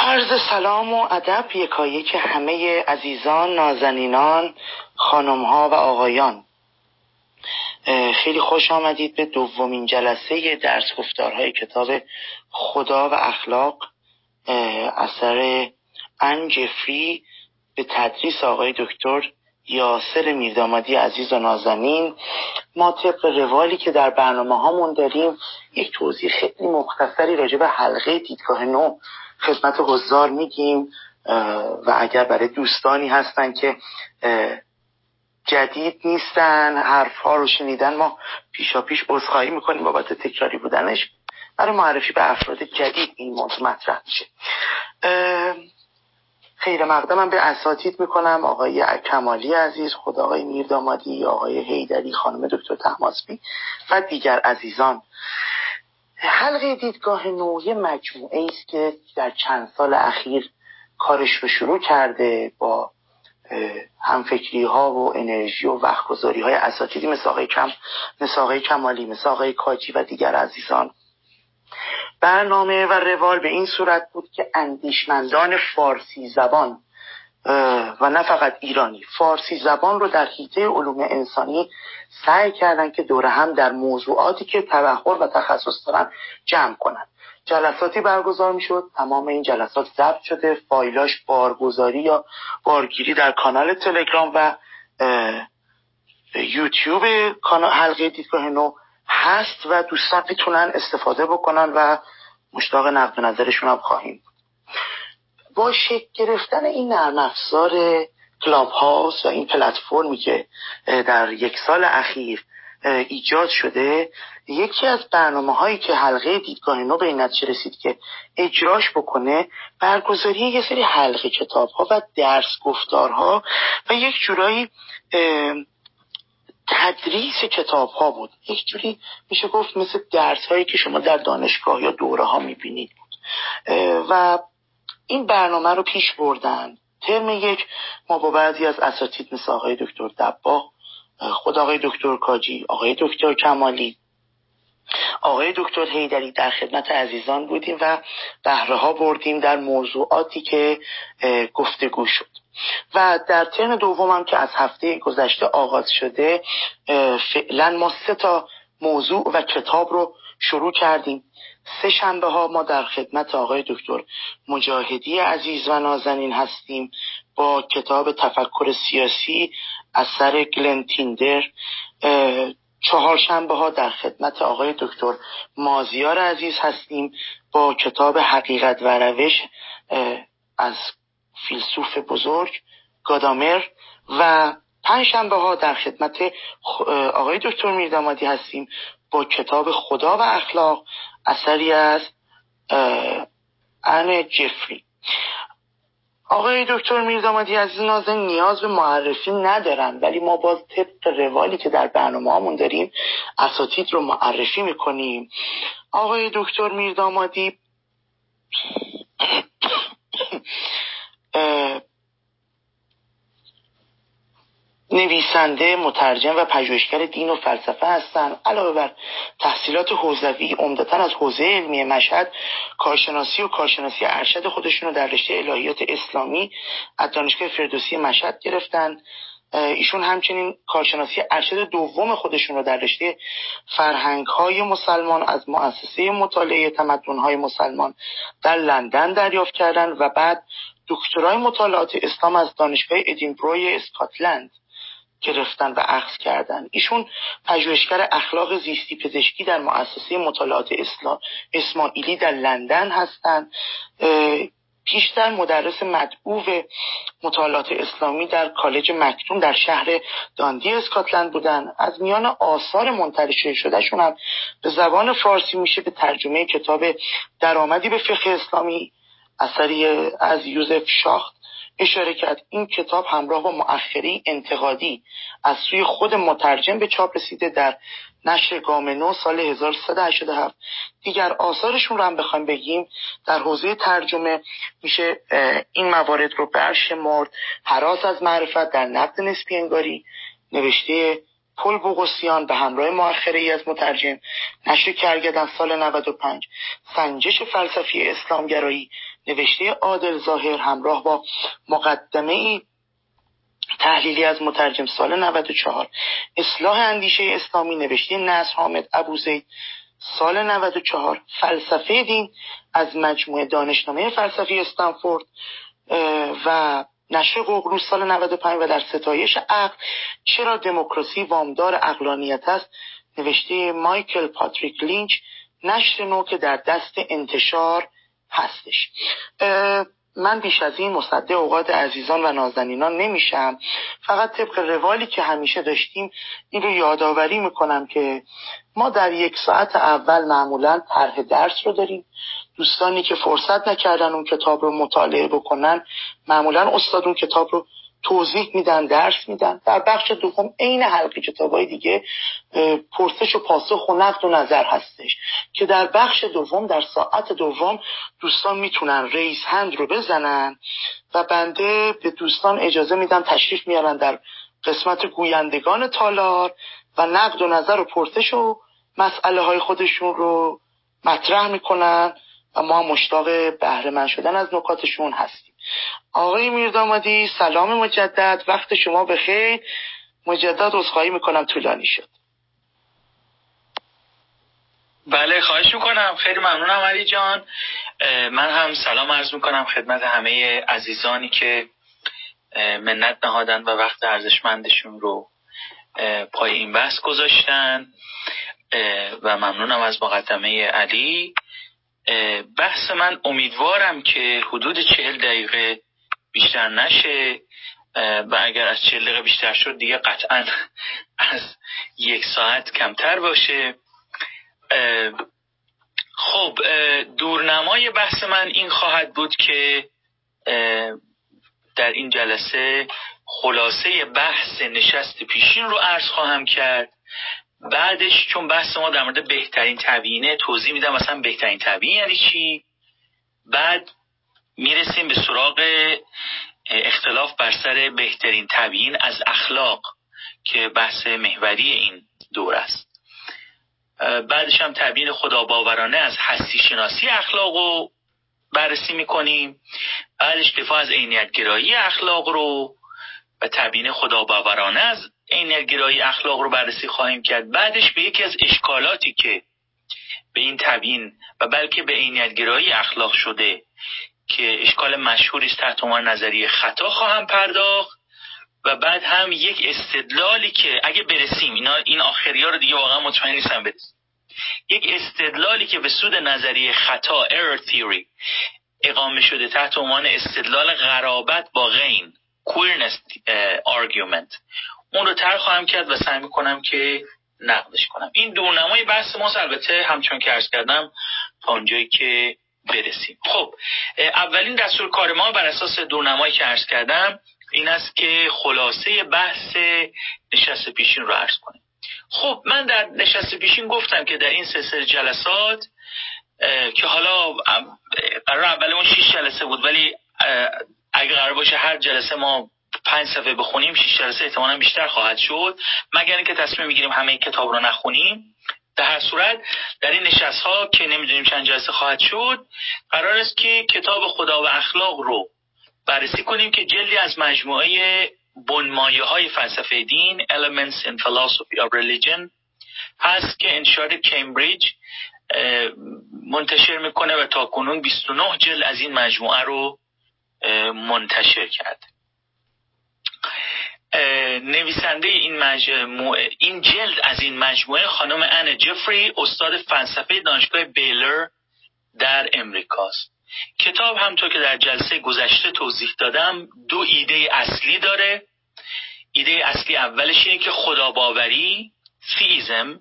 عرض سلام و ادب یکایک همه عزیزان، نازنینان، خانم‌ها و آقایان. خیلی خوش آمدید به دومین جلسه درس گفتارهای کتاب خدا و اخلاق اثر ان جفری به تدریس آقای دکتر یاسر میردامادی عزیز و نازنین. ما طبق روالی که در برنامه هامون داریم یک توضیح خیلی مختصری راجع به حلقه دیدگاه نو خدمت حضار میگیم و اگر برای دوستانی هستن که جدید نیستن حرفها رو شنیدن، ما پیشاپیش عذرخواهی میکنیم بابت تکراری بودنش. برای معرفی به افراد جدید این موضوع مطرح میشه. خیر مقدمم به اساتید میکنم، آقای کمالی عزیز، خود آقای میردامادی، آقای حیدری، خانم دکتر طهماسبی و دیگر عزیزان. حلقه دیدگاه نو یه مجموعه است که در چند سال اخیر کارش رو شروع کرده با همفکری ها و انرژی و وقت گذاری های اساتیدی مثل آقای کمالی، مثل آقای کاجی و دیگر عزیزان. برنامه و روال به این صورت بود که اندیشمندان فارسی زبان و نه فقط ایرانی، فارسی زبان رو در حیطه علوم انسانی سعی کردن که دور هم در موضوعاتی که تبحر و تخصص دارن جمع کنن. جلساتی برگزار می شد، تمام این جلسات ضبط شده، فایلاش بارگذاری یا بارگیری در کانال تلگرام و یوتیوب کانال حلقه دیدگاه نو هست و دوستان میتونن استفاده بکنن و مشتاق نقد و نظرشون هم خواهیم. با شکل گرفتن این نرم افزار کلاب هاوس و این پلتفرمی که در یک سال اخیر ایجاد شده، یکی از برنامه هایی که حلقه دیدگاه نو به این نتیجه رسید که اجراش بکنه برگزاری یه سری حلقه کتاب ها و درس گفتارها و یک جورایی تدریس کتاب ها بود. یک جوری میشه گفت مثل درس هایی که شما در دانشگاه یا دوره ها میبینید و این برنامه رو پیش بردن. ترم یک ما با بعضی از اساتید مثل آقای دکتر دباغ، خود آقای دکتر کاجی، آقای دکتر کمالی، آقای دکتر حیدری در خدمت عزیزان بودیم و بهره ها بردیم در موضوعاتی که گفتگو شد. و در ترم دومم که از هفته گذشته آغاز شده، فعلا ما 3 موضوع و کتاب رو شروع کردیم. 3 شنبه ها ما در خدمت آقای دکتر مجاهدی عزیز و نازنین هستیم با کتاب تفکر سیاسی اثر گلن تیندر. 4 شنبه ها در خدمت آقای دکتر مازیار عزیز هستیم با کتاب حقیقت و روش از فیلسوف بزرگ گادامر و 5 شنبه ها در خدمت آقای دکتر میردامادی هستیم با کتاب خدا و اخلاق اثری از ان جفری. آقای دکتر میردامادی عزیز نازن نیاز به معرفی ندارن، ولی ما باز طبق روالی که در برنامه هامون داریم اساتید رو معرفی میکنیم. آقای دکتر میردامادی نویسنده، مترجم و پژوهشگر دین و فلسفه هستند. علاوه بر تحصیلات حوزوی عمدتاً از حوزه علمی مشهد کارشناسی و کارشناسی ارشد خودشون رو در رشته الهیات اسلامی از دانشگاه فردوسی مشهد گرفتن. ایشون همچنین کارشناسی ارشد دوم خودشون رو در رشته فرهنگ‌های مسلمان از مؤسسه مطالعه تمدن‌های مسلمان در لندن دریافت کردند و بعد دکترای مطالعات اسلام از دانشگاه ادینبرو اسکاتلند گرفتن و اخذ کردن. ایشون پژوهشگر اخلاق زیستی پزشکی در مؤسسه مطالعات اسماعیلی در لندن هستند. پیشتر مدرس مدعو مطالعات اسلامی در کالج مکتوم در شهر داندی اسکاتلند بودن. از میان آثار منتشر شدهشون هم به زبان فارسی میشه به ترجمه کتاب درآمدی به فقه اسلامی اثری از یوزف شاخت اشاره کرد. این کتاب همراه با مؤخری انتقادی از سوی خود مترجم به چاپ رسیده در نشر گامنو سال 1387. دیگر آثارشون رو هم بخوایم بگیم در حوزه ترجمه میشه این موارد رو برشمرد: هراس از معرفت در نقد نسبی انگاری نوشته پل بوغوسیان به همراه مؤخری از مترجم، نشر کرگدن سال 95. سنجش فلسفی اسلامگرایی نوشته عادل ظاهر همراه با مقدمه تحلیلی از مترجم سال 94. اصلاح اندیشه اسلامی نوشته نصر حامد ابوزید سال 94. فلسفه دین از مجموعه دانشنامه فلسفی استنفورد و نشر ققنوس سال 95 و در ستایش عقل چرا دموکراسی وامدار عقلانیت است نوشته مایکل پاتریک لینچ، نشر نو که در دست انتشار هستش. من بیش از این مصدق اوقات عزیزان و نازنینان نمیشم، فقط طبق روالی که همیشه داشتیم این رو یادآوری میکنم که ما در 1 ساعت اول معمولا طرح درس رو داریم. دوستانی که فرصت نکردن اون کتاب رو مطالعه بکنن معمولا استاد اون کتاب رو توضیح میدن، درس میدن. در بخش دوم عین حلقه کتابای دیگه پرسش و پاسخ و نقد و نظر هستش که در بخش دوم در ساعت دوم دوستان میتونن ریز هند رو بزنن و بنده به دوستان اجازه میدم تشریف میارن در قسمت گویندگان تالار و نقد و نظر و پرسش و مسئله های خودشون رو مطرح میکنن و ما مشتاق بهره مند شدن از نکاتشون هستیم. آقای میردامادی سلام مجدد، وقت شما بخیر. مجدد عذرخواهی میکنم طولانی شد. بله خواهش میکنم، خیلی ممنونم علی جان. من هم سلام عرض میکنم خدمت همه عزیزانی که منت نهادن و وقت ارزشمندشون رو پای این بحث گذاشتن و ممنونم از مقدمه علی. بحث من امیدوارم که حدود 40 دقیقه بیشتر نشه و اگر از 40 دقیقه بیشتر شد دیگه قطعا از 1 ساعت کمتر باشه. خب دورنمای بحث من این خواهد بود که در این جلسه خلاصه بحث نشست پیشین رو عرض خواهم کرد. بعدش چون بحث ما در مورد بهترین تبیینه توضیح میدم مثلا بهترین تبیین یعنی چی. بعد میرسیم به سراغ اختلاف بر سر بهترین تبیین از اخلاق که بحث محوری این دور است. بعدش هم تبیین خداباورانه از هستی شناسی اخلاق رو بررسی میکنیم. بعدش دفاع از عینیت‌گرایی اخلاق رو و تبیین خداباورانه از عینیت‌گرایی اخلاق رو بررسی خواهیم کرد. بعدش به یکی از اشکالاتی که به این تبیین و بلکه به عینیت‌گرایی اخلاق شده که اشکال مشهوری است تحت عنوان نظریه خطا خواهم پرداخت و بعد هم یک استدلالی که اگه برسیم این آخریا رو دیگه واقعا مطمئن نیستم برسیم، یک استدلالی که به سود نظریه خطا error theory اقامه شده تحت عنوان استدلال غرابت با غین queerness argument، اون رو طرح خواهم کرد و سعی میکنم که نقدش کنم. این دورنمای بحث ما البته همچون که عرض کردم تا اونجایی که برسیم. خب اولین دستور کار ما بر اساس دورنمایی که عرض کردم این است که خلاصه بحث نشست پیشین رو عرض کنیم. خب من در نشست پیشین گفتم که در این سلسله جلسات که حالا قرار اولمون 6 جلسه بود ولی اگه قرار باشه هر جلسه ما 5 صفحه بخونیم 6 جلسه احتمالاً بیشتر خواهد شد مگر اینکه تصمیم بگیریم همه کتاب رو نخونیم. در هر صورت در این نشست ها که نمیدونیم چند جلسه خواهد شد قرار است که کتاب خدا و اخلاق رو بررسی کنیم که جلدی از مجموعه بنمایه های فلسفه دین Elements in Philosophy of Religion هست که انتشار کمبریج منتشر میکنه و تا کنون 29 جلد از این مجموعه رو منتشر کرده. نویسنده این جلد از این مجموعه خانم ان جفری استاد فلسفه دانشگاه بیلر در امریکاست. کتاب همونطور که در جلسه گذشته توضیح دادم 2 ایده اصلی داره. ایده اصلی اولش اینه که خداباوری theism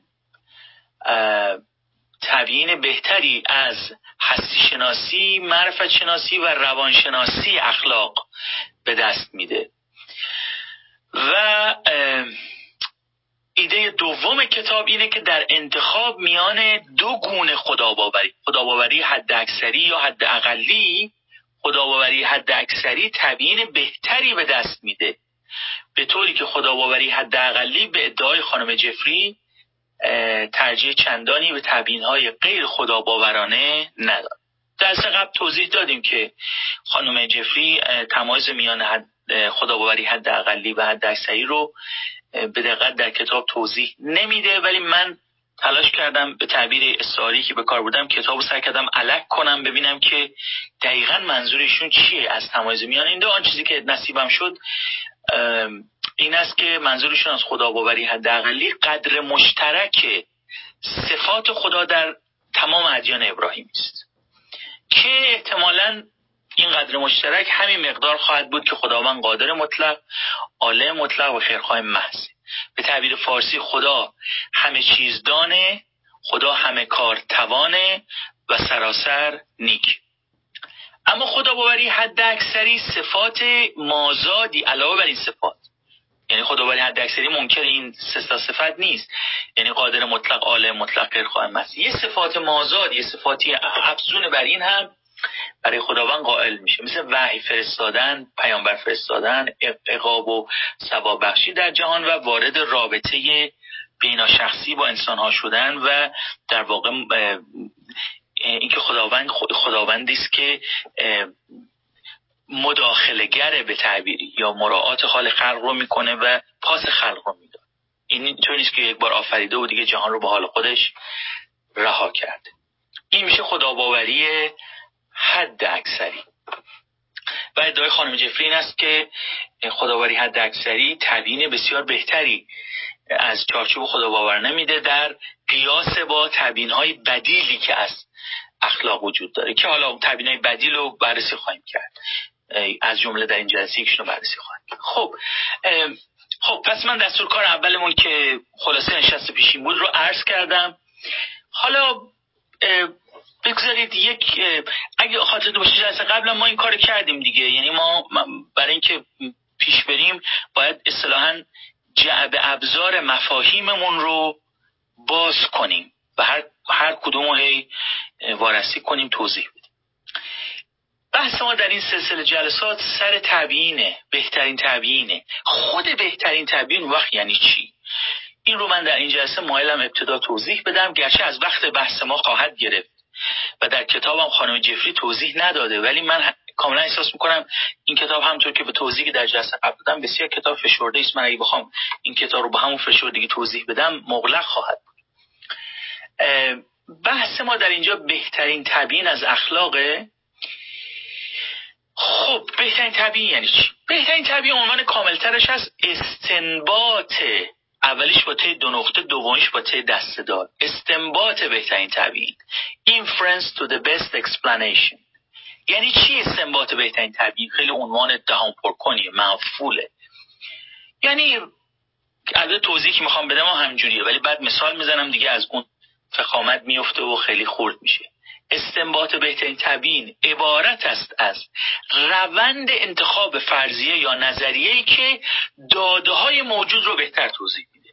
تبیین بهتری از هستی شناسی، معرفت شناسی و روانشناسی اخلاق به دست میده. و ایده دوم کتاب اینه که در انتخاب میان 2 گونه خداباوری حد اکثری یا حد اقلی، خداباوری حد اکثری تبیین بهتری به دست میده به طوری که خداباوری حد اقلی به ادعای خانم جفری ترجیح چندانی به تبیین‌های غیر خداباورانه نداره. درس قبل توضیح دادیم که خانم جفری تمایز میان خداباوری حداقلی و حداکثری رو به دقت در کتاب توضیح نمیده، ولی من تلاش کردم به تعبیر استعاری که به کار بردم کتابو سعی کردم الک کنم ببینم که دقیقاً منظورشون چیه از تمایز میان این دو. آن چیزی که نصیبم شد این است که منظورشون از خداباوری حداقلی قدر مشترک صفات خدا در تمام ادیان ابراهیمی است که احتمالاً این قدر مشترک همین مقدار خواهد بود که خداوند قادر مطلق، عالم مطلق و خیرخواه محض. به تعبیر فارسی خدا همه چیز دانه، خدا همه کار توانه و سراسر نیک. اما خداباوری حداکثری صفات مازادی علاوه بر این صفات، یعنی خداباوری حداکثری منکر این سه صفت نیست، یعنی قادر مطلق، عالم مطلق، خیرخواه محض، یه صفات مازاد، یه صفاتی افزون بر این هم برای خداوند قائل میشه، مثل وحی فرستادن، پیامبر فرستادن، عقاب و ثواب بخشی در جهان و وارد رابطه بیناشخصی با انسانها شدن و در واقع اینکه خداوندی است که مداخله‌گر به تعبیری یا مراعات حال خلق رو میکنه و پاس خلق رو میده. این طور نیست که یک بار آفریده و دیگه جهان رو به حال خودش رها کرده. این میشه خداباوری حد اکثری. و ادعای خانم جفری این است که خداباوری حد اکثری تبیین بسیار بهتری از چارچوب خداباور نمیده در قیاس با تبیین‌های بدیلی که از اخلاق وجود داره، که حالا تبیین‌های بدیل رو بررسی خواهیم کرد، از جمله در این جلسه یکشون رو بررسی خواهیم کرد. خب پس من دستور کار اولمون که خلاصه نشست پیشین بود رو عرض کردم. حالا بگذارید اگه خاطرتون باشه جلسه قبلا ما این کار کردیم دیگه، یعنی ما برای اینکه پیش بریم باید اصطلاحاً جعب ابزار مفاهیممون رو باز کنیم و هر کدوم رو وارسی کنیم، توضیح بدیم. بحث ما در این سلسله جلسات سر تبیینه، بهترین تبیینه. خود بهترین تبیین وقت یعنی چی؟ این رو من در این جلسه مایلم ابتدا توضیح بدم، گرچه از وقت بحث ما خواهد گرفت و در کتابم خانم جفری توضیح نداده، ولی من کاملا احساس میکنم این کتاب همونطور که به توضیحی در جلسه قبل دادم بسیار کتاب فشرده است. من اگه بخوام این کتاب رو با همون فشردگی توضیح بدم مغلق خواهد بود. بحث ما در اینجا بهترین تبیین از اخلاقه. خب بهترین تبیین یعنی چی؟ بهترین تبیین عنوان کاملترش هست استنباط، اولیش با ته 2 نقطه، دومیش با ته دسته‌دار. استنباط بهترین تبیین، inference to the best explanation. یعنی چی استنباط بهترین تبیین؟ خیلی عنوان دهان پرکنیه، مفعوله. یعنی البته توضیحی که میخوام بدم همجوریه، ولی بعد مثال میزنم دیگه از اون فخامت میفته و خیلی خرد میشه. استنباط بهترین تبیین عبارت است از روند انتخاب فرضیه یا نظریه‌ای که داده‌های موجود رو بهتر توضیح میده.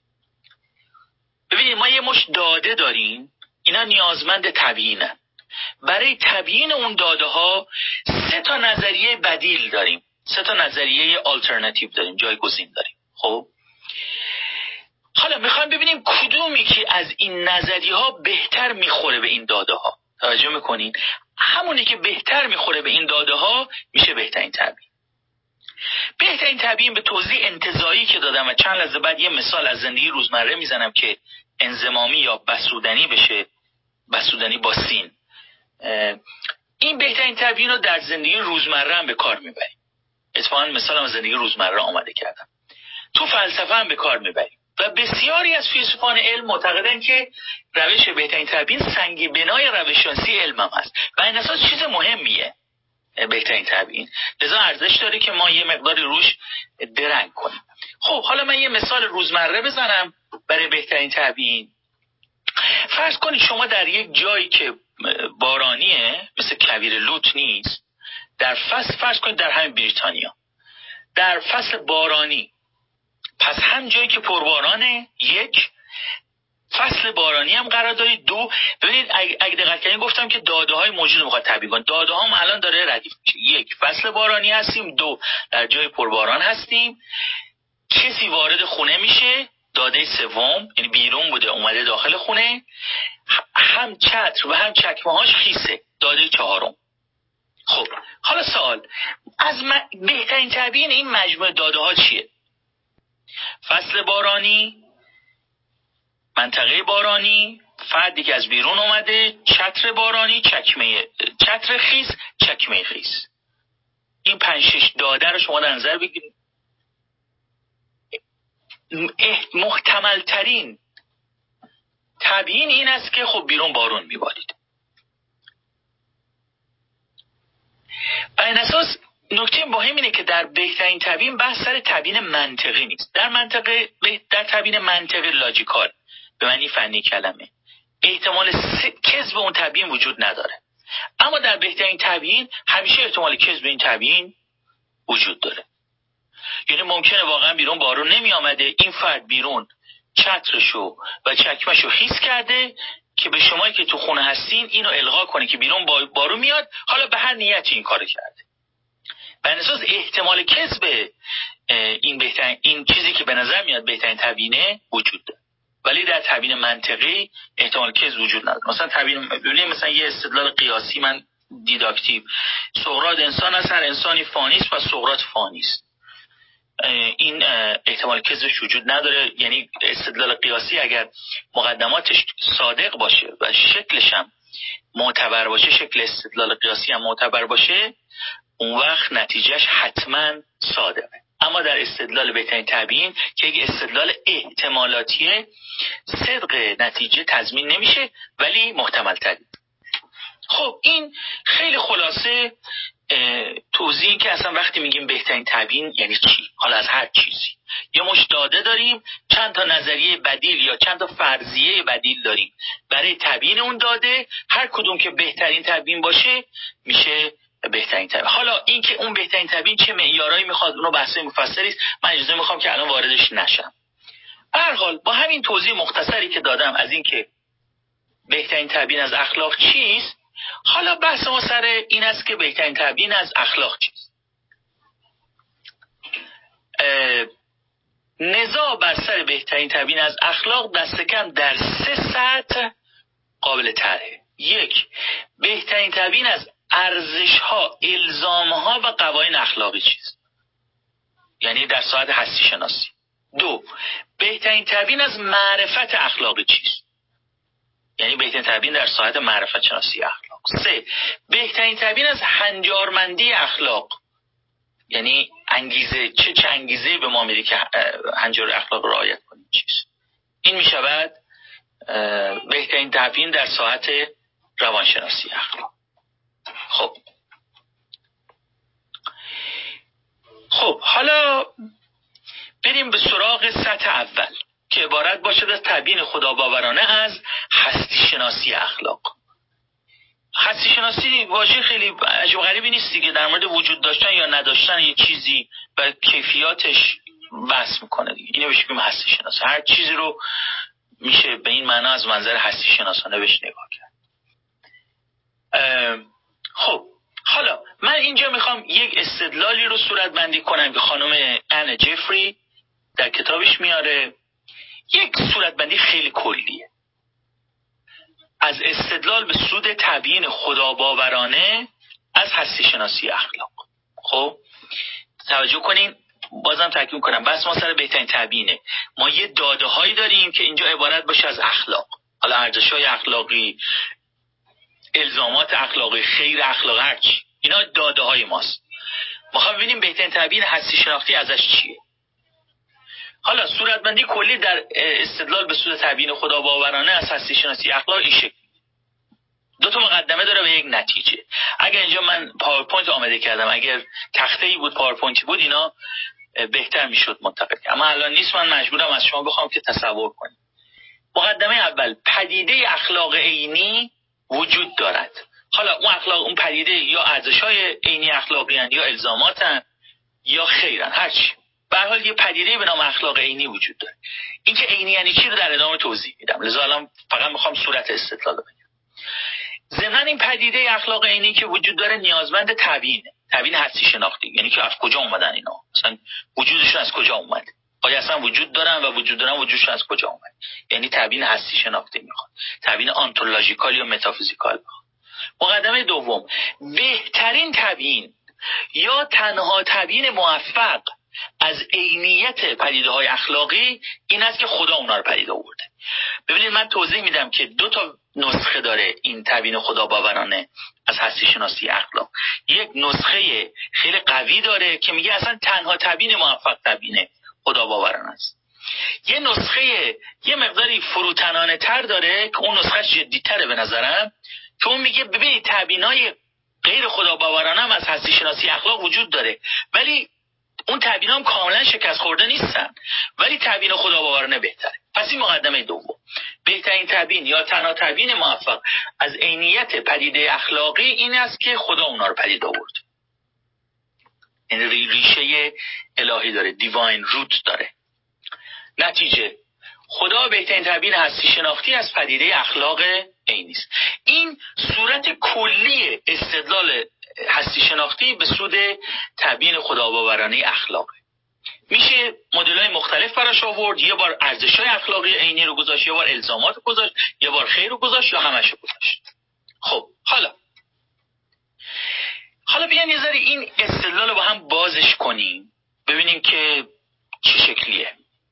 ببینید ما یه مش داده داریم، اینا نیازمند تبیینن. برای تبیین اون داده‌ها 3 تا نظریه بدیل داریم، 3 تا نظریه آلترناتیو داریم، جایگزین داریم. خب حالا میخوایم ببینیم کدومی که از این نظریه‌ها بهتر میخوره به این داده‌ها. توجه میکنین؟ همونی که بهتر میخوره به این داده‌ها میشه بهترین تبیین. بهترین تبیین به توضیح انتزاعی که دادم و چند لحظه بعد یه مثال از زندگی روزمره میزنم که انضمامی یا بسودنی بشه، بسودنی با سین. این بهترین تبیین رو در زندگی روزمره هم به کار میبریم. اتفاقا مثالم از زندگی روزمره آماده کردم. تو فلسفه هم به کار میبریم و بسیاری از فیلسوفان علم معتقدن که روش بهترین تبیین سنگ بنای روش‌شناسی علم هم هست و این اساس چیز مهمیه بهترین تبیین، لذا ارزش داره که ما یه مقداری روش درنگ کنیم. خب حالا من یه مثال روزمره بزنم برای بهترین تبیین. فرض کنید شما در یک جایی که بارانیه، مثل کویر لوط نیست، در فصل، فرض کنید در همین بریتانیا در فصل بارانی، پس هم جایی که پربارانه، یک فصل بارانی هم قرار دارید. 2 ببینید اگه دقت کنید گفتم که داده های موجود رو میخواد تبیین کنه. داده هم الان داره ردیف میشه. 1 فصل بارانی هستیم، 2 در جای پرباران هستیم، کسی وارد خونه میشه، داده 3 یعنی بیرون بوده اومده داخل خونه، هم چتر و هم چکمه هاش خیسه. داده چهارم. خب حالا سوال از بهترین تبیین این مجموعه داده ها چیه؟ فصل بارانی، منطقه بارانی، فردی که از بیرون اومده، چتر بارانی، چتر خیس، چکمه خیس. این 5-6 داده رو شما در نظر بگیرید. محتمل ترین تبیین این است که خب بیرون بارون میبارید. بر این اساس نکته مهم اینه که در بهترین تبیین بحث سر تبیین منطقی نیست. در تبیین منطقی لاجیکال به معنی فنی کلمه احتمال کذب اون تبیین وجود نداره، اما در بهترین تبیین همیشه احتمال کذب این تبیین وجود داره. یعنی ممکنه واقعا بیرون بارون نمی آمده، این فرد بیرون چترشو و چکمشو خیس کرده که به شمایی که تو خونه هستین اینو القا کنه که بیرون بارون میاد، حالا به هر نیتی این کارو کرده. به اساس احتمال کذب این چیزی که به نظر میاد بهترین تبیینه وجود داره، ولی در تبیین منطقی احتمال کذب وجود نداره. مثلا تبیین ببینید، مثلا یه استدلال قیاسی من دیداکتیو، سقراط انسان است، هر انسانی فانی است و سقراط فانی است. این احتمال کذبش وجود نداره. یعنی استدلال قیاسی اگر مقدماتش صادق باشه و شکلش هم معتبر باشه، شکل استدلال قیاسی هم معتبر باشه، اون وقت نتیجهش حتما صادقه. اما در استدلال بهترین تبیین که یک استدلال احتمالاتیه، صدق نتیجه تضمین نمیشه ولی محتمل تری. خب این خیلی خلاصه توضیحی که اصلا وقتی میگیم بهترین تبیین یعنی چی. حالا از هر چیزی یه مش داده داریم، چند تا نظریه بدیل یا چند تا فرضیه بدیل داریم برای تبیین اون داده، هر کدوم که بهترین تبیین باشه میشه بهترین تبیین. حالا این که اون بهترین تبیین چه معیارایی میخواد، اونو بحث مفصلی است، من اجازه میخوام که الان واردش نشم. به هر حال با همین توضیح مختصری که دادم از این که بهترین تبیین از اخلاق چیست، حالا بحث ما سر این است که بهترین تبیین از اخلاق چیست. نزاع بر سر بهترین تبیین از اخلاق دست کم در 3 سطح قابل طرحه. 1. بهترین تبیین از ارزش‌ها، الزام‌ها و قوانین اخلاقی چیست، یعنی در ساحت هستی شناسی. 2. بهترین تبیین از معرفت اخلاقی چیست، یعنی بهترین تبیین در ساحت معرفت شناسی اخلاق. 3. بهترین تبیین از هنجارمندی اخلاق، یعنی انگیزه، چه انگیزه به ما میده که هنجار اخلاق رو رعایت کنیم چیست. این میشود بهترین تبیین در ساحت روانشناسی اخلاق. خب حالا بریم به سراغ سطح اول که عبارت باشد از تبیین خداباورانه از هستی شناسی اخلاق. هستی شناسی واژه خیلی عجب غریبی نیست دیگه، در مورد وجود داشتن یا نداشتن یه چیزی و کیفیاتش بحث میکنه دیگه. اینو بهش میگیم هستی شناسی. هر چیزی رو میشه به این معنا از منظر هستی شناسانه بهش نگاه کرد. خب حالا من اینجا میخوام یک استدلالی رو صورت بندی کنم که خانم ان جفری در کتابش میاره. یک صورت بندی خیلی کلیه از استدلال به سود تبیین خداباورانه از هستی شناسی اخلاق. خب توجه کنین، بازم تاکید کنم بس ما سر بهترین تبیینه. ما یه داده هایی داریم که اینجا عبارت باشه از اخلاق، حالا ارزش‌های اخلاقی، الزامات اخلاقی، خیر اخلاقی، هرچی، اینا داده های ماست. ما خواهیم ببینیم بهترین تبیین هستی شناختی ازش چیه. حالا صورتبندی کلی در استدلال به سود تبیین خداباورانه از هستی شناسی اخلاق این شکل. 2 مقدمه داره به یک نتیجه. اگر اینجا من پاورپوینت آماده کردم، اگر تخته‌ای بود پاورپوینتی بود، اینا بهتر میشد منتقل کنم، اما الان نیست، من مجبورم از شما بخوام که تصور کنید. مقدمه اول، پدیده اخلاق عینی وجود دارد. حالا اون اخلاق، اون پدیده یا ارزش‌های عینی اخلاقی هستند یا الزاماتن یا خیرن، هرچی. به هر حال یه پدیده به نام اخلاق عینی وجود داره. این که عینی یعنی چی رو در ادامه توضیح میدم، لذا الان فقط میخوام صورت استدلال رو بگم. ضمن این پدیده اخلاق عینی که وجود داره نیازمند تبیین هستی شناختی، یعنی که از کجا اومدن اینا، مثلا وجودشون از کجا اومده، آیا اصلا وجود دارن و وجودشون از کجا اومده، یعنی تبیین هستی شناختی میخواد، تبیین آنتولوژیکال یا متافیزیکال میخواد. مقدمه دوم، بهترین تبیین یا تنها تبیین موفق از عینیت پدیده‌های اخلاقی این است که خدا اونا رو پدید آورده. ببینید من توضیح میدم که 2 تا نسخه داره این تبیین خدا باورانه از هستی شناسی اخلاق. یک نسخه خیلی قوی داره که میگه اصلا تنها تبیین موفق تبیین خدا باورانه است. یه نسخه یه مقداری فروتنانه تر داره که اون نسخه جدی‌تره به نظرم، که اون میگه ببینید تبیینای غیر خدا باورانه هم از هستی شناسی اخلاق وجود داره، ولی اون تبیین هم کاملا شکست خورده نیستن، ولی تبیین خدا باورانه بهتره. پس این مقدمه دوم، بهترین تبیین یا تنها تبیین موفق از عینیت پدیده اخلاقی این است که خدا اونا رو پدید آورد. این ریشه الهی داره، دیواین روت داره. نتیجه خدا بهترین تبیین هستی شناختی از پدیده اخلاق عینی است. این صورت کلی استدلال هستی شناختی به سود تبیین خداباورانه اخلاقه. میشه مدل‌های مختلف براش آورد، یه بار ارزش‌های اخلاقی عینی رو گذاشت، یه بار الزامات رو گذاشت، یه بار خیر رو گذاشت یا همش رو گذاشت. خب حالا بیایم یه ذره این استدلال رو با هم بازش کنیم ببینیم که چه شکلیه.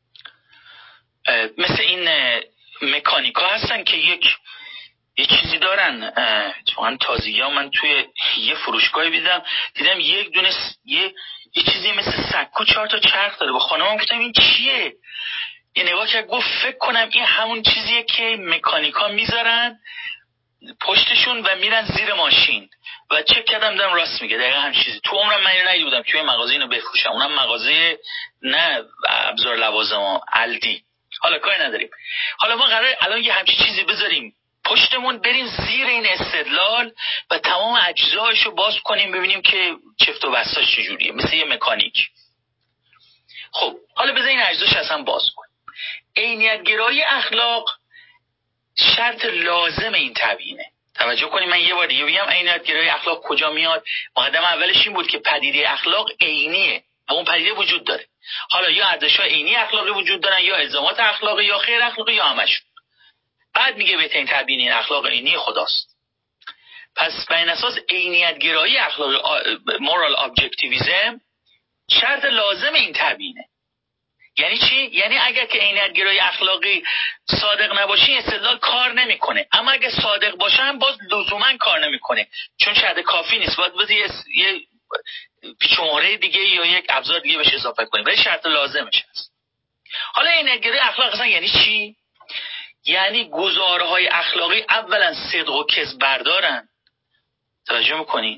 مثل این مکانیکا هستن که یه چیزی دارن. چون تازگی‌ها من توی یه فروشگاهی دیدم یک دونه یه چیزی مثل سکو 4 تا چرخ داره. با خانمم گفتم این چیه؟ یه نگاه کرد گفت فکر کنم این همون چیزیه که مکانیکا میذارن پشتشون و میرن زیر ماشین. و چک کردم دیدم راست میگه، دقیقاً هم چیزی. تو عمرم من اینو ندیده بودم که این مغازه اینو بفروشم، اونم مغازه نه ابزار لوازم الدی. حالا کاری نداریم. حالا ما قراره الان یه همچین چیزی بذاریم پشتمون، بریم زیر این استدلال و تمام اجزایشو باز کنیم ببینیم که چفت و بستاش چجوریه، مثل یه مکانیک. خب حالا بذار این اجزاش اصلا باز کنیم. عینیت گرایی اخلاق شرط لازم این تبیینه. توجه کنید من یه بار دیگه بگم عینیت گرایی اخلاق کجا میاد. مقدمه اولش این بود که پدیده اخلاق عینیه و اون پدیده وجود داره. حالا یا ارزش‌های عینی اخلاقی وجود دارن، یا الزامات اخلاقی، یا غیر اخلاقی، یا همشون. بعد میگه بهترین تبیین این اخلاق عینی خداست. پس بر این اساس عینیت گرایی اخلاق مورال ابجکتیویسم شرط لازم این تبیینه. یعنی چی؟ یعنی اگر که عینیت گرایی اخلاقی صادق نباشی استدلال کار نمیکنه، اما اگه صادق باشه هم باز لزوما کار نمیکنه، چون شرط کافی نیست. باید یه پیچ‌ومهره دیگه یا یک ابزار دیگه بهش اضافه کنیم، ولی شرط لازمش هست. حالا عینیت گرایی اخلاق اصلا یعنی چی؟ یعنی گزارهای اخلاقی اولا صدق و کذب بردارن. توجه میکنین؟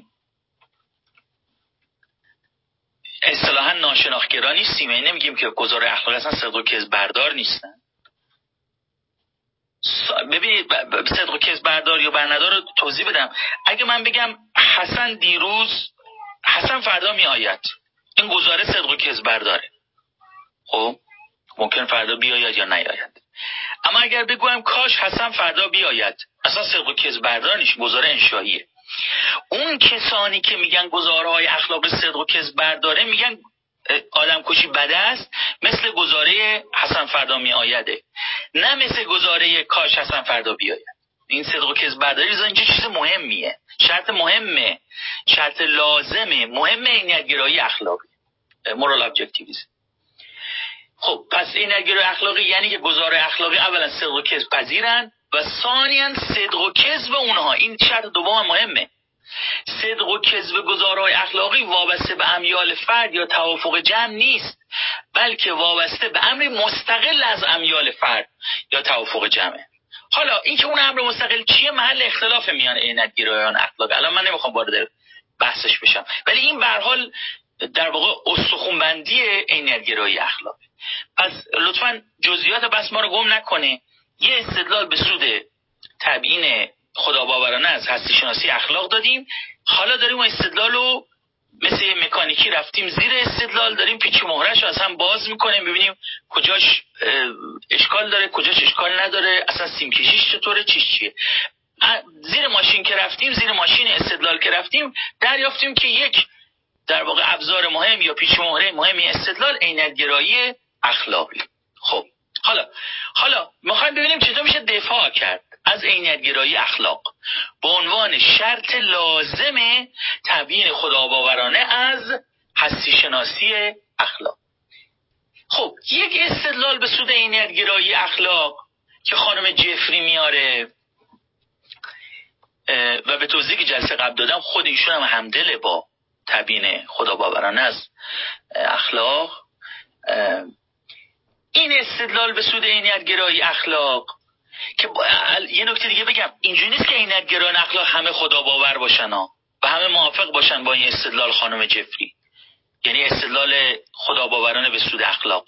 اصطلاحا ناشناخگرا نیستیم، یعنی نمیگیم که گزارهای اخلاقی اصلا صدق و کذب بردار نیستن. ببینید صدق و کذب بردار یا برندار رو توضیح بدم. اگه من بگم حسن فردا می آید، این گزاره صدق و کذب برداره. خب ممکن فردا بیاید یا نیاید. اما اگر بگویم کاش حسن فردا بیاید، اصلا صدق و کذب بردار نیست، گزاره انشاییه. اون کسانی که میگن گزارهای اخلاقی صدق و کذب برداره میگن آدم کشی بده است، مثل گزاره حسن فردا می آیده، نه مثل گزاره کاش حسن فردا بیاید. این صدق و کذب برداری اینجا چیز مهمیه، شرط مهمه، شرط لازمه، مهمه عینیت گرایی اخلاقی، مورال ابجکتیویسم. خب پس عینیت گرایی اخلاقی یعنی که گزاره اخلاقی اولا صدق و کذب پذیرن و ثانیاً صدق و کذب اونها، این شرط دوم مهمه. صدق و کذب گزارهای اخلاقی وابسته به امیال فرد یا توافق جمع نیست، بلکه وابسته به امر مستقل از امیال فرد یا توافق جمعه. حالا این که اون امر مستقل چیه محل اختلاف میان عینیت گرایان اخلاق. الان من نمیخوام وارد بحثش بشم، ولی این به هر حال در واقع استخوان‌بندی عینیت گرایی اخلاق. پس لطفاً جزئیات بحث ما رو گم نکنه. یه استدلال به سود تبیین خداباورانه از هستی شناسی اخلاق دادیم. حالا داریم اون استدلال رو مثل مکانیکی رفتیم زیر استدلال، داریم پیچ و مهره‌اش رو اصلا باز میکنیم ببینیم کجاش اشکال داره کجاش اشکال نداره، اصلا سیم کشیش چطوره چیه. زیر ماشین که رفتیم، زیر ماشین استدلال که رفتیم، دریافتیم که یک در واقع ابزار مهم یا پیچ و مهره مهمی استدلال عینیت گرایی اخلاقی. خب حالا میخوایم ببینیم چطور میشه دفاع کرد از عینیت‌گرایی اخلاق به عنوان شرط لازم تبیین خداباورانه از هستی شناسی اخلاق. خب یک استدلال به سود عینیت‌گرایی اخلاق که خانم جفری میاره و به توضیحی که جلسه قبل دادم خود ایشون هم همدل با تبیین خداباورانه از اخلاق. این استدلال به سود عینیت‌گرایی اخلاق که یه نکته دیگه بگم، اینجوری نیست که عینیت‌گرایان اخلاق همه خداباور باشن و همه موافق باشن با این استدلال خانم جفری، یعنی استدلال خداباورانه به سود اخلاق.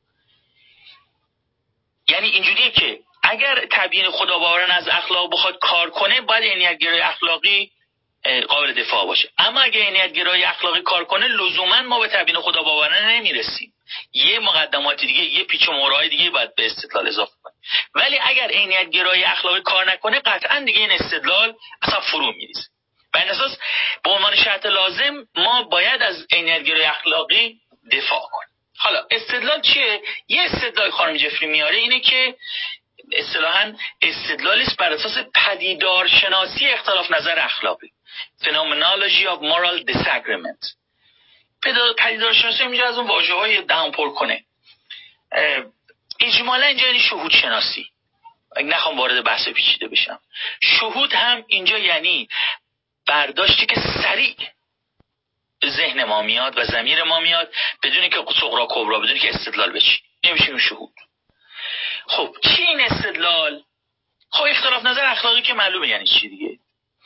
یعنی اینجوریه که اگر تبیین خداباورانه از اخلاق بخواد کار کنه باید عینیت‌گرایی اخلاقی قابل دفاع باشه، اما اگه عینیت‌گرایی اخلاقی کار کنه لزوما ما به تبیین خداباورانه نمیرسیم، یه مقدمات دیگه، یه پیچ و مورای دیگه باید به استدلال اضافه کنیم. ولی اگر عینیت‌گرایی اخلاقی کار نکنه قطعا دیگه این استدلال اصلا فرو میریزه. بر این اساس به عنوان شرط لازم ما باید از عینیت‌گرایی اخلاقی دفاع کنیم. حالا استدلال چیه؟ یه استدلال خانم جفری میاره اینه که اصطلاحاً استدلالی است بر اساس پدیدارشناسی اختلاف نظر اخلاقی، phenomenology of moral disagreement. پدیدارشناسی اینجا از اون واژه‌های دهان پر کنه. اجمالا اینجا یعنی شهود شناسی، نخوام وارد بحث پیچیده بشم. شهود هم اینجا یعنی برداشتی که سریع ذهن ما میاد و ضمیر ما میاد بدونی که صغرا کبرا، بدونی که استدلال بچی، نمیشه شهود. خب چی این استدلال؟ خب اختلاف نظر اخلاقی که معلومه یعنی چی دیگه.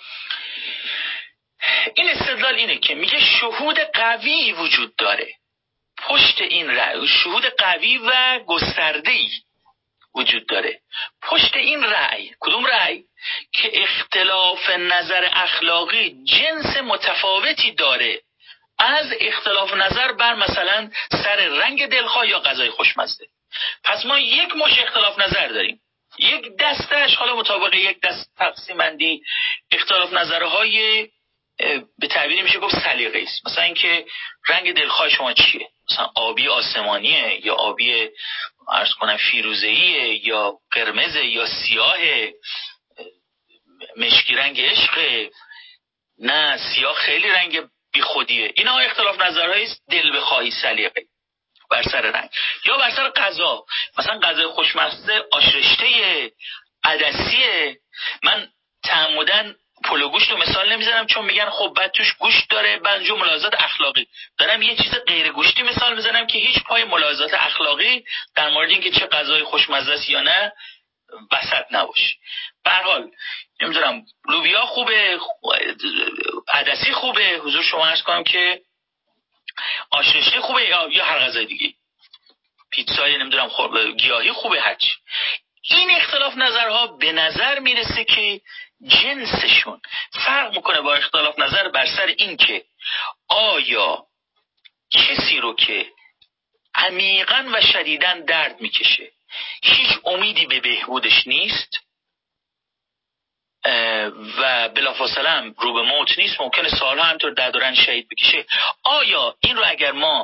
این استدلال اینه که میگه شهود قوی وجود داره پشت این رأی، شهود قوی و گسترده‌ای وجود داره پشت این رأی. کدوم رأی؟ که اختلاف نظر اخلاقی جنس متفاوتی داره از اختلاف نظر بر مثلا سر رنگ دلخواه یا غذای خوشمزه. پس ما یک مش اختلاف نظر داریم، یک دستش حالا مطابق یک دست تقسیم بندی اختلاف نظرهای به تعبیری میشه گفت سلیقه‌ای است. مثلا اینکه رنگ دلخواه شما چیه؟ مثلا آبی آسمانیه یا آبی عرض کنم فیروزه‌ایه یا قرمزه یا سیاه مشکی رنگ عشقه، نه سیاه خیلی رنگ بیخودیه. اینا اختلاف نظرهایی است دل بخواهی سلیقه بر سر رنگ. یا بر سر غذا، مثلا غذای خوشمزه آشرشته عدسیه. من تعمدن پلو گوشت رو مثال نمیزنم چون میگن خب بعد توش گوشت داره، بعد ملاحظات اخلاقی دارم یه چیز غیر گوشتی مثال میزنم که هیچ پای ملاحظات اخلاقی در مورد اینکه چه غذای خوشمزه است یا نه وسط نباشه. به هر حال نمیدونم لوبیا خوبه، عدسی خوبه، حضور شما عرض کنم که آشرشته خوبه یا هر غذای دیگه، پیتزای نمیدونم گیاهی خوبه، هرچی. این اختلاف نظرها به نظر میرسه که جنسشون فرق میکنه با اختلاف نظر بر سر این که آیا کسی رو که عمیقاً و شدیداً درد میکشه هیچ امیدی به بهبودش نیست و بلافاصله هم رو به موت نیست، ممکنه سالها همطور درد و رنج شدید بکشه، آیا این رو اگر ما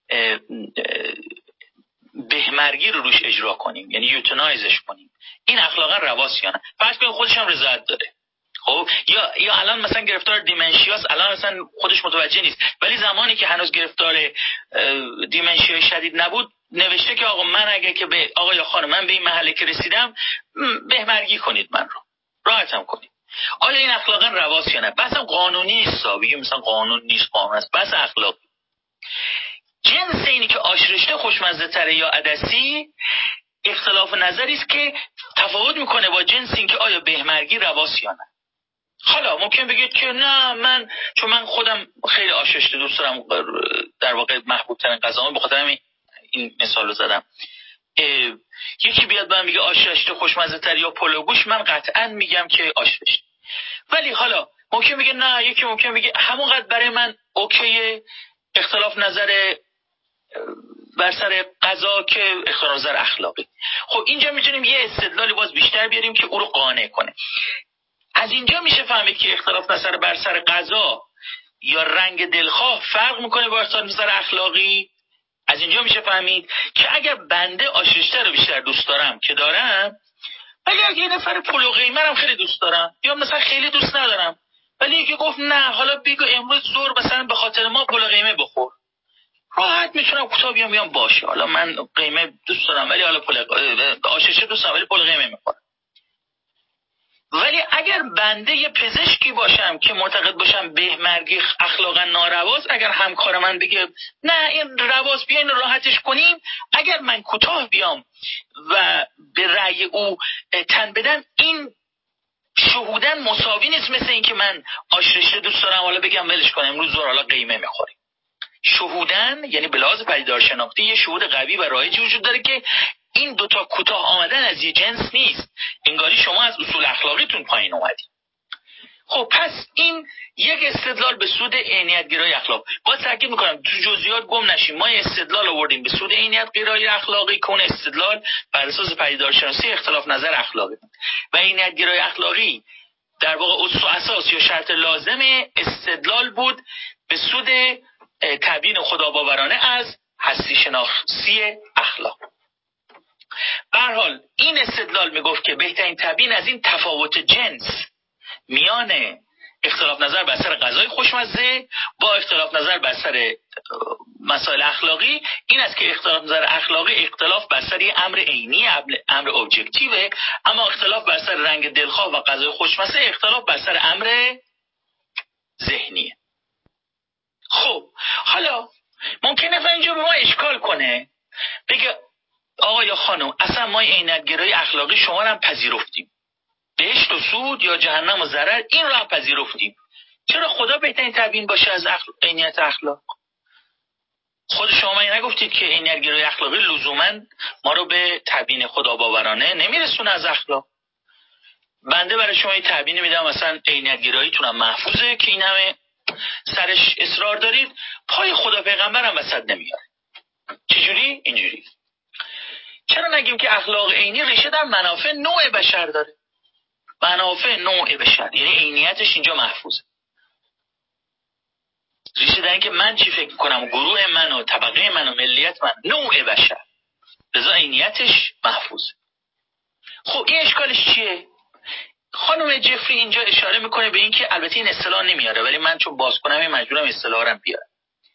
بهمرگی رو روش اجرا کنیم یعنی یوتنایزش کنیم این اخلاقا رواست یا نه؟ فرض کنید خودش هم رضایت داره، خب یا الان مثلا گرفتار دیمنشیاست، الان مثلا خودش متوجه نیست ولی زمانی که هنوز گرفتار دیمنشیا شدید نبود نوشته که آقا من اگه که به آقا یا خانم من به این محله که رسیدم بهمرگی کنید من رو، راحتم کنید. آیا این اخلاقا رواست یا نه؟ بحث قانونی نیست، بگیم مثلا قانون نیست، قانون است، بحث اخلاقی. جنس اینی که آشرشته خوشمزه تره یا عدسی اختلاف نظری است که تفاوت میکنه با جنس این که آیا بهمرگی رواست یا نه. حالا ممکن بگید که نه چون من خودم خیلی آشرشته دوست دارم، در واقع محبوب ترین غذام، به خاطر این مثال رو زدم. یکی بیاد من میگه آشرشته خوشمزه تر یا پلو گوشت، من قطعا میگم که آشرشته. ولی حالا ممکن بگه نه، یکی ممکن بگه همونقدر برای من اوکیه اختلاف نظر بر سر قضا که اختلاف نظر اخلاقی. خب اینجا میتونیم یه استدلالی باز بیشتر بیاریم که او رو قانع کنه. از اینجا میشه فهمید که اختلاف نظر بر سر قضا یا رنگ دلخواه فرق میکنه با اختلاف نظر اخلاقی. از اینجا میشه فهمید که اگر بنده آشرشته رو بیشتر دوست دارم که دارم، ولی اگه یه نفر پلوغی منم خیلی دوست دارم یا مثلا خیلی دوست ندارم، ولی یکی گفت نه حالا بگو امروز زور مثلا به خاطر ما پلو قیمه بخور، راحت میتونم کوتاه بیام باشه حالا من قیمه دوست دارم ولی حالا آششه دوست دارم ولی پلو قیمه میخورم. ولی اگر بنده یه پزشکی باشم که معتقد باشم بهمرگی اخلاقا نارواست، اگر همکار من بگه نه این رواست بیاین راحتش کنیم، اگر من کوتاه بیام و به رأی او تن بدم، این شهودن مساوی نیست مثل این که من آش رشته دوست دارم حالا بگم ولش کنم امروز زور حالا قیمه میخوریم. شهودن یعنی به لحاظ پدیدار شناختی یه شهود قوی و رایجی وجود داره که این دوتا کوتاه آمدن از یه جنس نیست، انگاری شما از اصول اخلاقیتون پایین اومدید. خب پس این یک استدلال به سود عینیت گرایی اخلاق. با تاکید میکنم تو جزئیات گم نشیم، ما استدلال آوردیم به سود عینیت گرایی اخلاقی که اون استدلال بر اساس پدیدار شناسی اختلاف نظر اخلاقی و عینیت گرایی اخلاقی در واقع اساس یا شرط لازم استدلال بود به سود تبیین خداباورانه از هستی شناسی اخلاق. به هر حال این استدلال میگفت که بهترین تبیین از این تفاوت جنس میان اختلاف نظر بر سر غذای خوشمزه با اختلاف نظر بر سر مسائل اخلاقی این است که اختلاف نظر اخلاقی اختلاف بر سر امر عینی، امر ابجکتیوه، اما اختلاف بر سر رنگ دلخواه و غذای خوشمزه اختلاف بر سر امر ذهنیه. خب حالا ممکنه اینجا به ما اشکال کنه، بگه آقا یا خانم اصلا ما عینیت گرایی اخلاقی شما رو هم پذیرفتیم، بهشت و سود یا جهنم و ضرر این رو هم پذیرفتیم، چرا خدا بهترین تبیین باشه از عینیت اخلاق؟ خود شما نگفتید که عینیت گرایی اخلاقی لزوما ما رو به تبیین خداباورانه نمیرسونه از اخلاق؟ بنده برای شما یه تبیین میدم، مثلا عینیت گراییتون هم محفوظه که این همه سرش اصرار دارید، پای خدا پیغمبر هم وسط نمیاره. چجوری؟ اینجوری. چرا نگیم که اخلاق عینی ریشه در منافع نوع بشر داره؟ منافع نوع بشر یعنی عینیتش اینجا محفوظه، ریشه در این که من چی فکر کنم، گروه من و طبقه من و ملیت من، نوع بشر، لذا عینیتش محفوظه. خب این اشکالش چیه؟ خانم جفری اینجا اشاره میکنه به این که البته این اصطلاح نمیاره ولی من چون باز کنم مجبورم اصطلاح رو بیارم.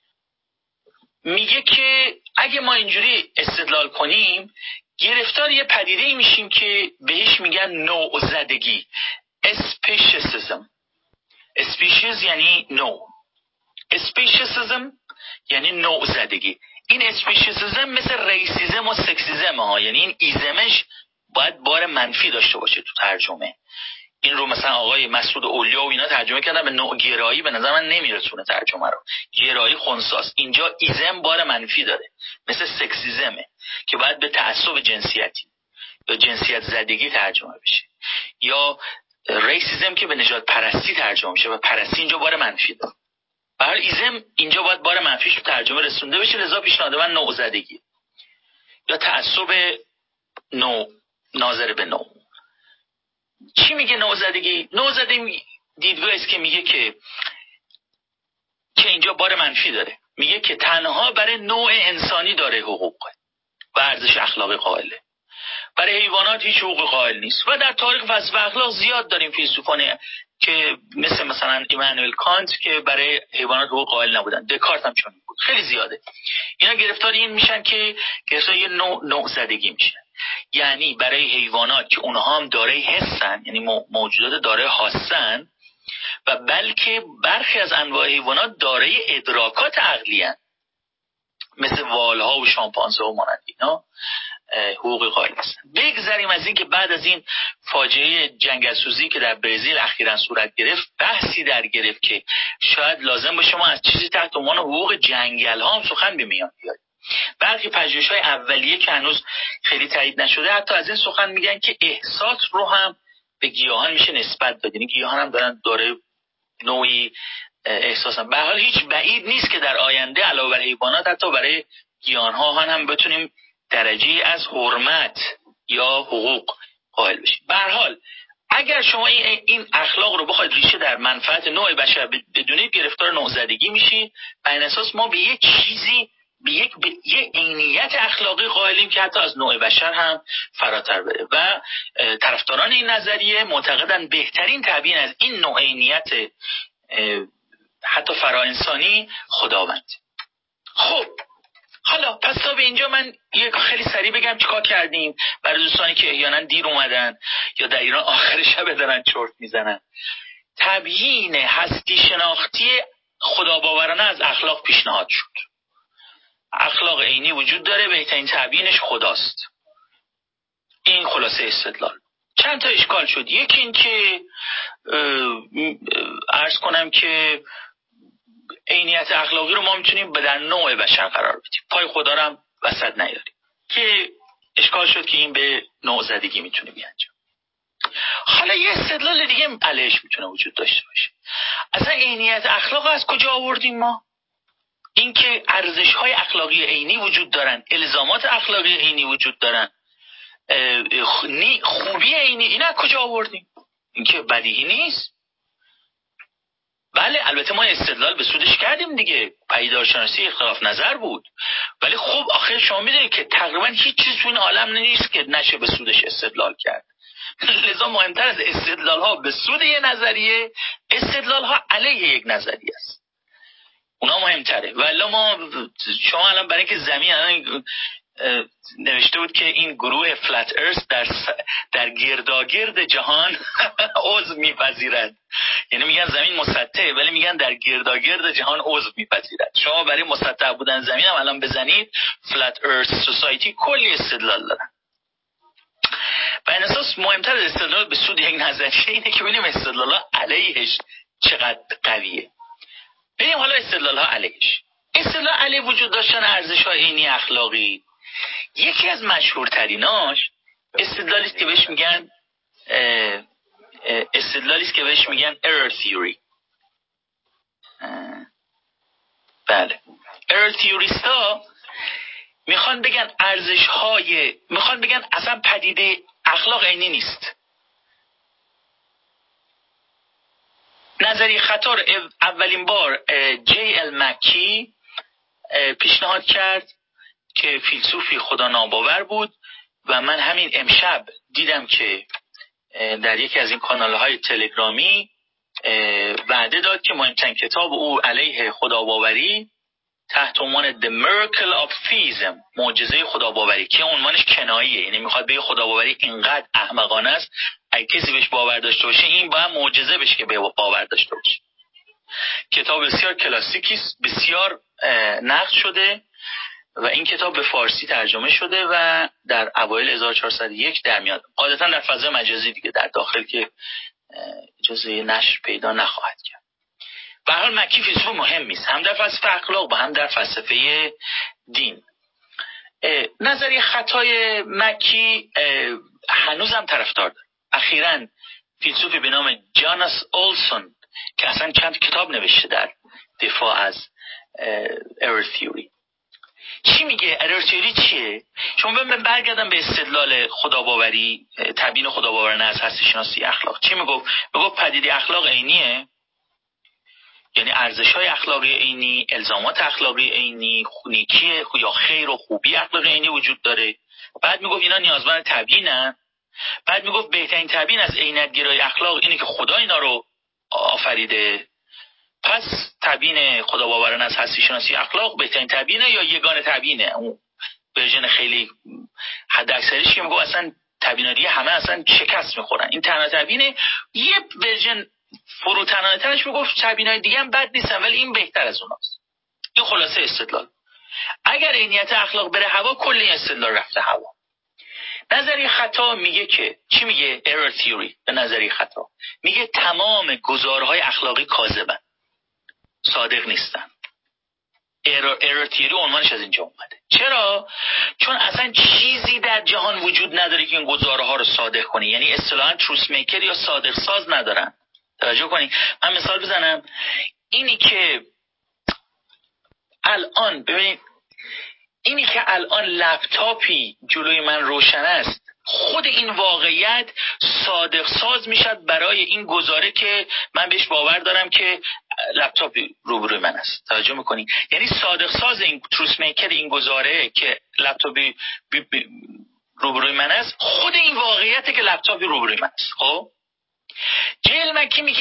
میگه که اگه ما اینجوری استدلال کنیم گرفتار یه پدیده میشیم که بهش میگن نوع زدگی، اسپیشیسیزم. اسپیشیز یعنی نوع، اسپیشیسیزم یعنی نوع زدگی. این اسپیشیسیزم مثل ریسیزم و سکسیزم ها، یعنی این ایزمش باید بار منفی داشته باشه تو ترجمه. این رو مثلا آقای مسعود اولیا و اینا ترجمه کردن به نوع گرایی، به نظر من نمیرسونه ترجمه رو. گرایی خنثاست، اینجا ایزم بار منفی داره، مثل سکسیزمه که باید به تعصب جنسیتی یا جنسیت زدگی ترجمه بشه، یا ریسیزم که به نژاد پرستی ترجمه میشه و پرستی اینجا بار منفی داره. برای ایزم اینجا باید بار منفیش به ترجمه رسونده بشه، لذا پیشنهاد من نوع زدگی یا تعصب نوع ناظر به نوع. چی میگه نوزدگی؟ نوزدگی دیدگاهی است که میگه که اینجا بار منفی داره، میگه که تنها برای نوع انسانی داره حقوق و ارزش اخلاقی قائله، برای حیوانات هیچ حقوق قائل نیست. و در تاریخ فلسفه اخلاق زیاد داریم فیلسوفان که مثلا ایمانوئل کانت که برای حیوانات حقوق قائل نبودن، دکارت هم چون بود، خیلی زیاده. اینا گرفتار این میشن که گرفتار یه نوع زدگی میشن، یعنی برای حیوانات که اونها هم دارای حسن، یعنی موجودات دارای حاسن، و بلکه برخی از انواع حیوانات دارای ادراکات عقلی هستند مثل والها و شامپانزه و مانند اینا، حقوق قائل هستند. بگذریم از این که بعد از این فاجعه جنگلسوزی که در برزیل اخیراً صورت گرفت بحثی در گرفت که شاید لازم باشه ما از چیزی تحت عنوان حقوق جنگل ها هم سخن به میان بیاریم. برخی پژوهش‌های اولیه که هنوز خیلی تایید نشده حتی از این سخن میگن که احساس رو هم به گیاهان میشه نسبت داد، یعنی گیاهان هم داره نوعی احساس هم. به هر حال هیچ بعید نیست که در آینده علاوه بر حیوانات حتی برای گیاهان هم بتونیم درجه از حرمت یا حقوق قائل بشیم. به هر حال اگر شما این اخلاق رو بخواید ریشه در منفعت نوع بشر بدونید گرفتار نوع زدگی میشید و این اساس ما به یک چیزی یک عینیت اخلاقی قائلیم که حتی از نوع بشر هم فراتر بره و طرفداران این نظریه معتقدن بهترین تبیین از این نوع عینیت حتی فراانسانی خداوند. خب حالا پس تا به اینجا من یک خیلی سریع بگم چیکار کردیم برای دوستانی که احیانا دیر اومدن یا در ایران آخر شب دارن چرت میزنن. تبیین هستی شناختی خداباورانه از اخلاق پیشنهاد شد. اخلاق عینی وجود داره، بهترین تبیینش خداست. این خلاصه استدلال. چند تا اشکال شد. یکی این که عرض کنم که عینیت اخلاقی رو ما میتونیم در نوع بشر قرار بدیم، پای خدا رو هم وسط نیاریم، که اشکال شد که این به نوع زدگی میتونه بیانجام. حالا یه استدلال دیگه علیهش میتونه وجود داشته باشه. اصلا عینیت اخلاق از کجا آوردیم ما؟ اینکه ارزش‌های اخلاقی عینی وجود دارن، الزامات اخلاقی عینی وجود دارن، خوبی عینی، اینا از کجا آوردیم؟ اینکه بدیهی نیست. بله البته ما استدلال به سودش کردیم دیگه، پدیدارشناسی اختلاف نظر بود، ولی خب آخر شما میدونید که تقریبا هیچ چیز تو این عالم نیست که نشه به سودش استدلال کرد. لذا مهمتر از استدلال ها به سود یه نظریه، استدلال ها علیه یک نظریه است. اونا مهمتره. ولی ما شما الان برای اینکه زمین الان نوشته بود که این گروه فلت ارث در گرداگرد جهان عضو میپذیرد، یعنی میگن زمین مسطحه ولی میگن در گرداگرد جهان عضو میپذیرد. شما برای مسطح بودن زمین هم الان بزنید فلت ارث سوسایتی کلی استدلال دارن. و این اساس مهمتر از استدلال به سود یک نظریه اینه که ببینیم استدلال‌ها علیهش چقدر قویه. بریم حالا استدلال‌ها علیهش. استدلال علیه وجود داشتن ارزش‌های عینی اخلاقی، یکی از مشهورتریناش استدلالی است که بهش میگن error theory. بله error theorist‌ها میخوان بگن اصلا پدیده اخلاق عینی نیست. نظریه خطا رو اولین بار جی ال مکی پیشنهاد کرد که فیلسوفی خدا ناباور بود و من همین امشب دیدم که در یکی از این کانال‌های تلگرامی وعده داد که مهمترین کتاب او علیه خداباوری تحت عنوان The Miracle of Theism، معجزه خداباوری، که عنوانش کناییه، یعنی میخواد بگه خداباوری اینقدر احمقانه است اگه کسی بهش باور داشته باشه این باید معجزه بشه که به باور داشته باشه. کتاب بسیار کلاسیکی است، بسیار نقد شده و این کتاب به فارسی ترجمه شده و در اوایل 1401 در میاد، عادتا در فضای مجازی دیگه، در داخل که اجازه نشر پیدا نخواهد کرد. به هر حال مکی فیلسوف مهمی است، هم در فلسفه اخلاق و هم در فلسفه دین. نظریه خطای مکی هنوز هم طرفدار داره. اخیراً فیلسوفی به نام جاناس اولسون که اصلا چند کتاب نوشته در دفاع از error theory. چی میگه؟ error theory چیه؟ شما برگردم به استدلال خداباوری، تبیین خداباورانه از هستی شناسی اخلاق. چی میگفت؟ میگفت پدیده اخلاق عینیه، یعنی ارزش‌های اخلاقی عینی، الزامات اخلاقی عینی، نیکی یا خیر و خوبی اخلاقی عینی وجود داره. بعد میگفت اینا نیازمند تبیینن. بعد میگفت بهترین تبیین از عینیت‌گرایی اخلاق اینه که خدا اینا رو آفریده. پس تبیین خداباورانه از هستی شناسی اخلاق بهترین تبیینه یا یگانه تبیینه؟ اون ورژن خیلی حداکثریش که میگفت اصلا تبیینا دیگه همه اصلا شکست میخورن، این تنها تبیینه. یه ورژن فروتنانه‌ترش میگفت تبیینای دیگه هم بد نیستن ولی این بهتر از اوناست. این خلاصه استدلال. اگر عینیت اخلاق بره هوا، کل این استدلال رفته هوا. نظریه خطا میگه که چی میگه؟ error theory به نظریه خطا میگه تمام گزارهای اخلاقی کاذبن، صادق نیستن. error theory عنوانش از اینجا اومده. چرا؟ چون اصلا چیزی در جهان وجود نداره که این گزارها رو صادق کنه، یعنی اصطلاحاً truth maker یا صادق ساز ندارن. توجه کنید، من مثال بزنم. اینی که الان لپتاپی جلوی من روشن است، خود این واقعیت صادق ساز میشد برای این گزاره که من بهش باور دارم که لپتاپ روبروی من است. توجه میکنی؟ یعنی صادق ساز این تروث میکر این گزاره که لپتاپ روبروی من است خود این واقعیته که لپتاپ روبروی من است. خب جیل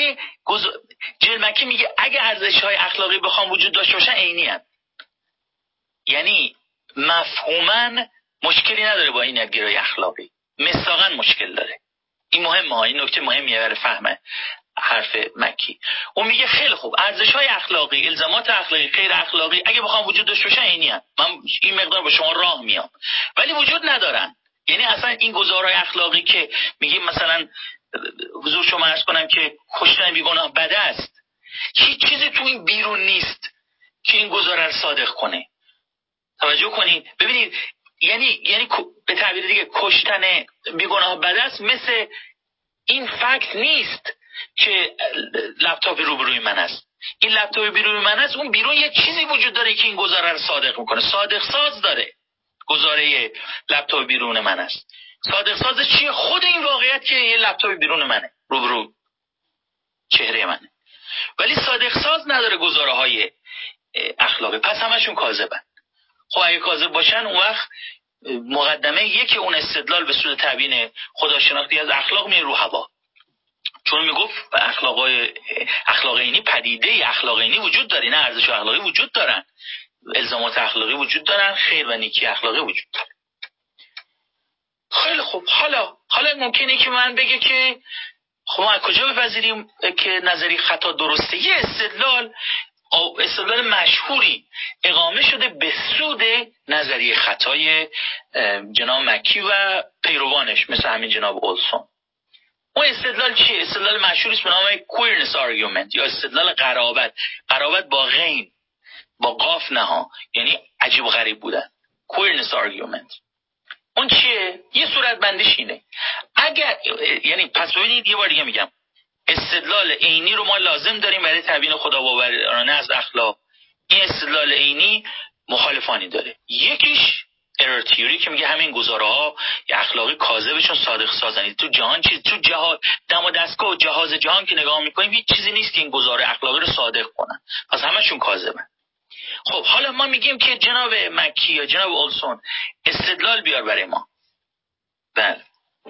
مکی میگه اگه ارزش‌های اخلاقی بخوام وجود داشته باشن عینی هستند. یعنی مفهوماً مشکلی نداره با این یادگیری اخلاقی، مصداقاً مشکل داره. این مهمه، این نکته مهمیه برای فهم حرف مکی. اون میگه خیلی خوب ارزش‌های اخلاقی، الزامات اخلاقی، غیر اخلاقی اگه بخوام وجود داشته باشن عینی هستند. من این مقدار به شما راه میام، ولی وجود ندارن. یعنی اصلا این گزارهای اخلاقی که میگیم مثلا حضور شما عرض کنم که کشتن بیگناه بد است، هیچ چیزی تو این بیرون نیست که این گزاره رو صادق کنه. توجه کنید ببینید، یعنی به تعبیر دیگه کشتن بیگناه بد است مثل این فکت نیست که لپتاپ روبروی من است. این لپتاپ روبروی من است، اون بیرون یه چیزی وجود داره که این گزاره رو صادق میکنه. صادق ساز داره گزاره لپتاپ بیرون من است. صادق سازش چیه؟ خود این واقعیت که یه لپتاپ بیرون منه، روبرو چهره منه. ولی صادق ساز نداره گزاره های اخلاقی، پس همشون کاذبن. خب اگه کاذب باشن اون وقت مقدمه یکی اون استدلال به سود تبیین خداشناختی از اخلاق میره رو هوا. چون میگفت اخلاق عینی، پدیده اخلاق عینی وجود داره، نه ارزش اخلاقی وجود دارن، الزامات اخلاقی وجود دارن، خیر و نیکی اخلاقی وجود داره. خیلی خوب، حالا ممکنه که من بگه که خب ما از کجا بپذیریم که نظری خطا درسته؟ یه استدلال مشهوری اقامه شده به سود نظریه خطای جناب مکی و پیروانش مثل همین جناب اولسون. اون استدلال چیه؟ استدلال مشهوری است به نام queerness argument یا استدلال قرابت با غین، با قاف نها، یعنی عجیب و غریب بودن. queerness argument اون چیه؟ یه صورت بندیش اینه، یعنی پس ببینید یه بار دیگه میگم، استدلال عینی رو ما لازم داریم برای تبیین خداباورانه از اخلاق. این استدلال عینی مخالفانی داره. یکیش ارور تیوری که میگه همین گزاره‌ها اخلاقی کاذبشون صادق سازن. تو جهان تو دم و دستگاه و جهاز جهان که نگاه میکنیم هیچ چیزی نیست که این گزاره اخلاقی رو صادق کنن، پس همشون کاذبن. خب حالا ما میگیم که جناب مکی یا جناب اولسون استدلال بیار برای ما. بله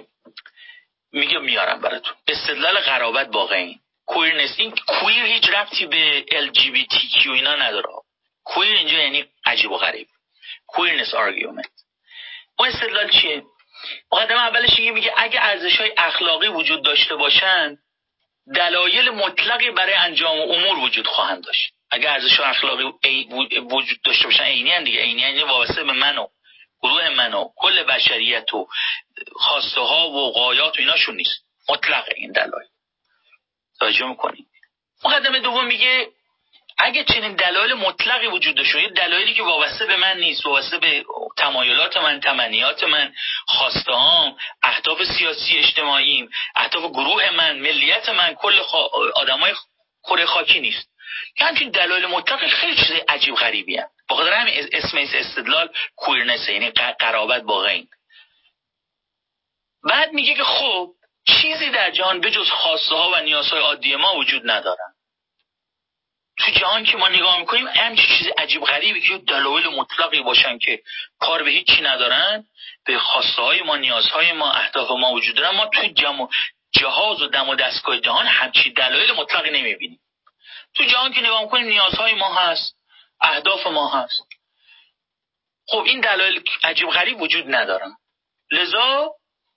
میگم میارم براتون. استدلال قرابت با غین، کویرنس. این کویر هیچ ربطی به LGBT اینا نداره. کویر اینجا یعنی عجیب و غریب. کویرنس آرگومنت. اون استدلال چیه؟ مقدمه اولش میگه اگه ارزش‌های اخلاقی وجود داشته باشن دلایل مطلقی برای انجام امور وجود خواهند داشت. اگه ارزش‌های اخلاقی وجود داشته باشن عینی ان دیگه، عینی یعنی وابسته به من و گروه من و کل بشریت و خواسته ها و غایات و ایناشون نیست، مطلق این دلایل. توجه میکنید؟ مقدمه دوم میگه اگه چنین دلایل مطلقی وجود داشته، یه دلایلی که وابسته به من نیست، وابسته به تمایلات من، تمنیات من، خواسته هام، اهداف سیاسی اجتماعیم، اهداف گروه من، ملیت من، کل آدمای کره خاکی نیست، که همچین دلایل مطلق خیلی چیز عجیب غریبی هست. بخاطر همین اسم استدلال کویرنس، یعنی قرابت با غین. بعد میگه که خب چیزی در جهان بجز خواسته ها و نیازهای عادی ما وجود ندارن. تو جهان که ما نگاه میکنیم همچین چیز عجیب غریبی که دلایل مطلقی باشن که کار به هیچی ندارن، به خواسته های ما، نیازهای ما، اهداف ما وجود دارن، ما تو جهاز و دم و دستگاه جهان همچین دلایل مطلقی نمیبینیم. تو جهان که نگاه میکنیم نیازهای ما هست، اهداف ما هست. خب این دلایل عجیب غریب وجود ندارن، لذا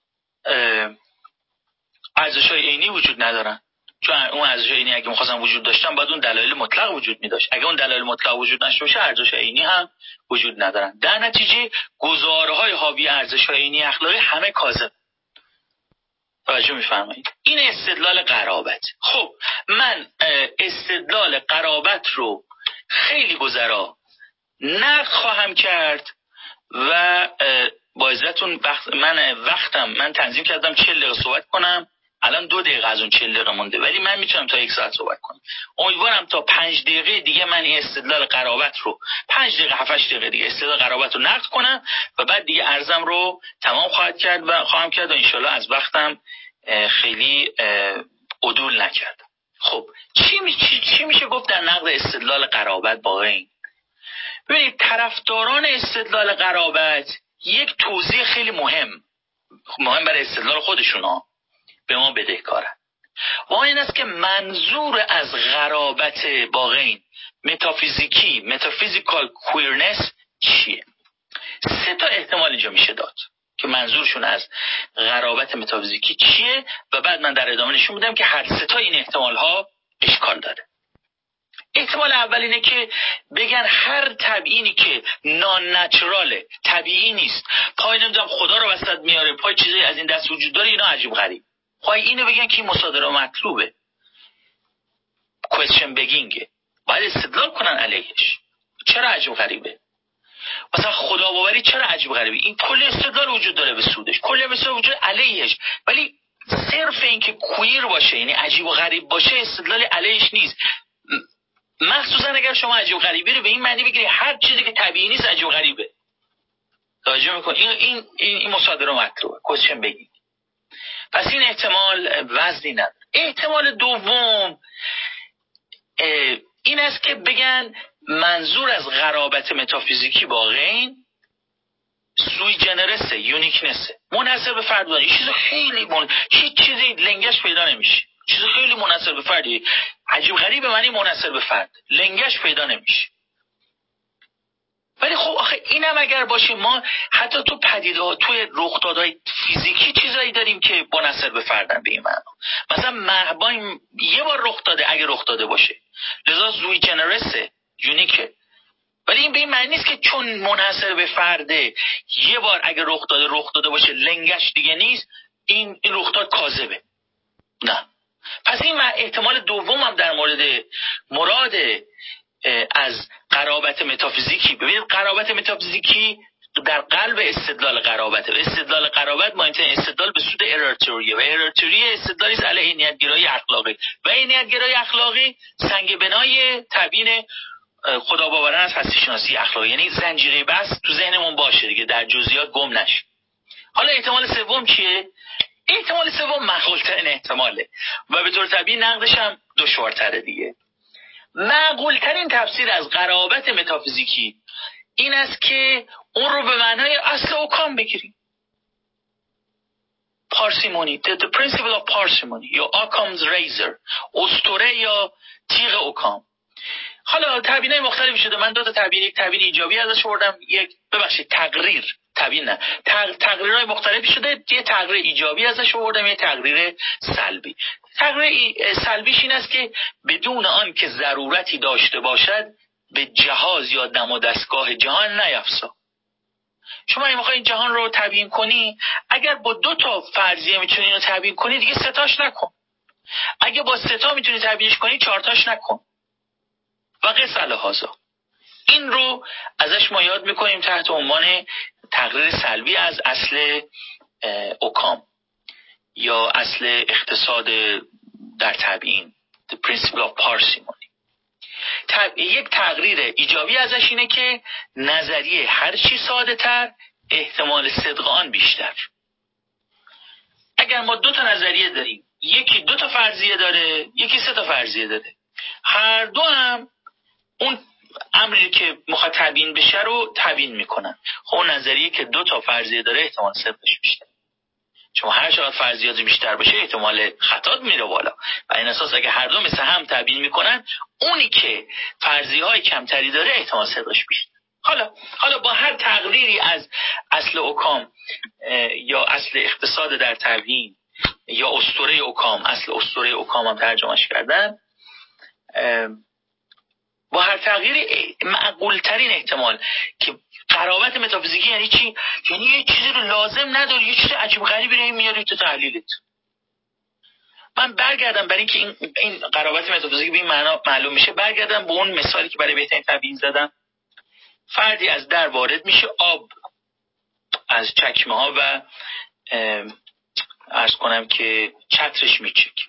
ارزش‌های عینی وجود ندارن. چون اون ارزش‌های عینی اگه می‌خواستن وجود داشتن باید اون دلایل مطلق وجود می‌داشت. اگه اون دلایل مطلق وجود داشته باشه ارزش‌های عینی هم وجود ندارن. در نتیجه گزاره‌های حاوی ارزش‌های عینی اخلاقی همه کاذب. توجه می‌فرمایید؟ این استدلال قرابت. خب من استدلال قرابت رو خیلی گذرا نقد خواهم کرد و با عزتون من تنظیم کردم 40 دقیقه صحبت کنم. الان 2 دقیقه از اون 40 دقیقه مونده، ولی من میتونم تا 1 ساعت صحبت کنم. امیدوارم تا 5 دقیقه دیگه من این استدلال قرابت رو 5 دقیقه 7 دقیقه دیگه استدلال قرابت رو نقد کنم و بعد دیگه عرضم رو تمام خواهم کرد و ان شاءالله از وقتم خیلی عدول نکردم. خب چی میشه گفت در نقد استدلال قرابت با غین؟ ببینید طرفداران استدلال قرابت یک توضیح خیلی مهم برای استدلال خودشون به ما بدهکارن و این است که منظور از قرابت با غین متافیزیکال کویرنس چیه؟ 3 تا احتمال اینجا میشه داد که منظورشون از قرابت متافیزیکی چیه و بعد من در ادامه نشون میدم که هر 3 تا این احتمال ها اشکال داره. احتمال اول اینه که بگن هر تبیینی که نان نچراله، طبیعی نیست، پای نمیدونم خدا رو وسط میاره، پای چیزی از این دست وجود داره، اینا عجیب غریب. پای اینو بگن که این مصادره مطلوبه، کوئسچن بگینگه، باید استدلال کنن علیهش. چرا عجیب غریبه؟ مثلا خدا باوری چرا عجیب غریبه؟ این کل استدلال وجود داره به سودش، کل استدلال وجود علیهش، ولی صرف این که کویر باشه یعنی عجیب و غریب باشه استدلال علیهش نیست. مخصوصا اگر شما عجیب غریبی رو به این معنی بگیری هر چیزی که طبیعی نیست عجیب غریبه. توجه میکن این مصادره مطلوبه، کوئسچن بگین. پس این احتمال وزنی نداره. احتمال دوم این است که بگن منظور از قرابت متافیزیکی با غین سوی جنرسه، یونیکنسه، منحصر به فرد بودن. این چیز خیلی هیچ چیزی لنگش پیدا نمیشه، چیز خیلی منحصر به فردی، عجیب غریب معنی منحصر به فرد، لنگش پیدا نمیشه. ولی خب آخه اینم اگر باشه ما حتی تو پدیده‌ها توی رخدادهای فیزیکی چیزایی داریم که منحصر به فردن به این معنا. مثلا محبا یه بار رخ داده اگه رخ داده باشه، لذا زوی جنرسه، یونیکه. ولی این به این معنی نیست که چون منحصر به فرده یه بار اگه رخ داده باشه لنگش دیگه نیست، این رخ داد کاذبه. نه. پس این احتمال دوم هم در مورد مراد از قرابت متافیزیکی. ببینید قرابت متافیزیکی در قلب استدلال قرابت. استدلال قرابت مهمترین استدلال به سود ارارتوریه و ارارتوری استدلالی است علیه نیتگرایی اخلاقی و این نیتگرایی اخلاقی سنگ بنای تبیین خدا باوران از هستی شناسی اخلاقی، یعنی زنجیره بس تو ذهنمون باشه دیگه، در جزئیات گم نشه. حالا احتمال سوم چیه؟ احتمال سوم معقول‌ترین احتماله و به طور طبیعی نقدش هم دشوارتره دیگه. معقول‌ترین تفسیر از قرابت متافیزیکی این است که اون رو به معنای اصل اوکام بگیریم. پارسیمونی، the principle of parsimony یا Occam's razor، اسطوره یا تیغ اوکام. حالا تعبیرهای مختلفی شده. من 2 تا تعبیر، یک تعبیر ایجابی ازش آوردم، تقریرهای مختلفی شده، یه تقریر ایجابی ازش آوردم، یه تقریر سلبی. تقریر سلبیش این است که بدون آن که ضرورتی داشته باشد به جهاز یا دم و دستگاه جهان نیفزا. شما اگه میخوای جهان رو تبیین کنی، اگر با 2 تا فرضیه میتونی اینو تبیین کنی دیگه 3 تاش نکن. اگه با 3 تا میتونی تبیینش کنی 4 تاش نکن. و قص الهازا. این رو ازش ما یاد میکنیم تحت عنوان تقریر سلبی از اصل اوکام یا اصل اقتصاد در تبیین، the principle of parsimony. یک تقریر ایجابی ازش اینه که نظریه هر چی ساده تر احتمال صدق آن بیشتر. اگر ما 2 تا نظریه داریم، یکی 2 تا فرضیه داره، یکی 3 تا فرضیه داره، هر دو هم اون امری که میخواد تبیین بشه رو تبیین میکنن، خب اون نظریه که 2 تا فرضیه داره احتمال صدقش بیشتر. چون هر چقدر فرضیات بیشتر باشه احتمال خطا میره بالا و این اساس اگه هر دو مثل هم تبیین میکنن، اونی که فرضیه های کمتری داره احتمال صدقش بیشتر. حالا با هر تقریری از اصل اوکام یا اصل اقتصاد در تبیین یا اسطوره اوکام، اصل اسطوره اوکام هم ترجمهش کردن، با هر تغییری معقول ترین احتمال که قرابت متافیزیکی یعنی چی؟ یعنی یه چیزی رو لازم نداری، یه چیز عجیب غریبی رو میاری تو تحلیلت. من برگردم برای اینکه این قرابت متافیزیکی به این معنا معلوم میشه، برگردم به اون مثالی که برای بهترین تبیین زدم. فردی از در وارد میشه، آب از چکمه ها و عرض کنم که چترش میچک.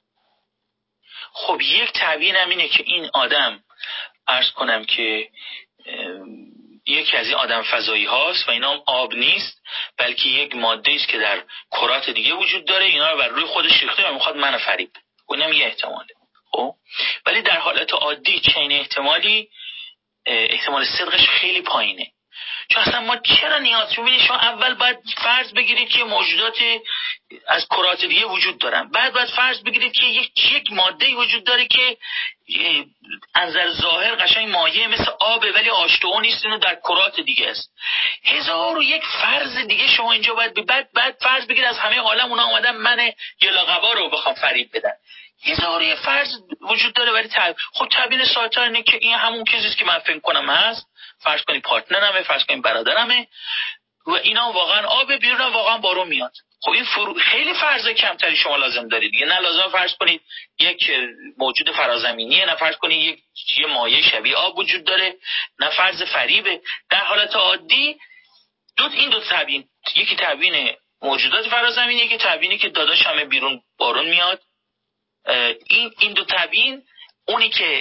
خب یک تبیین هم اینه که این آدم عرض کنم که یکی از این آدم فضایی هاست و اینا هم آب نیست، بلکه یک ماده است که در کرات دیگه وجود داره، اینا رو بر روی خودش ریخته و میخواد منو فریب. اونم یه احتماله. خب ولی در حالت عادی چین احتمالی احتمال صدقش خیلی پایینه. چون اصلا ما چرا نیاز ببینید، شما اول باید فرض بگیرید که موجودات از کرات دیگه وجود دارن، بعد باید فرض بگیرید که یک ماده‌ای وجود داره که از نظر ظاهر قشنگ مایع مثل آبه ولی H2O نیست، اینو در کرات دیگه است. 1001 فرض دیگه شما اینجا باید بعد فرض بگیرید از همه عالم اونا اومدن من یلاقبا رو بخوام فریب بدن. 1001 فرض وجود داره برای خب تبیین ساده‌تر اینه که این همون چیزیه که من فکر کنم هست. فرض کنید پارتنرمه، فرض کنید برادرمه و اینا واقعا آب بیرون واقعا بارون میاد. خب این خیلی فرض کمتری شما لازم دارید دیگه. نه لازم فرض کنید یک موجود فرازمینیه، نه فرض کنید یه مایع شبیه آب وجود داره، نه فرض فریبه. در حالت عادی این دو تبیین، یکی تبیین موجودات فرازمینی، یکی تبیینی که داداش همه بیرون بارون میاد. این دو تبیین اونی که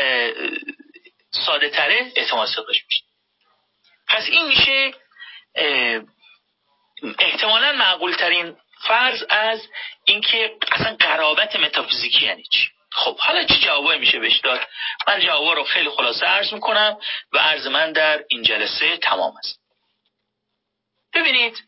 ساده تره احتمال صدقش میشه. پس این میشه احتمالاً معقول ترین فرض از اینکه اصلا قرابت متافیزیکی یعنی چی. خب حالا چه جوابی میشه بهش داد؟ من جوابا رو خیلی خلاصه عرض میکنم و عرض من در این جلسه تمام است. ببینید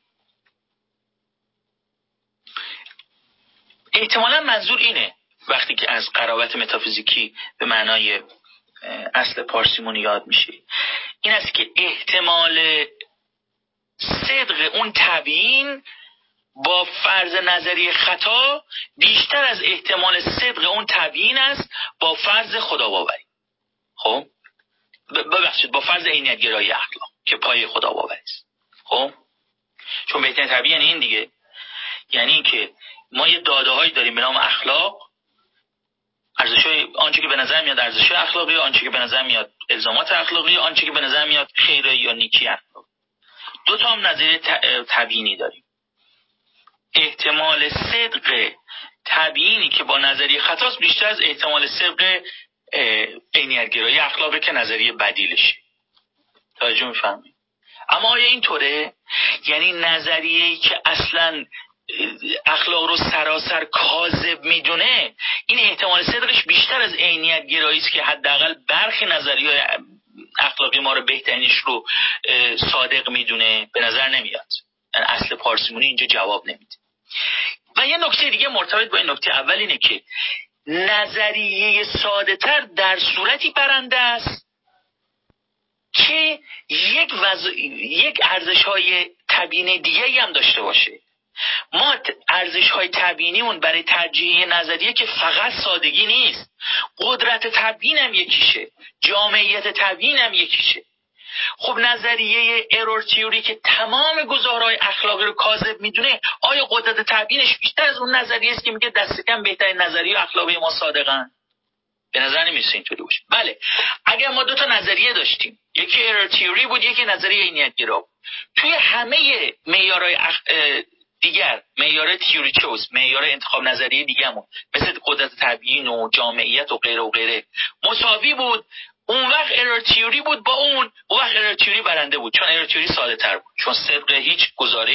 احتمالاً منظور اینه وقتی که از قرابت متافیزیکی به معنای اصل پارسیمون یاد میشه، این است که احتمال صدق اون تبیین با فرض نظری خطا بیشتر از احتمال صدق اون تبیین است با فرض خداباوری. خب ببخشید با فرض عینیت گرایی اخلاق که پای خداباوری است. خب چون بهترین تبیین این دیگه، یعنی این که ما یه داده‌هایی داریم به نام اخلاق، ارزش‌های آنچه که به نظر میاد ارزش‌های اخلاقی، آنچه که به نظر میاد الزامات اخلاقی، آنچه که به نظر میاد خیره یا نیکی اخلاقی. دو تا هم نظریه تبیینی داریم. احتمال صدق تبیینی که با نظریه خطاست بیشتر از احتمال صدق عینیت‌گرایی اخلاقی که نظریه بدیلشه. توجه می‌فهمید؟ اما آیا اینطوره؟ یعنی نظریه‌ای که اصلاً اخلاق رو سراسر کاذب میدونه، این احتمال صدقش بیشتر از عینیت گرایی است که حداقل برخی نظریه‌های اخلاقی ما رو بهترینش رو صادق میدونه؟ به نظر نمیاد. یعنی اصل پارسیمونی اینجا جواب نمیده. و یه نکته دیگه مرتبط با این نکته اول اینه که نظریه ساده تر در صورتی برنده است که یک ارزش‌های تبیین دیگه‌ای هم داشته باشه. ما ارزش‌های تبیینیمون برای ترجیح نظریه که فقط سادگی نیست، قدرت تبیین هم یکیشه، جامعیت تبیین هم یکیشه. خب نظریه ارور تیوری که تمام گزارهای اخلاقی رو کاذب میدونه، آیا قدرت تبیینش بیشتر از اون نظریه است که میگه دست کم بهترین نظریه اخلاقی ما صادقن؟ به نظر نمیسه اینطوری باشه. بله، اگر ما دو تا نظریه داشتیم، یکی ارور تیوری بود، یکی نظریه عینیت گرا، توی همه معیارهای دیگر، معیار تیوری چوز، معیار انتخاب نظریه دیگه‌مون مثل قدرت تبیین و جامعیت و غیره و غیره مساوی بود، اون وقت ارور تیوری بود با اون وقت ارور تیوری برنده بود، چون ارور تیوری ساده تر بود، چون صدق هیچ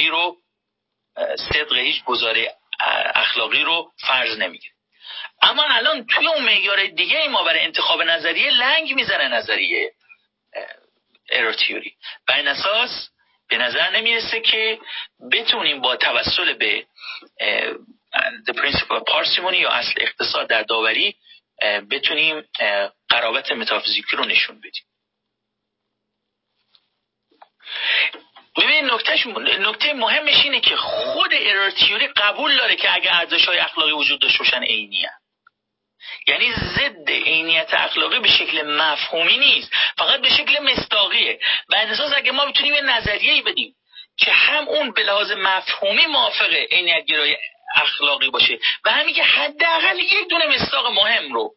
گزاره اخلاقی رو فرض نمیگیره. اما الان توی اون معیار دیگه ما برای انتخاب نظریه لنگ میزنه نظریه ارور تیوری. بر این اساس به نظر نمیرسه که بتونیم با توسل به the principle of parsimony یا اصل اقتصاد در داوری بتونیم قرابت متافیزیکی رو نشون بدیم. ببین نکته مهمش اینه که خود ارور تیوری قبول داره که اگه ارزش‌های اخلاقی وجود داشته باشن عینیه، یعنی ضد عینیت اخلاقی به شکل مفهومی نیست، فقط به شکل مصداقیه. و این اساس اگه ما بتونیم یه نظریه‌ای بدیم که هم اون به لحاظ مفهومی موافق عینیت گرایی اخلاقی باشه و همین که حداقل یک دونه مصداق مهم رو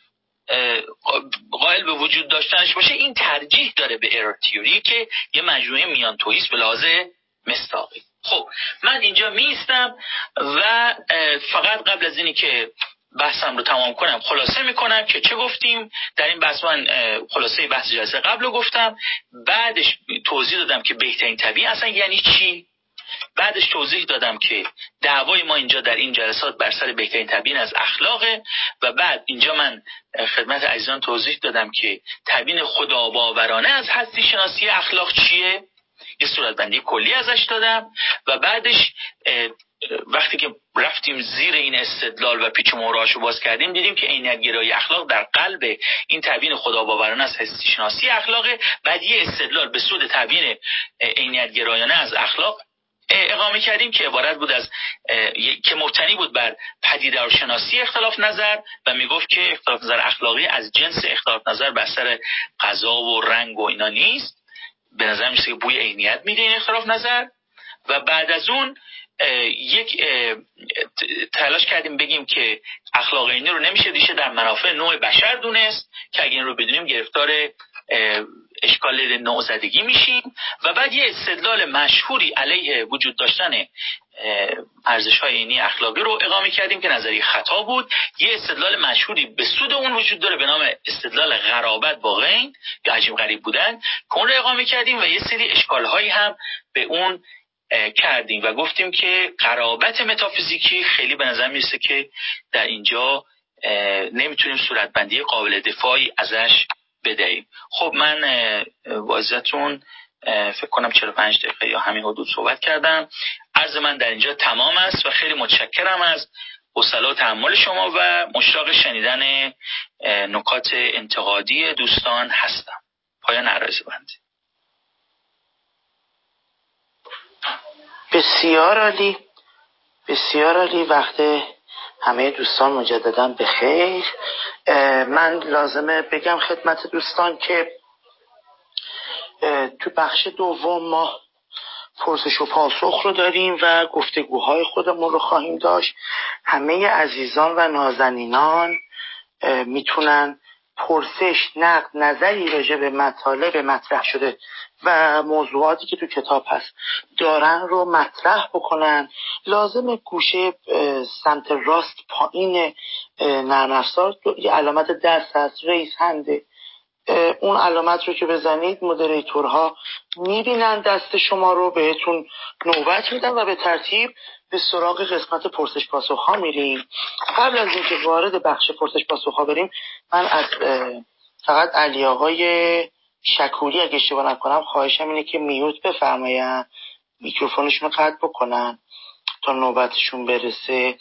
قائل به وجود داشتنش باشه، این ترجیح داره به ارور تیوری که یه مجموعه میان تویست به لحاظ مصداقی. خب من اینجا میستم و فقط قبل از اینی که بحثم رو تمام کنم خلاصه میکنم که چه گفتیم در این بحث. من خلاصه بحث جلسه قبل رو گفتم، بعدش توضیح دادم که بهترین طبیعی اصلا یعنی چی، بعدش توضیح دادم که دعوای ما اینجا در این جلسات بر سر بهترین تبیین از اخلاقه و بعد اینجا من خدمت عزیزان توضیح دادم که تبیین خداباورانه از هستی شناسی اخلاق چیه، یه صورتبندی کلی ازش دادم و بعدش وقتی که رفتیم زیر این استدلال و پیچ و مهرهاشو باز کردیم دیدیم که عینیت‌گرایی اخلاق در قلب این تبیین خداباورانه از هستی شناسی اخلاقه. بعد یه استدلال به سود تبیین عینیت‌گرایانه از اخلاق اقامه کردیم که عبارت بود از که مبتنی بود بر پدیدارشناسی اختلاف نظر و میگفت که اختلاف نظر اخلاقی از جنس اختلاف نظر بر سر غذا و رنگ و اینا نیست، به نظر میشه که بوی عینیت میده این اختلاف نظر. و بعد از اون یک تلاش کردیم بگیم که اخلاق عینی رو نمیشه ریشه در منافع نوع بشر دونست که اگه این رو بدونیم گرفتار اشکال نوزدگی میشیم. و بعد یه استدلال مشهوری علیه وجود داشتن ارزش‌های عینی اخلاقی رو اقامه کردیم که نظریه خطا بود. یه استدلال مشهوری به سود اون وجود داره به نام استدلال غرابت با غین یا عجیب غریب بودن که اون رو اقامه کردیم و یه سری اشکال‌هایی هم به اون کردیم و گفتیم که غرابت متافیزیکی خیلی به نظر میرسه که در اینجا نمیتونیم صورتبندی قابل دفاعی ازش بدهیم. خب من واضحتون فکر کنم 45 دقیقه یا همین حدود صحبت کردم. عرض من در اینجا تمام است و خیلی متشکرم از حوصله و تحمل شما و مشتاق شنیدن نکات انتقادی دوستان هستم. پایان عرض بنده. بسیار عالی، بسیار عالی. وقت همه دوستان مجددا بخیر. من لازمه بگم خدمت دوستان که تو بخش دوم ما پرسش و پاسخ رو داریم و گفتگوهای خودمون رو خواهیم داشت. همه عزیزان و نازنینان میتونن پرسش، نقد، نظری راجع به مطالب مطرح شده و موضوعاتی که تو کتاب هست دارن رو مطرح بکنن. لازم گوشه سمت راست پایین نرم افزار یه علامت دست هست، ریز هنده، اون علامت رو که بزنید مدریتورها میبینن دست شما رو، بهتون نوبت میدن و به ترتیب به سراغ قسمت پرسش پاسخ ها میریم. قبل از اینکه وارد بخش پرسش پاسخ ها بریم من از فقط علی آقای شکوری اگه اشتباه نکنم خواهشم اینه که میوت بفرماین، میکروفونشون رو قطع بکنن تا نوبتشون برسه.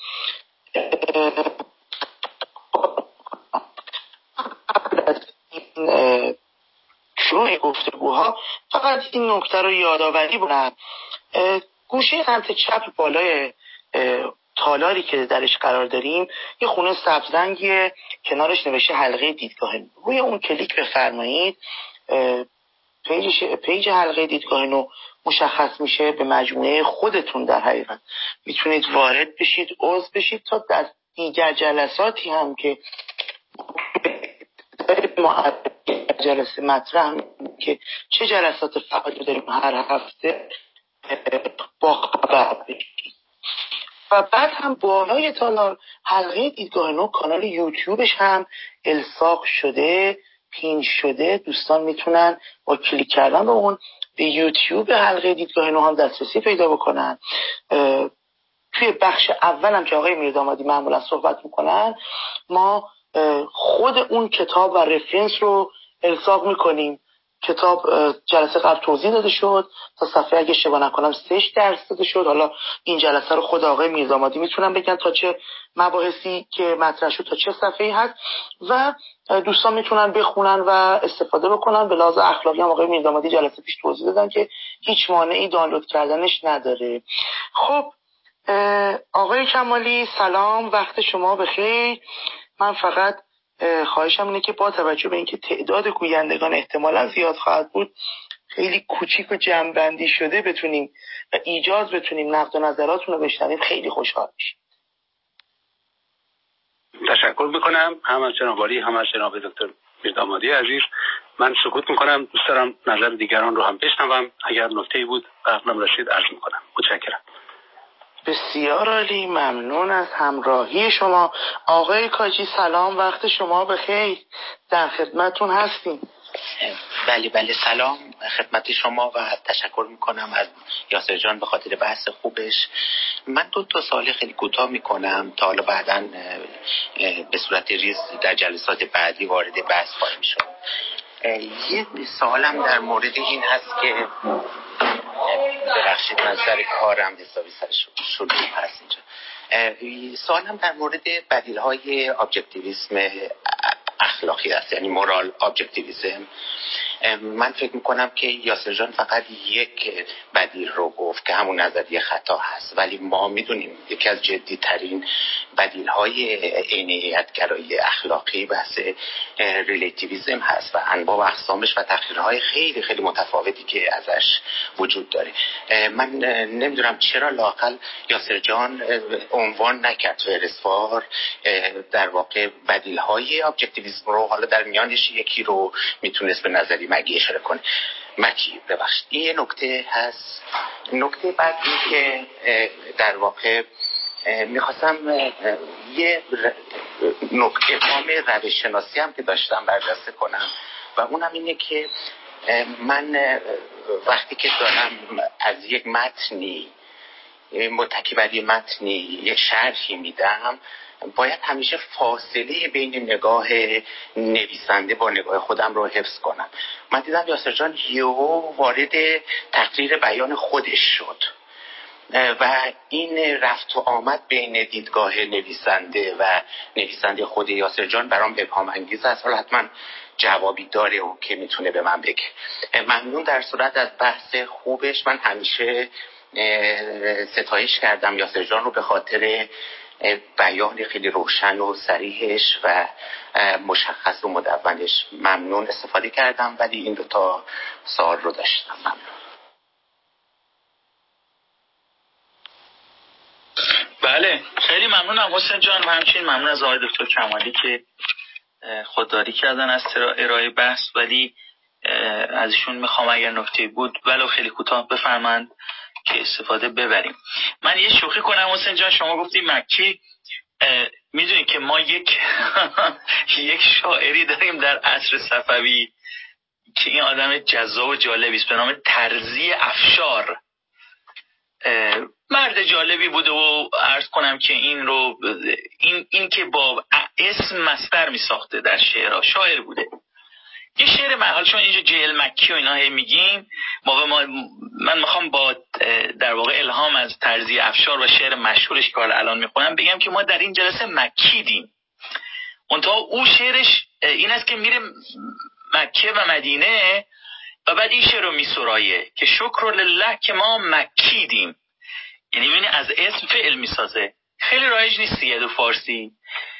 شروع گفتگوها فقط این نکته رو یادآوری بکنم. گوشه سمت چپ بالای تالاری که درش قرار داریم یه خونه سبز رنگیه، کنارش نوشته حلقه دیدگاه. روی اون کلیک بفرمایید، پیج حلقه دیدگاه نو مشخص میشه. به مجموعه خودتون در حقیقت میتونید وارد بشید، عضو بشید تا در دیگر جلساتی هم که جلسه مطرح که چه جلسات فعالی داریم هر هفته با خبر بشید. و بعد هم بالای تالار حلقه دیدگاه نو کانال یوتیوبش هم الساق شده، پین شده. دوستان میتونن با کلیک کردن به اون به یوتیوب حلقه دیدگاه نو هم دسترسی پیدا بکنن. توی بخش اولم که آقای میردامادی معمولا صحبت میکنن ما خود اون کتاب و رفرنس رو الساق میکنیم. کتاب جلسه قبل توضیح داده شد تا صفحه اگه اشتباه نکنم 3 درس داده شد. حالا این جلسه رو خود آقای میردامادی میتونن بگن تا چه مباحثی که مطرح شد تا چه صفحه‌ای هست و دوستان میتونن بخونن و استفاده بکنن. به لحاظ اخلاقی هم آقای میردامادی جلسه پیش توضیح دادن که هیچ مانعی دانلود کردنش نداره. خب آقای کمالی سلام، وقت شما بخیر. من فقط خواهشم اینه که با توجه به اینکه تعداد گویندگان احتمالاً زیاد خواهد بود خیلی کوچیک و جمع‌بندی شده بتونیم و ایجاز بتونیم نقد و نظراتون رو بشنویم خیلی خوشحال میشیم. تشکر میکنم هم از جناب عالی هم از جناب دکتر میردامادی عزیز. من سکوت میکنم، دوست دارم نظر دیگران رو هم بشنوم. اگر نکته‌ای بود عقلم رسید عرض میکنم. متشکرم. بسیار عالی، ممنون از همراهی شما. آقای کاجی سلام، وقت شما بخیر، در خدمتون هستیم. بله سلام خدمت شما و تشکر میکنم از یاسر جان به خاطر بحث خوبش. من دو سوال خیلی کوتاه میکنم تا حالا بعداً به صورت ریز در جلسات بعدی وارد بحث خواهیم شد. یه سوالم در مورد این هست که ببخشید من سر کارم حسابی سر شروع هست اینجا. سوالم در مورد بدیل‌های ابجکتیویسم اخلاقی است، یعنی مورال ابجکتیویسم. من فکر میکنم که یاسر جان فقط یک بدیل رو گفت که همون نظریه خطا هست، ولی ما میدونیم یکی از جدی‌ترین بدیل‌های عینیت‌گرایی اخلاقی بحث ریلیتیویسم هست و انواع و اقسامش و تحقیرهای خیلی خیلی متفاوتی که ازش وجود داره. من نمیدونم چرا لااقل یاسر جان عنوان نکرد فهرستوار در واقع بدیل‌های ابجکتیویسم رو، حالا در میانش یکی رو میتونست به نظری مکی اشاره کنه. ببخشید این یه نکته هست. نکته بعد این که در واقع میخواستم یه افهام روش شناسی هم که داشتم برجسته کنم و اونم اینه که من وقتی که دارم از یک متنی متکی بر یک متنی یک شرحی میدم، باید همیشه فاصله بین نگاه نویسنده با نگاه خودم رو حفظ کنم. من دیدم یاسر جان یهو وارد تقریر بیان خودش شد و این رفت و آمد بین دیدگاه نویسنده و نویسنده خود یاسر جان برام ابهام انگیز است. حالا حتما جوابی داره او که میتونه به من بگه. ممنون در صورت از بحث خوبش. من همیشه ستایش کردم یاسر جان رو به خاطر بیان خیلی روشن و صریحش و مشخص و مدونش. ممنون استفاده کردم، ولی این 2 سوال رو داشتم. ممنون. بله خیلی ممنونم حسین جان و همچنین ممنون از آقای دکتر کمالی که خودداری کردن از ارائه بحث، ولی ازشون میخوام اگر نکته بود ولو خیلی کوتاه بفرمایند که استفاده ببریم. من یه شوخی کنم حسین جان، شما گفتی مکی. میدونید که ما یک شاعری داریم در عصر صفوی که این آدم جذاب و جالبی است به نام ترزی افشار. مرد جالبی بوده و عرض کنم که این که با اسم مصدر می ساخته در شعرها. شاعر بوده. یه شعر محال چون اینجا جیل مکی و اینا میگیم من میخوام با در واقع الهام از ترزی افشار و شعر مشهورش که الان میخونم بگم که ما در این جلسه مکیدیم. منتها او شعرش این است که میره مکه و مدینه و بعد این شعر رو میسرایه که شکر لله که ما مکیدیم، یعنی ببینی از اسم فعل میسازه. خیلی رایج نیست دیگه دو فارسی.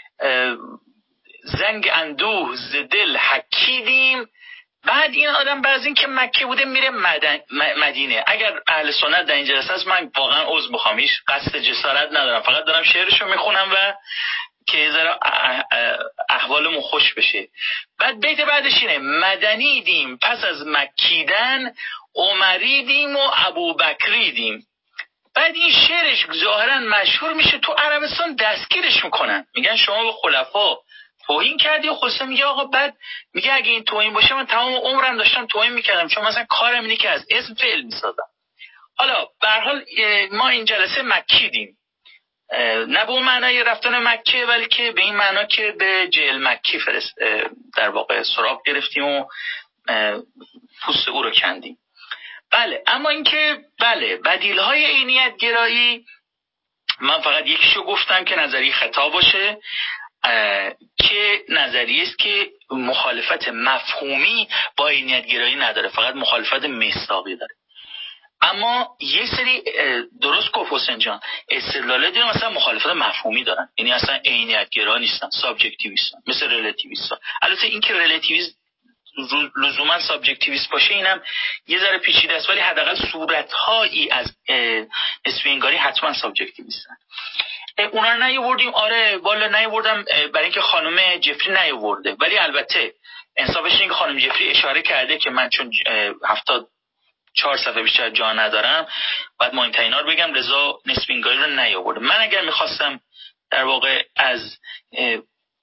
زنگ اندوه ز دل حکیدیم. بعد این آدم بعد از این که مکه بوده میره مدینه. اگر اهل سنت در این جلسه هست من واقعا عذر میخوام، هیچ قصد جسارت ندارم، فقط دارم شعرشو میخونم و که یه ذره احوالمون خوش بشه. بعد بیت بعدش اینه مدنیدیم پس از مکیدن عمریدیم و ابوبکریدیم. بعد این شعرش ظاهرا مشهور میشه، تو عربستان دستگیرش میکنن، میگن شما به خلفا توهین کردی و خلاصه میگه آقا، بعد میگه اگه این توهین باشه من تمام عمرم داشتم توهین میکردم چون مثلا کارم اینه که از اسم فعل میسازم. حالا به هر حال ما این جلسه مکیدیم، نه به اون معنای رفتن مکه بلکه به این معنا که به جیل مکی در واقع سراغ گرفتیم و پوست او رو کندیم. بله، اما اینکه بله بدیل‌های عینیت گرایی من فقط یکیشو گفتم که نظریه خطا باشه، که نظریه است که مخالفت مفهومی با عینیت گرایی نداره، فقط مخالفت مصداقی داره. اما یه سری درست گفت حسین جان استدلالات دیگه مثلا مخالفت مفهومی دارن، یعنی اصلا عینیت گرا نیستن، سابجکتیویستن، مثل ریلیتیویست ها. البته این که ریلیتیویست لزوما سابجکتیویست باشه اینم یه ذره پیچیده است، ولی حداقل صورت‌هایی از نسبی انگاری حتما سابجکتیویستن. اونا رو نیاوردیم، آره والا نیاوردم برای اینکه خانم جفری نیاورده، ولی البته انصافش اینه که خانم جفری اشاره کرده که من چون 74 صفحه بیشتر جا ندارم بعد مهم‌ترینا رو بگم، رضا نسبی انگاری رو نیاورده. من اگر می‌خواستم در واقع از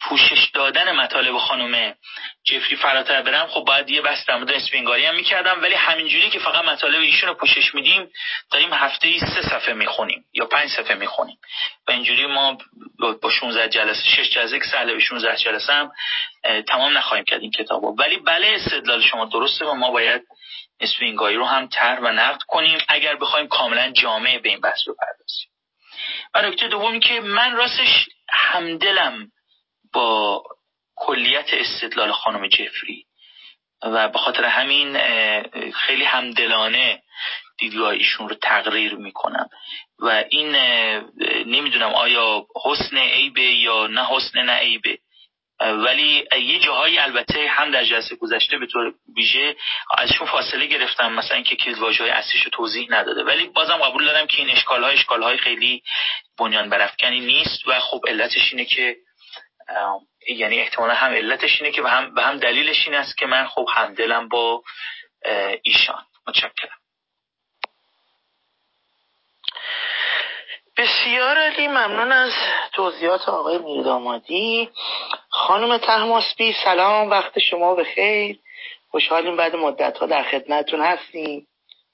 پوشش دادن مطالب خانم جفری فراتر برم، خب باید یه بحث در مورد اسپینگاری هم میکردم، ولی همینجوری که فقط مطالب ایشون رو پوشش میدیم داریم هفته‌ای 3 صفحه میخونیم یا 5 صفحه میخونیم و اینجوری ما با 16 جلسه 6 جلسه که سهله به 16 جلسه هم تمام نخواهیم کرد این کتابو. ولی بله استدلال شما درسته و ما باید اسپینگاری رو هم طرح و نقد کنیم اگر بخوایم کاملا جامع به این بحث بپردازیم. و نکته دومی که من راستش همدلم با کلیت استدلال خانم جفری و به خاطر همین خیلی همدلانه دیدگاه ایشون رو تقریر میکنم و این نمیدونم آیا حسن عیبه یا نه حسن نه عیبه، ولی یه جاهایی البته هم در جلسه گذشته به طور ویژه ازشون فاصله گرفتم، مثلا که کلیدواژه‌های اصلیش رو توضیح نداده، ولی بازم قبول دارم که این اشکال‌های خیلی بنیان برافکنی نیست و خب علتش اینه که یعنی احتمالا هم علتش اینه که و هم دلیلش این است که من خب همدلم با ایشان. متشکرم. بسیار عالی، ممنون از توضیحات آقای میردامادی. خانم طهماسبی سلام، وقت شما بخیر، خوشحالیم بعد مدت‌ها در خدمتتون هستیم.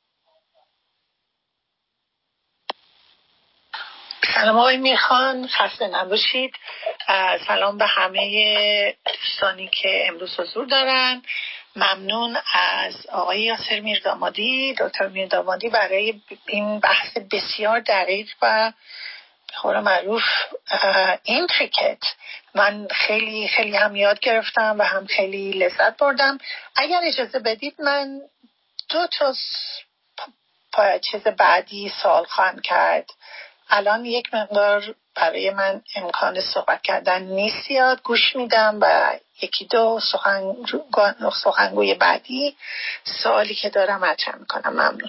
سلام آقای میرخان، خسته نباشید. سلام به همه دوستانی که امروز حضور دارن. ممنون از آقای یاسر میردامادی، دکتر میردامادی برای این بحث بسیار دقیق و به قول معروف اینتریکت. من خیلی خیلی هم یاد گرفتم و هم خیلی لذت بردم. اگر اجازه بدید من 2 چیز بعدی سوال خواهم کرد. الان یک مقدار برای من امکان صحبت کردن نیست، زیاد گوش میدم و 1-2 سخنگوی بعدی سوالی که دارم مطرح میکنم. ممنون.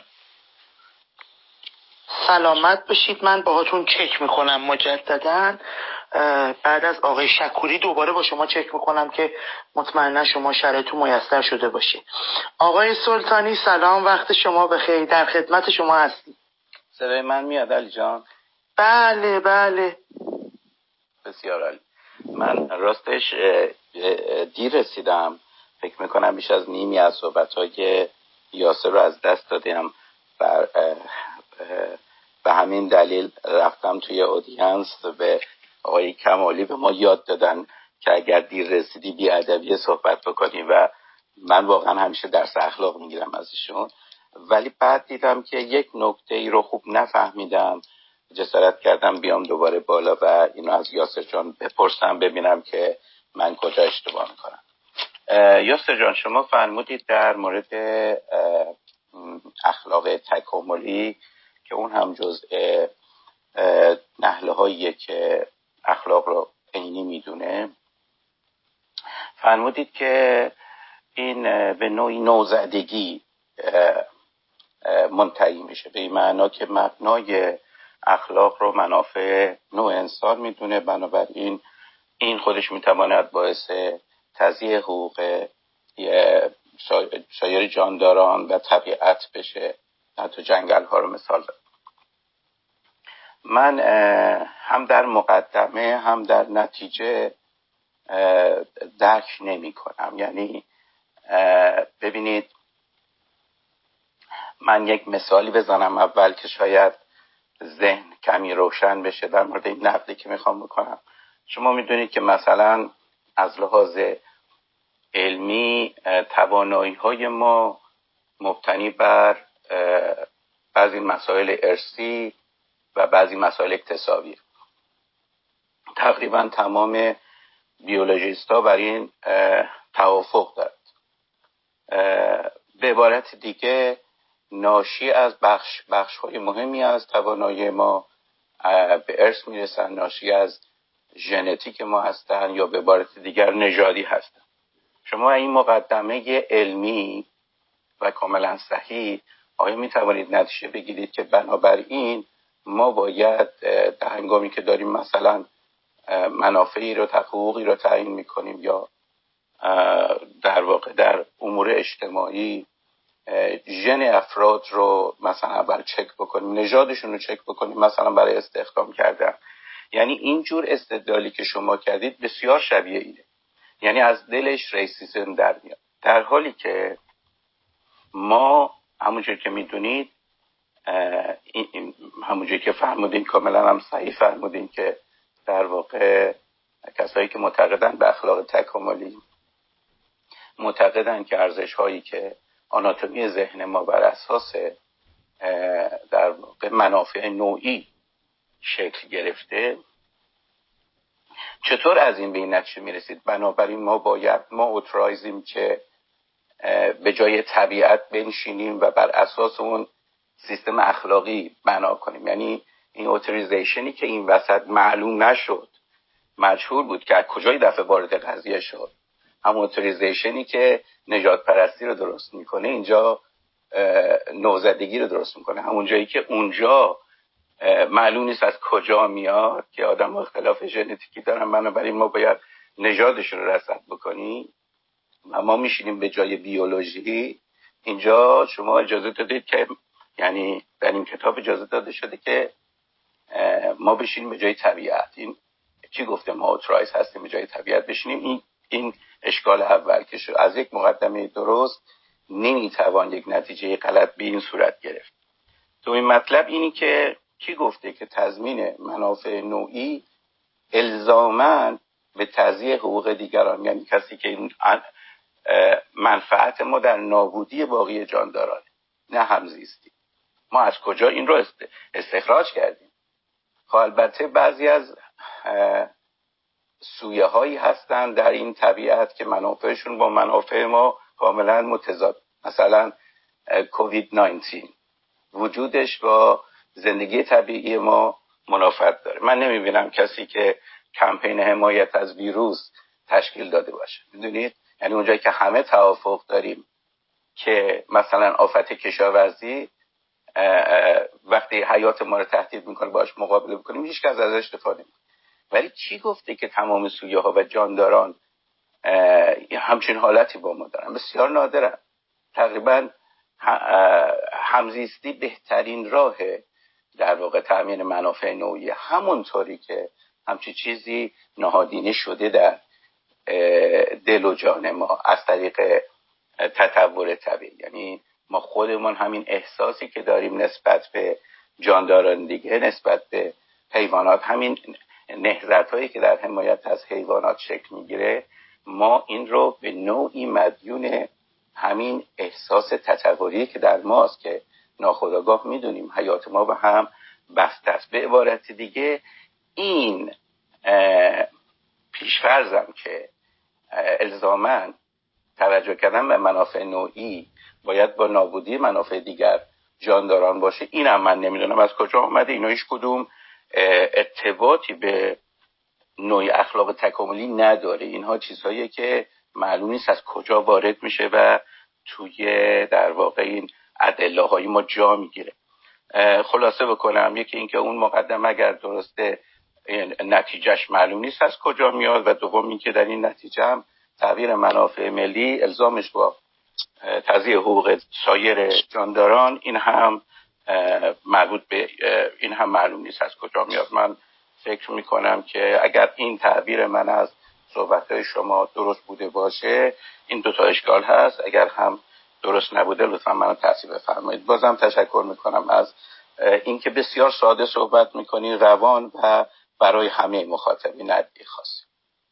سلامت باشید. من باهاتون چک میکنم مجددا بعد از آقای شکوری دوباره با شما چک میکنم که مطمئنا شما شرایطتون میسر شده باشه. آقای سلطانی سلام، وقت شما بخیر، در خدمت شما هستیم. صدای من میاد علی جان؟ بله بله. بسیار عالی. من راستش دیر رسیدم، فکر میکنم بیش از نیمی از صحبت‌های یاسر رو از دست دادم به همین دلیل رفتم توی اودینس. به آقای کمالی به ما یاد دادن که اگر دیر رسیدی بی‌ادبی صحبت بکنی و من واقعا همیشه درس اخلاق میگیرم ازشون، ولی بعد دیدم که یک نکته ای رو خوب نفهمیدم، جسارت کردم بیام دوباره بالا و اینو از یاسر جان بپرسم ببینم که من کجا اشتباه میکنم. یاسر جان شما فرمودید در مورد اخلاق تکاملی که اون هم جزء نهله‌هاییه که اخلاق رو عینی میدونه، فرمودید که این به نوعی نوزدگی منتهی میشه، به این معنا که مبنای اخلاق رو منافع نوع انسان میدونه، بنابراین این خودش میتواند باعث تضییع حقوق سایر جانداران و طبیعت بشه. حتی جنگل ها رو مثال زدم. من هم در مقدمه هم در نتیجه درک نمی کنم. یعنی ببینید، من یک مثالی بزنم اول که شاید ذهن کمی روشن بشه در مورد این نقدی که میخوام بکنم. شما میدونید که مثلا از لحاظ علمی توانایی های ما مبتنی بر بعضی مسائل ارثی و بعضی مسائل اکتسابی. تقریبا تمام بیولوژیست ها بر این توافق دارند. به عبارت دیگه ناشی از بخش های مهمی از توانایی ما به ارث میرسن، ناشی از ژنتیک ما هستن یا به عبارت دیگر نژادی هستن. شما این مقدمه علمی و کاملا صحیح آیا می توانید نتیجه بگیرید که بنابراین ما باید در هنگامی که داریم مثلا منافعی رو حقوقی رو تعیین میکنیم یا در واقع در امور اجتماعی ژن افراد رو مثلا اول چک بکنیم، نژادشون رو چک بکنیم، مثلا برای استخدام کردن یعنی این جور استدلالی که شما کردید بسیار شبیه اینه، یعنی از دلش ریسیسم در میاد، در حالی که ما همونجور که میدونید، همونجور که فرمودین کاملا هم صحیح فرمودین که در واقع کسایی که معتقدن به اخلاق تکاملی معتقدن که ارزش هایی که آناتومی ذهن ما بر اساس در واقع منافع نوعی شکل گرفته، چطور از این به این نتیجه میرسید؟ بنابراین ما اوترایزیم که به جای طبیعت بنشینیم و بر اساس اون سیستم اخلاقی بنا کنیم. یعنی این اوتوریزیشنی که این وسط معلوم نشد، مجهول بود که از کجای دفعه وارد قضیه شد، هم اوتوریزیشنی که نجات پرستی رو درست میکنه اینجا نوزدگی رو درست میکنه، همون جایی که اونجا معلوم نیست از کجا میاد که آدم اختلاف ژنتیکی دارن، بنابراین ما باید نژادشون رو رصد بکنیم و ما میشینیم به جای بیولوژی. اینجا شما اجازه دادید که، یعنی در این کتاب اجازه داده شده که ما بشینیم به جای طبیعت. این چی گفته؟ ما اوترایز هستیم به جای طبیعت بشینیم. این اشکال اول که از یک مقدمه درست نمیتوان یک نتیجه غلط به این صورت گرفت. دومین مطلب اینی که کی گفته که تضمین منافع نوعی الزاماً به تضییع حقوق دیگران، یعنی کسی که این منفعت ما در نابودی باقی جاندارانه، نه همزیستی. ما از کجا این رو استخراج کردیم؟ خب البته بعضی از سویه هایی هستن در این طبیعت که منافعشون با منافع ما کاملا متضاد. مثلا کووید 19 وجودش با زندگی طبیعی ما منافات داره. من نمیبینم کسی که کمپین حمایت از ویروس تشکیل داده باشه. میدونید، یعنی اونجایی که همه توافق داریم که مثلا آفت کشاورزی وقتی حیات ما رو تهدید میکنه باش مقابله بکنیم، هیچ کس ازش استفاده نمیکنه. ولی کی گفته که تمام سویه ها و جانداران همچین حالتی با ما دارن؟ بسیار نادرن. تقریبا همزیستی بهترین راه در واقع تامین منافع نوعی، همونطوری که همچین چیزی نهادینه شده در دل و جان ما از طریق تطور طبیعی. یعنی ما خودمون همین احساسی که داریم نسبت به جانداران دیگه، نسبت به حیوانات، همین نهضت‌هایی که در حمایت از حیوانات شکل میگیره، ما این رو به نوعی مدیون همین احساس تطوری که در ماست که ناخودآگاه میدونیم حیات ما به هم بسته است. به عبارت دیگه این پیشفرضم که الزاماً توجه کردن به منافع نوعی باید با نابودی منافع دیگر جانداران باشه، اینم من نمیدونم از کجا آمده. اینا هیچ کدوم ارتباطی به نوع اخلاق تکاملی نداره. اینها چیزهاییه که معلوم نیست از کجا وارد میشه و توی در واقع این ادله های ما جا میگیره. خلاصه بکنم، یکی اینکه اون مقدمه اگر درسته نتیجهش معلوم نیست از کجا میاد، و دوم اینکه در این نتیجه هم تغییر منافع ملی الزامش با تضییع حقوق سایر جانداران، این هم مربوط به این هم معلوم نیست از کجا میاد. من فکر میکنم که اگر این تعبیر من از صحبت‌های شما درست بوده باشه، این دوتا اشکال هست. اگر هم درست نبوده لطفا منو تصحیح بفرمایید. بازم تشکر میکنم از اینکه بسیار ساده صحبت میکنی، روان و برای همه مخاطبین ندی خاص.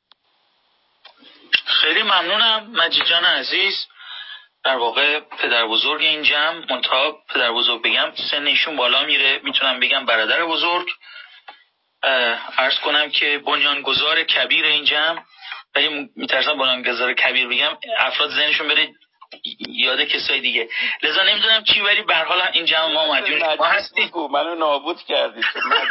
خیلی ممنونم مجید جان عزیز. در واقع پدر بزرگ این جمع، منتها پدر بزرگ بگم سن ایشون بالا میره، میتونم بگم برادر بزرگ. عرض کنم که بنیانگذار کبیر این جمع، ولی میترسم بنیانگذار کبیر بگم افراد ذهنشون بره یاد کسای دیگه، لذا نمیدونم چی، ولی به هر حال این جمع ما مدیون ما هستیم. منو نابود کردید.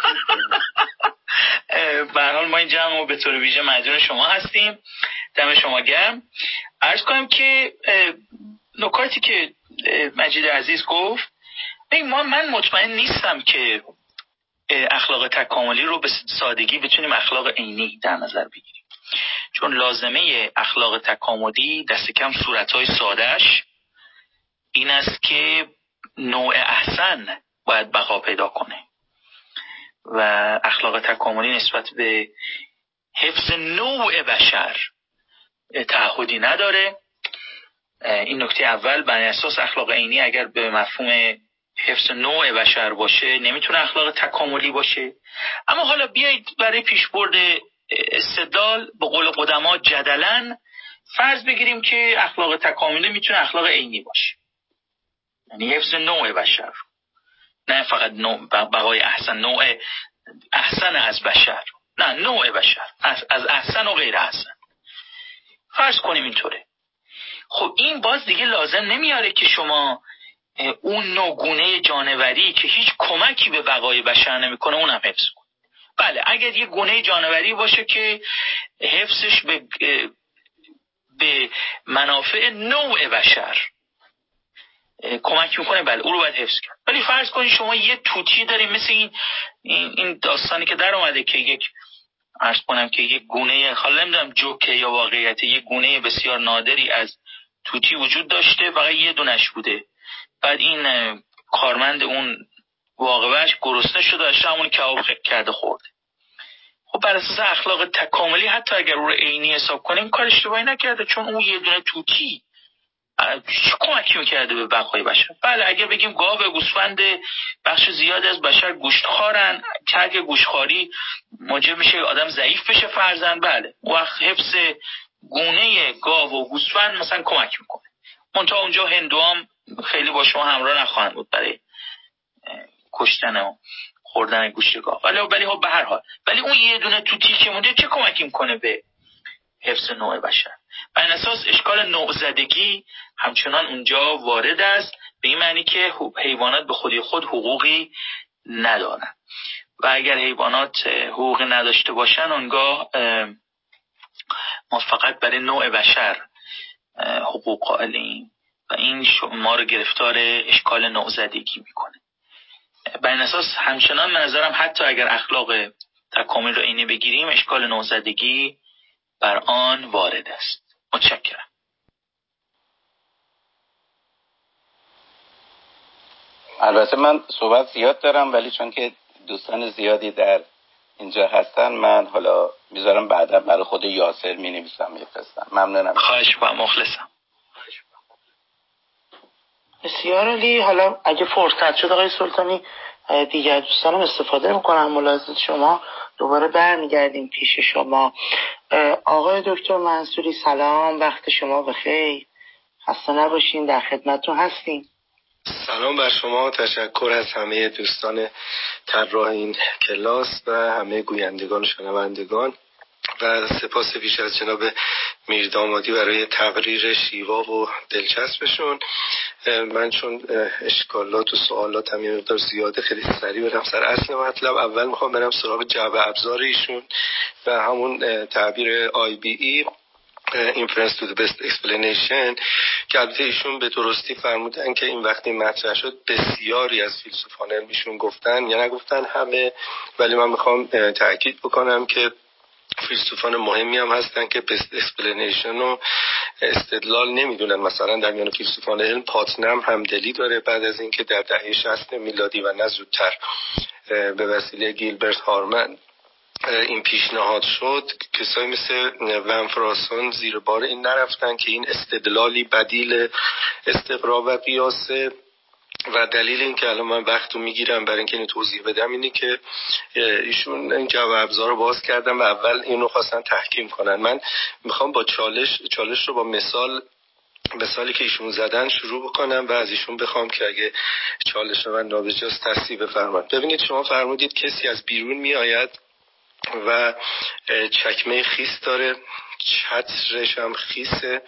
به هر حال ما این جمع به طور ویژه مدیون شما هستیم. دم شما گرم. عرض کنم که نکاتی که مجید عزیز گفت، من مطمئن نیستم که اخلاق تکاملی رو به سادگی بتونیم اخلاق عینی در نظر بگیریم، چون لازمه اخلاق تکاملی دست کم صورتهای سادهش این است که نوع احسن باید بقا پیدا کنه و اخلاق تکاملی نسبت به حفظ نوع بشر تعهدی نداره. این نکته اول. بر اساس اخلاق عینی اگر به مفهوم حفظ نوع بشر باشه نمیتونه اخلاق تکاملی باشه. اما حالا بیایید برای پیشبرد استدلال به قول قدما جدلاً فرض بگیریم که اخلاق تکاملی میتونه اخلاق عینی باشه، یعنی حفظ نوع بشر، نه فقط بقای احسن، نوع احسن از بشر، نه نوع بشر از احسن و غیر احسن. فرض کنیم اینطوره. خب این باز دیگه لازم نمیاره که شما اون نوع جانوری که هیچ کمکی به بقای بشر نمیکنه اونم حفظ کنید. بله اگر یه گونه جانوری باشه که حفظش به منافع نوع بشر کمک میکنه، بله اون رو باید حفظ کرد. ولی فرض کنید شما یه توتی داریم مثل این داستانی که در اومده که یک گونه، حالا نمیدونم جوکه یا واقعیت، یک گونه بسیار نادری از توتی وجود داشته، فقط یه دونش بوده. بعد این کارمند اون واقعش گرسنه شده، داشته همون کباب کرده خورده. خب بر اساس اخلاق تکاملی حتی اگر اون رو عینی حساب کنیم کار اشتباهی نکرده، چون اون یه دونه توتی چه کمکی میکرده به بقای بشر. بله اگر بگیم گاو، گوسفند، بخش زیادی از بشر گوشتخوارن، که اگه گوشتخواری موجب میشه آدم ضعیف بشه فرزن، بله وقت حفظ گونه گاو و گوسفند مثلا کمک میکنه. منتها اونجا هندوام خیلی با شما همراه نخواهند بود برای کشتن و خوردن گوشت گاو. ولی خب به هر حال، ولی اون یه دونه توتی که مونده چه کمکی میکنه به حفظ نوع بشر؟ بر اساس اشکال نوع‌زدگی همچنان اونجا وارد است، به این معنی که حیوانات به خودی خود حقوقی ندارن و اگر حیوانات حقوقی نداشته باشن اونگاه ما فقط برای نوع بشر حقوق قائلیم و این ما رو گرفتار اشکال نوع‌زدگی میکنه. بر این اساس همچنان من نظرم حتی اگر اخلاق تکامل رو عینی بگیریم اشکال نوع‌زدگی بر آن وارد است. متشکرم. البته من صحبت زیاد دارم ولی چون که دوستان زیادی در اینجا هستن من حالا میذارم بعدا برای خود یاسر مینویسم میفرستم. ممنونم. خواهش می‌کنم، مخلصم. بسیار عالی. حالا اگه فرصت شد آقای سلطانی دیگر دوستانم استفاده میکنم ملاحظات شما، دوباره برمیگردیم پیش شما. آقای دکتر منصوری سلام، وقت شما بخیر، خسته نباشین، در خدمتتون هستیم. سلام بر شما، تشکر از همه دوستان طراح این کلاس و همه گویندگان و شنوندگان و سپاس بیش از جناب میردامادی برای تقریر شیوا و دلچسبشون. من چون اشکالات و سوالات هم یه مقدار زیاده خیلی سریع برم سر اصل مطلب. اول میخوام برم سراغ جعبه ابزار ایشون و همون تعبیر IBE Inference to the Best Explanation که البته ایشون به درستی فرمودن که این وقتی مطرح شد بسیاری از فیلسوفان علمیشون گفتن یا نگفتن همه، ولی من میخوام تأکید بکنم که فیلسوفان مهمی هم هستن که best explanation و استدلال نمیدونن. مثلا در میان فیلسوفان علم پاتنم همدلی داره بعد از اینکه در دهه 60 میلادی و نه زودتر به وسیله گیلبرت هارمن این پیشنهاد شد، کسایی مثل ونفراسون زیر بار این نرفتن که این استدلالی بدیل استقرا و قیاسه. و دلیل این که الان من وقتو میگیرم برای اینکه اینو توضیح بدم اینه که ایشون این جواب ابزار رو باز کردن و اول اینو خواستن تحکیم کنن. من میخوام با چالش رو با مثالی که ایشون زدن شروع بکنم و از ایشون بخوام که اگه چالش من نابجاست تصحیح بفرمایید. ببینید شما فرمودید کسی از بیرون میآید و چکمه خیس داره، چترش هم خیسه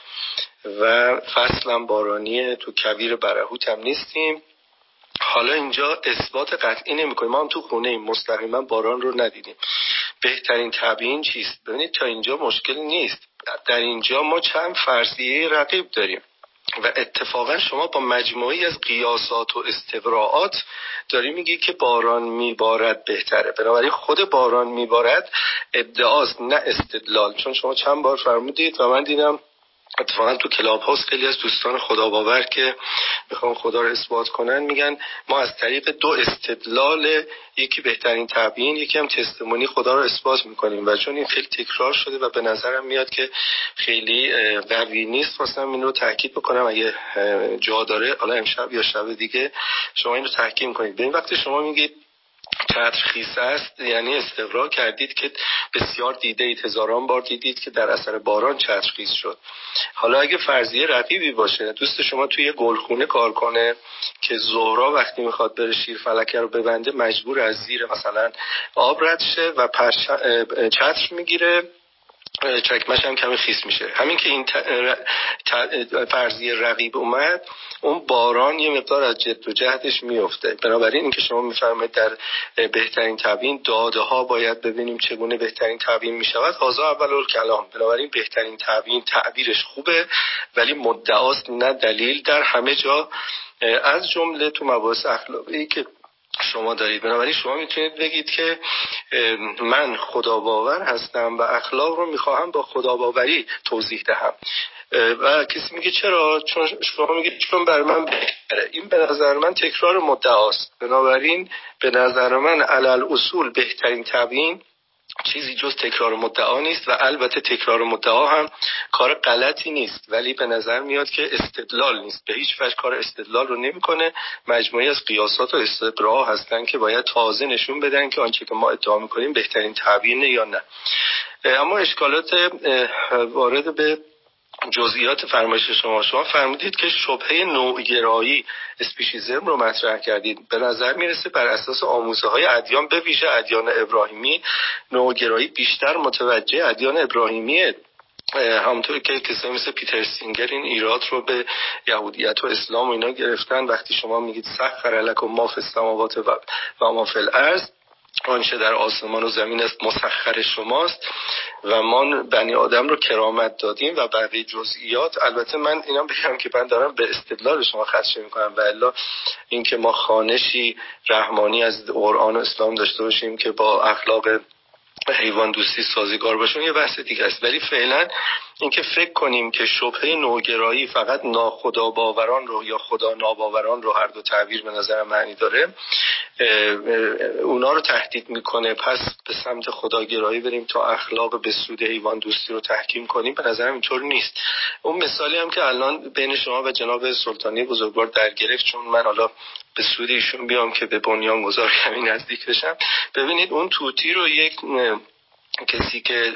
و فصلم بارانیه، تو کویر برهوت هم نیستیم. حالا اینجا اثبات قطعی نمی‌کنیم، ما هم تو خونه ایم مستقیما باران رو ندیدیم. بهترین تبیین چیست؟ ببینید تا اینجا مشکل نیست. در اینجا ما چند فرضیه رقیب داریم و اتفاقا شما با مجموعی از قیاسات و استقراءات داری میگی که باران میبارد بهتره. بنابراین خود باران میبارد ادعاست نه استدلال، چون شما چند بار فرمودید و من دیدم اتفاقا تو کلاب هاوس خیلی از دوستان خدا باور که میخوان خدا رو اثبات کنن میگن ما از طریق دو استدلال، یکی بهترین تبیین، یکی هم تستمونی، خدا رو اثبات میکنیم. و چون این خیلی تکرار شده و به نظرم میاد که خیلی قوی نیست، خواستم این رو تاکید بکنم. اگه جا داره حالا امشب یا شب دیگه شما این رو تحکیم کنید. به این وقتی شما میگید چترخیز است، یعنی استقرار کردید که بسیار دیدید، هزاران بار دیدید که در اثر باران چترخیز شد. حالا اگه فرضیه رقیبی باشه، دوست شما توی گلخونه کار کنه که ظهرا وقتی میخواد بره شیر فلکه رو ببنده مجبور از زیر مثلا آب رد شه و چتر میگیره، چکمش هم کمی خیس میشه. همین که این فرضیه رقیب اومد، اون باران یه مقدار از جد و جهدش میفته. بنابراین این که شما میفرمایید در بهترین تبیین داده ها باید ببینیم چگونه بهترین تبیین میشود، هذا اول الکلام. بنابراین بهترین تبیین تعبیرش خوبه ولی مدعاست نه دلیل در همه جا، از جمله تو مباحث اخلاقی که شما دارید. بنابراین شما میتونید بگید که من خدا باور هستم و اخلاق رو میخواهم با خدا باوری توضیح دهم. و کسی میگه چرا؟ چون شما میگید چون بر من بهتره. این به نظر من تکرار مدعاست. بنابراین به نظر من علل اصول بهترین تبیین چیزی جز تکرار مدعا نیست و البته تکرار مدعا هم کار غلطی نیست، ولی به نظر میاد که استدلال نیست، به هیچ وجه کار استدلال رو نمیکنه. مجموعی از قیاسات و استقراء هستن که باید تازه نشون بدن که آنچه که ما ادعا میکنیم بهترین تبیینه یا نه. اما اشکالات وارد به جزئیات فرمایش شما فرمودید که شبهه نوع‌گرایی اسپیشیزم رو مطرح کردید. به نظر میرسه بر اساس آموزه‌های ادیان، به ویژه ادیان ابراهیمی، نوع‌گرایی بیشتر متوجه ادیان ابراهیمیه. همونطور که کسایی مثل پیتر سینگر این ایراد رو به یهودیت و اسلام و اینا گرفتن. وقتی شما میگید سخر لکم ما فی السماوات و ما فی الارض، آنچه در آسمان و زمین است مسخر شماست و ما بنی آدم رو کرامت دادیم و بقیه جزئیات. البته من اینا بگم که من دارم به استدلال شما خدشه میکنم و الا اینکه ما خوانشی رحمانی از قرآن و اسلام داشته باشیم که با اخلاق حیوان دوستی سازگار باشون یه بحث دیگه است. ولی فعلا اینکه فکر کنیم که شبهه نوگرایی فقط ناخدا باوران رو یا خدا ناباوران رو، هر دو تعبیر به نظر معنی داره، اونا رو تهدید میکنه، پس به سمت خداگرایی بریم تا اخلاق به سود حیوان دوستی رو تحکیم کنیم، به نظرم اینطور نیست. اون مثالی هم که الان بین شما و جناب سلطانی بزرگوار در گرفت، چون من حالا به سود ایشون بیام که به بنیانگذار کمی نزدیک بشم، ببینید اون توتی رو یک کسی که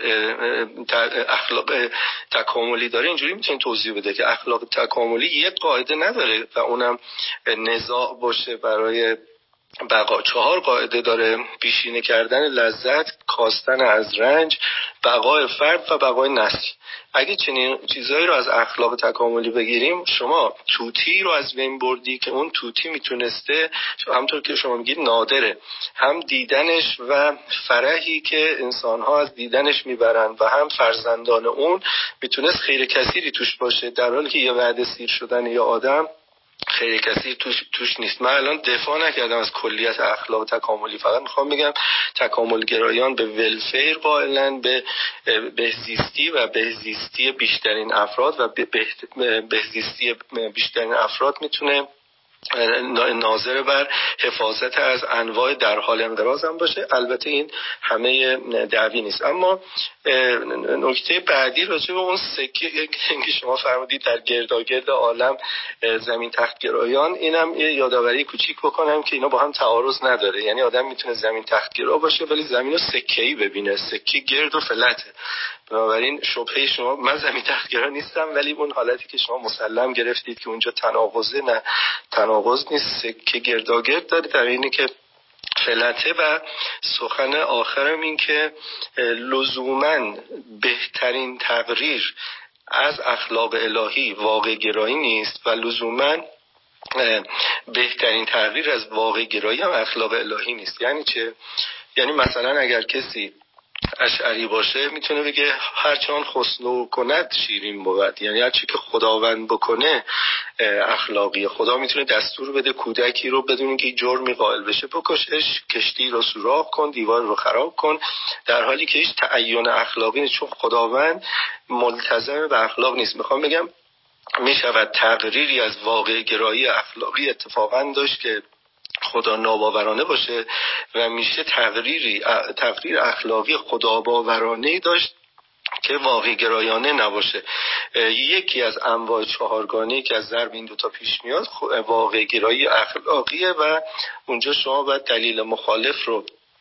اخلاق تکاملی داره اینجوری میتونه توضیح بده که اخلاق تکاملی یک قاعده نداره و اونم نزاع باشه برای بقا. 4 قاعده داره: بیشینه کردن لذت، کاستن از رنج، بقای فرد و بقای نسل. اگه چنین چیزایی رو از اخلاق تکاملی بگیریم، شما توتی رو از بین بردی که اون توتی میتونسته، همونطور که شما میگید نادره، هم دیدنش و فرحی که انسان‌ها از دیدنش میبرن و هم فرزندان اون میتونست خیر کثیری توش باشه، در حالی که یه وعده سیر شدن یا آدم خیلی کسی توش نیست. من الان دفاع نکردم از کلیت اخلاق تکاملی، فقط میخوام بگم تکاملگرایان به ولفیر قائلن، به بهزیستی و بهزیستی بیشترین افراد و بهزیستی بیشترین افراد میتونه ناظر بر حفاظت از انواع در حال انقراض هم باشه. البته این همه دعوی نیست. اما نکته بعدی راجع به اون سکه که شما فرمودید در گرداگرد عالم زمین تخت گرایان، اینم یه یادآوری کوچیک بکنم که اینا با هم تعارض نداره. یعنی آدم میتونه زمین تخت گرا باشه ولی زمین رو سکه‌ای ببینه، سکه گرد و فلته. بنابراین شبهه شما، من زمین تخت گرا نیستم ولی اون حالتی که شما مسلم گرفتید که اونجا تناقضه، نه تناقض نیست، سکه گرداگرد داره در اینی که فلته. و سخن آخرم این که لزوماً بهترین تقریر از اخلاق الهی واقع گرایی نیست و لزوماً بهترین تقریر از واقع گرایی هم اخلاق الهی نیست. یعنی چه؟ یعنی مثلا اگر کسی اشعری باشه میتونه بگه هرچان خسنو کند شیرین بود، یعنی هر چی که خداوند بکنه اخلاقی. خدا میتونه دستور بده کودکی رو بدون اینکه جرمی قائل بشه بکشش، کشتی رو سوراخ کن، دیوار رو خراب کن، در حالی که هیچ تعین اخلاقی نیست، چون خداوند ملتزم به اخلاق نیست. میخوام بگم میشود تقریری از واقع گرایی اخلاقی اتفاقا داشت که خدا ناباورانه باشه و میشه تقریر اخلاقی خداباورانه داشت که واقع گرایانه نباشه. یکی از انواع چهارگانه‌ای که از ضرب این دوتا پیش میاد واقع گرایی اخلاقیه و اونجا شما باید دلیل مخالف رو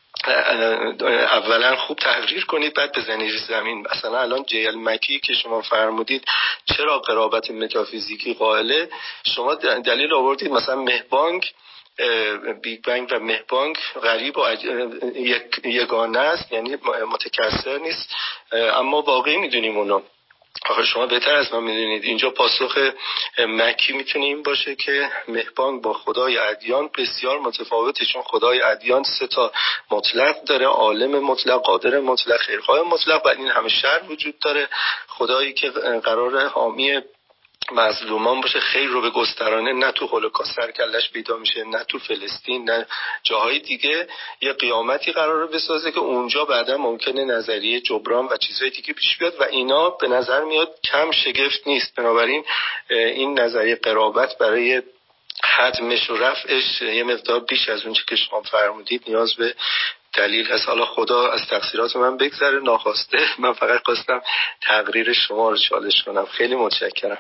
اولا خوب تحریر کنید، بعد بزنید زمین. مثلا الان جیل مکی که شما فرمودید چرا قرابت متافیزیکی قائله، شما دلیل آوردید مثلا مهبانگ، بیگ بنگ و مهبانگ غریب و یگانه است، یعنی متکثر نیست، اما واقعی میدونیم اونو. آخه شما بهتر از من میدونید. اینجا پاسخ مکی میتونه این باشه که مهبانگ با خدای ادیان بسیار متفاوته، چون خدای ادیان 3 مطلق داره: عالم مطلق، قادر مطلق، خیرخواه مطلق، و این همه شر وجود داره. خدایی که قرار حامی مظلومان باشه، خیر رو به گسترانه، نه تو هولوکاست سرکلش پیدا میشه، نه تو فلسطین، نه جاهای دیگه. یه قیامتی قراره بسازه که اونجا بعدا ممکنه نظریه جبران و چیزهای دیگه پیش بیاد و اینا به نظر میاد کم شگفت نیست. بنابراین این نظریه قرابت برای حتمش و رفعش یه مقدار بیش از اون چی که شما فرمودید نیاز به دلیل هست. حالا خدا از تقصیرات من بگذره، ناخواسته من فقط خواستم تقریر شما رو چالش کنم. خیلی متشکرم.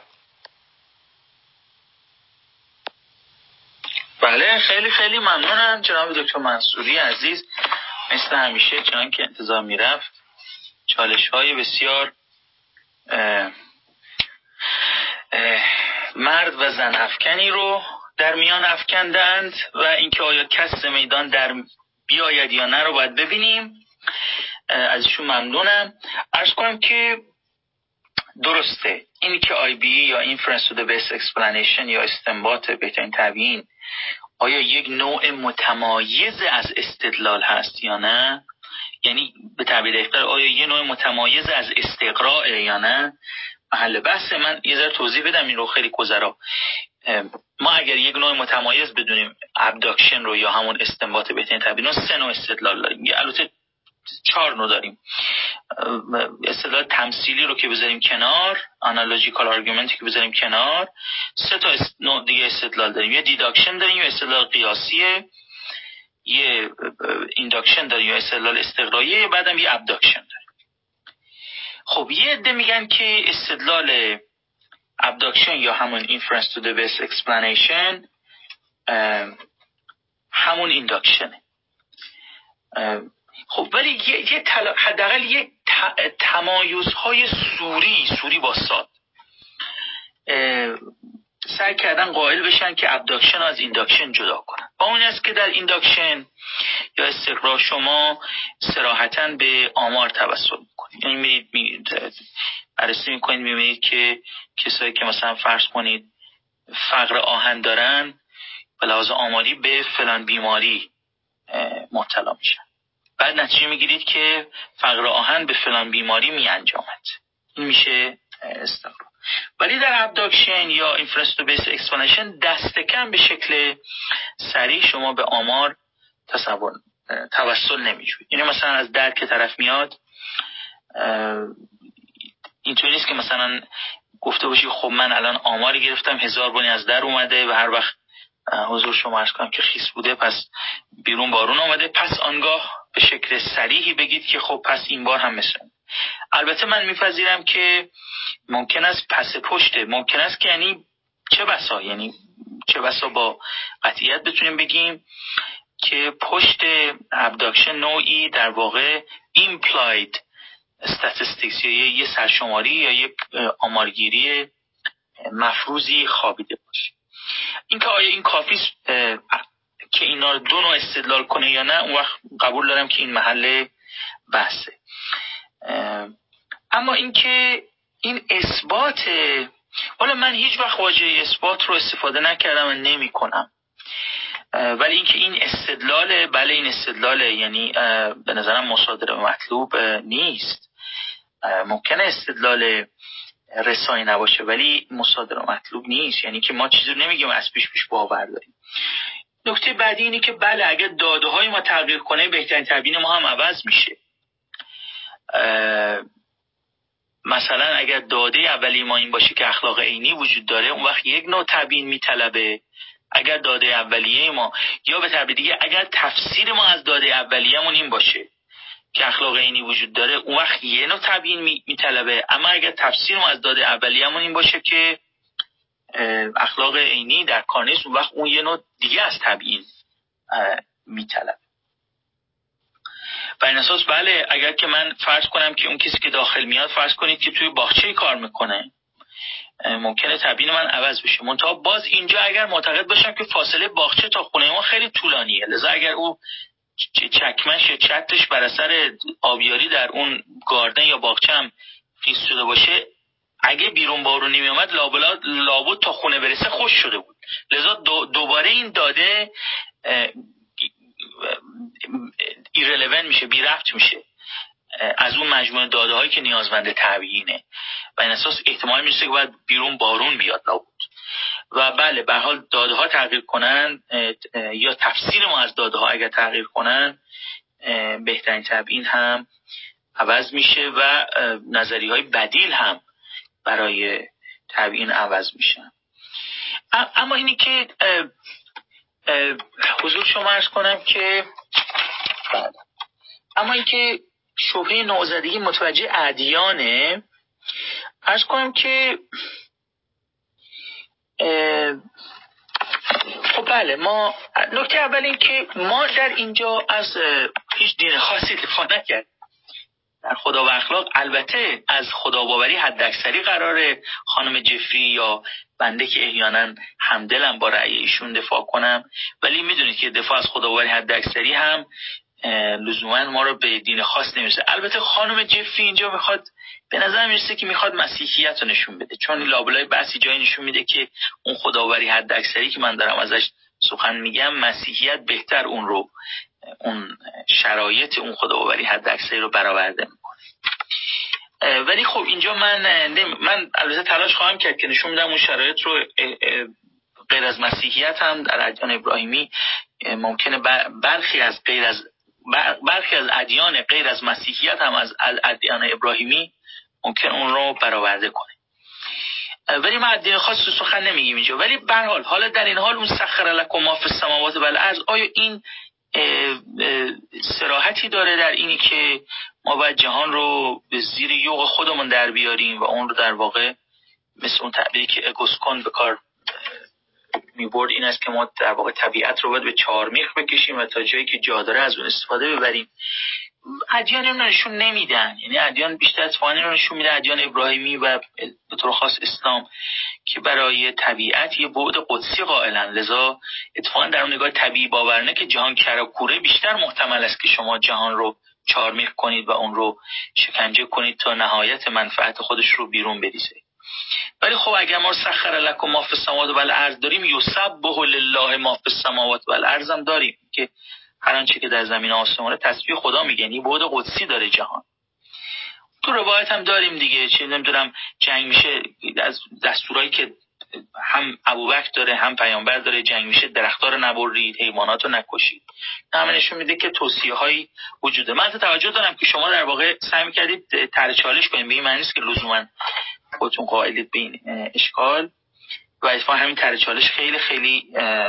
بله، خیلی خیلی ممنونم جناب دکتر منصوری عزیز. مثل همیشه چنان که انتظار میرفت چالش های بسیار مرد و زن افکنی رو در میان افکندند و اینکه آیا کس میدان در بیاید یا نه رو باید ببینیم. ازشون ممنونم. عرض کنم که درسته اینی که IBE یا Inference to the Best Explanation یا استنباط بهترین تبیین آیا یک نوع متمایز از استدلال هست یا نه، یعنی به تعبیر دقیق‌تر آیا یه نوع متمایز از استقراء یا نه، محل بحث. من یه ذره توضیح بدم این رو خیلی گذرا. ما اگر یک نوع متمایز بدونیم ابداکشن رو یا همون استنباط بهترین تبیین، 3 نوع استدلال داریم، البته 4 نوع داریم. استدلال تمثیلی رو که بذاریم کنار، آنالوژیکال آرگومنتی که بذاریم کنار، 3 تا نوع دیگه استدلال داریم. یه دیداکشن داریم، یه استدلال قیاسیه، یه اینداکشن داریم، یه استدلال استقراییه، بعدم یه ابداکشن داریم. خب یه عده میگن که استدلال ابداکشن یا همون inference to the best explanation همون اینداکشنه. خب ولی حداقل یه تمایزهای سوری با ساد سعی کردن قائل بشن که ابداکشن از اینداکشن جدا کنن. با اون است که در اینداکشن یا استقرا شما صراحتاً به آمار توسل میکنید، یعنی میرید بررسی میکنید، میبینید که کسایی که مثلا فرض کنید فقر آهن دارن به لحاظ آماری به فلان بیماری مبتلا میشن، بعد نتیجه میگیرید که فقر آهن به فلان بیماری میانجامد. این میشه استقرا. ولی در ابداکشن یا inference to best explanation دست کم به شکل سریع شما به آمار توسل نمیجوید. یعنی مثلا از درک طرف میاد اینطوری نیست که مثلا گفته باشی خب من الان آماری گرفتم 1000 بانی از در اومده و هر وقت حضور شما عرض کنم که خیس بوده پس بیرون بارون آمده، پس آنگاه به شکل صریحی بگید که خب پس این بار هم مثل. البته من میپذیرم که ممکن است پس پشته، ممکن است که یعنی چه بسا با قطعیت بتونیم بگیم که پشت ابداکشن نوعی در واقع implied statistics یا یه سرشماری یا یک آمارگیری مفروضی خوابیده باشه. اینکه آیا این کافی که اینا رو 2 نوع استدلال کنه یا نه، اون وقت قبول دارم که این محل بحثه. اما اینکه این اثبات، حالا من هیچ وقت واژه اثبات رو استفاده نکردم و نمی کنم، ولی اینکه این استدلال، بله این استدلال، یعنی به نظرم مصادره مطلوب نیست. ممکنه استدلال رسایی نباشه ولی مصادره مطلوب نیست، یعنی که ما چیزی رو نمیگیم از پیش باور داریم. نکته بعدی اینه که بله اگر داده های ما تغییر کنه بهترین تبیین ما هم عوض میشه. مثلا اگر داده اولی ما این باشه که اخلاق عینی وجود داره، اون وقت یک نوع تبیین میطلبه. اگر داده اولیه ما، یا به تعبیر دیگه اگر تفسیر ما از داده اولیه‌مون این باشه که اخلاق عینی وجود داره، اون وقت یه نوع تبیین میطلبه. اما اگر تفسیر ما از داده اولیه‌مون این باشه که اخلاق عینی در کار نیست، اون وقت اون یه نوع دیگه از تبیین میطلبه. و این اساس بله اگر که من فرض کنم که اون کسی که داخل میاد، فرض کنید که توی باغچه کار میکنه، ممکنه تبیین من عوض بشه. منتها باز اینجا اگر معتقد باشم که فاصله باغچه تا خونه ما خیلی طولانیه، لذا اگر او چکمش چترش بر اثر آبیاری در اون گاردن یا باغچه هم خیس شده باشه، اگه بیرون بارون نمی اومد لابد تا خونه برسه خوش شده بود. لذا دوباره این داده ایرلوون میشه، بی ربط میشه از اون مجموعه داده هایی که نیازمند تبیینه و این اساس احتمال میشه که باید بیرون بارون بیاد لابد. و بله به هر حال داده ها تغییر کنن یا تفسیر ما از داده ها اگر تغییر کنن، بهترین تبیین هم عوض میشه و نظریه های بدیل هم برای تبیین عوض میشن. اما اینی که حضور شما عرض کنم که اما اینکه شبهه نوزدگی متوجه ادیانه، عرض کنم که خب بله، ما نکته اول این که ما در اینجا از هیچ دین خاصی دفاع نکرد. در خدا و اخلاق البته از خداباوری حداکثری قراره خانم جفری یا بنده که احیانا همدلم با رأی ایشون دفاع کنم، ولی میدونید که دفاع از خداباوری حداکثری هم لزوما ما رو به دین خاص نمیرسه. البته خانم جفری اینجا میخواد، به نظر میرسه که میخواد مسیحیت رو نشون بده، چون لابلای بحثی جایی نشون میده که اون خداوری حداکثری که من دارم ازش سخن میگم، مسیحیت بهتر اون شرایط اون خداوری حداکثری رو برآورده میکنه. ولی خب اینجا من البته تلاش خواهم کرد که نشون بدم اون شرایط رو غیر از مسیحیت هم در ادیان ابراهیمی ممکنه برخی از ادیان غیر از مسیحیت هم از ادیان ابراهیمی ممکن اون رو برآورده کنه. ولی ما ادیان خاص سخن نمیگیم اینجا. ولی به هر حال حالا در این حال اون سخر لکم ما فی السماوات و الارض، آیا این صراحتی داره در اینی که ما باید جهان رو به زیر یوغ خودمون در بیاریم و اون رو در واقع مثل اون تعبیری که اگوسکون به کار میبرد این است که ما در واقع طبیعت رو باید به چهارمیخ بکشیم و تا جایی که جا داره از اون استفاده ببریم. ادیان اینو نشون نمیدن، یعنی ادیان بیشتر اتفاقاً اینو نشون میده، ادیان ابراهیمی و به طور خاص اسلام، که برای طبیعت یه بعد قدسی قائلن. لذا اتفاقاً در اون نگاه طبیعی باورنه که جهان کره و کوره بیشتر محتمل است که شما جهان رو چهارمیخ کنید و اون رو شکنجه کنید تا نهایت منفعت خودش رو بیرون بریزه. ولی خب اگر ما سخر لکم ما فی السماوات و الارض داریم، یسبح لله ما فی السماوات و الارض هم داریم که هر آنچه که در زمین آسمانه تسبیح خدا میگن، این بعد قدسی داره جهان. تو روایت هم داریم دیگه، چه نمیدونم جنگ میشه، از دستورایی که هم ابوبکر داره هم پیامبر داره، جنگ میشه درخت‌ها رو نبرید، حیوانات رو نکشید. همین نشون میده که توصیه‌هایی وجوده. من توجه دارم که شما در واقع سعی می‌کردید طرح چالش کنید، به این معنی نیست که لزوما خودتون قائلید به این اشکال، و اتفاقا همین طرح چالش خیلی خیلی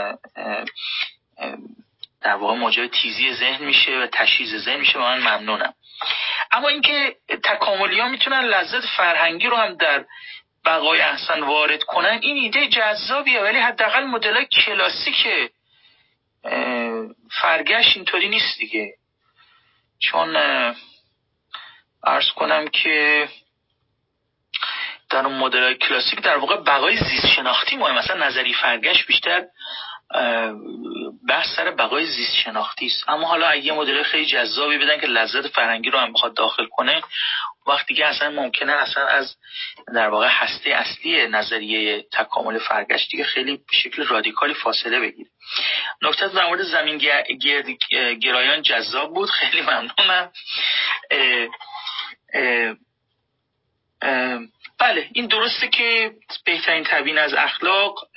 در واقع موجب تیزی ذهن میشه و تشخیص ذهن میشه و من ممنونم. اما اینکه تکاملی‌ها میتونن لذت فرهنگی رو هم در بقای احسن وارد کنن، این ایده جذابیه، ولی حداقل مدل کلاسیک فرگشت اینطوری نیست دیگه. چون عرض کنم که در اون مدل کلاسیک در واقع بقای زیست شناختی مهم، مثلا نظری فرگشت بیشتر بحث سر بقای زیست شناختی است. اما حالا اگه مدل خیلی جذابی بدن که لذت فرهنگی رو هم بخواد داخل کنه، وقتی که اصلا ممکنه اصلا از در واقع هسته اصلی نظریه تکامل فرگشت دیگه خیلی به شکل رادیکالی فاصله بگیره. نکته در مورد زمین گرایان جذاب بود، خیلی ممنونم. بله این درسته که بهترین تبیین از اخلاق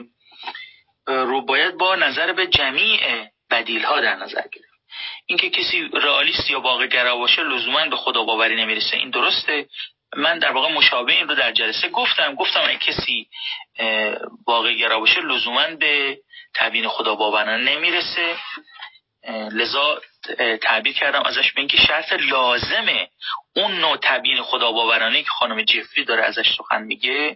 رو باید با نظر به جمیع بدیل ها در نظر گرفت. اینکه کسی رئالیست یا واقع گرا باشه لزوما به خدا باوری نمیرسه، این درسته. من در واقع مشابه این رو در جلسه گفتم اگه کسی واقع گرا باشه لزوما به تبیین خدا باورانه نمیرسه. لذا تعبیر کردم ازش به اینکه شرط لازمه اون نوع تبیین خدا باورانه که خانم جفری داره ازش سخن میگه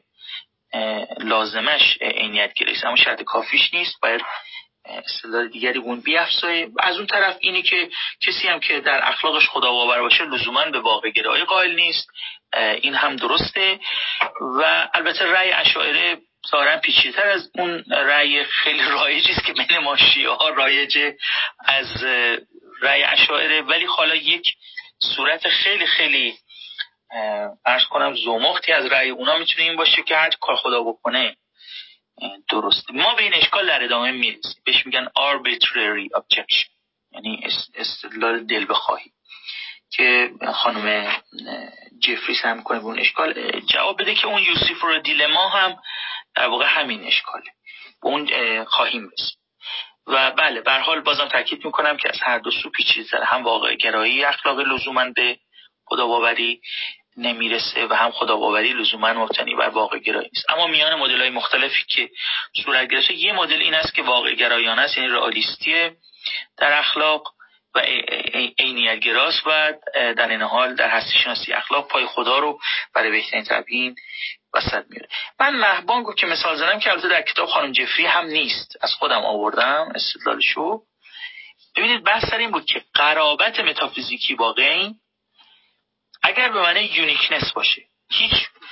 لازمش عینیت گراییه، اما شرط کافیش نیست، باید اصطلاح دیگری اون بیافزایه. از اون طرف اینی که کسی هم که در اخلاقش خدا باور باشه لزوما به واقع گرایی قائل نیست، این هم درسته. و البته رأی اشاعره ظاهرا پیچیده‌تر از اون رأی خیلی رایجی است که بین ما شیعه ها رایجه از رأی اشاعره، ولی حالا یک صورت خیلی خیلی عرض کنم زمختی از رأی اونا میتونه این باشه که هر کار خدا بکنه درسته. ما به این اشکال در ادامه میرسیم، بهش میگن arbitrary objection، یعنی استدلال دل بخواهی، که خانم جفری سعی میکنه به اون اشکال جواب بده که اون یوسیفور دیلما هم در واقع همین اشکاله، به اون خواهیم رسید. و بله به هر حال بازم تاکید میکنم که از هر دو سو پیچیده‌تر، هم واقع گرایی اخلاق لزوما به خدا باوری نمیرسه و هم خدا باوری لزوما مبتنی بر واقع گرایی نیست. اما میان مدل‌های مختلفی که صورت گرفته، یه مدل این است که واقع گرایانه است، یعنی رئالیستی در اخلاق و عینیت گراست و در این حال در هستی شناسی اخلاق پای خدا رو برای بهترین تبیین وسط میاره. من مهبانگو که مثال زدم که البته در کتاب خانم جفری هم نیست، از خودم آوردم استدلالشو. ببینید بحث سر این بود که قرابت متافیزیکی با غیب اگر به معنی یونیکنس باشه، هیچ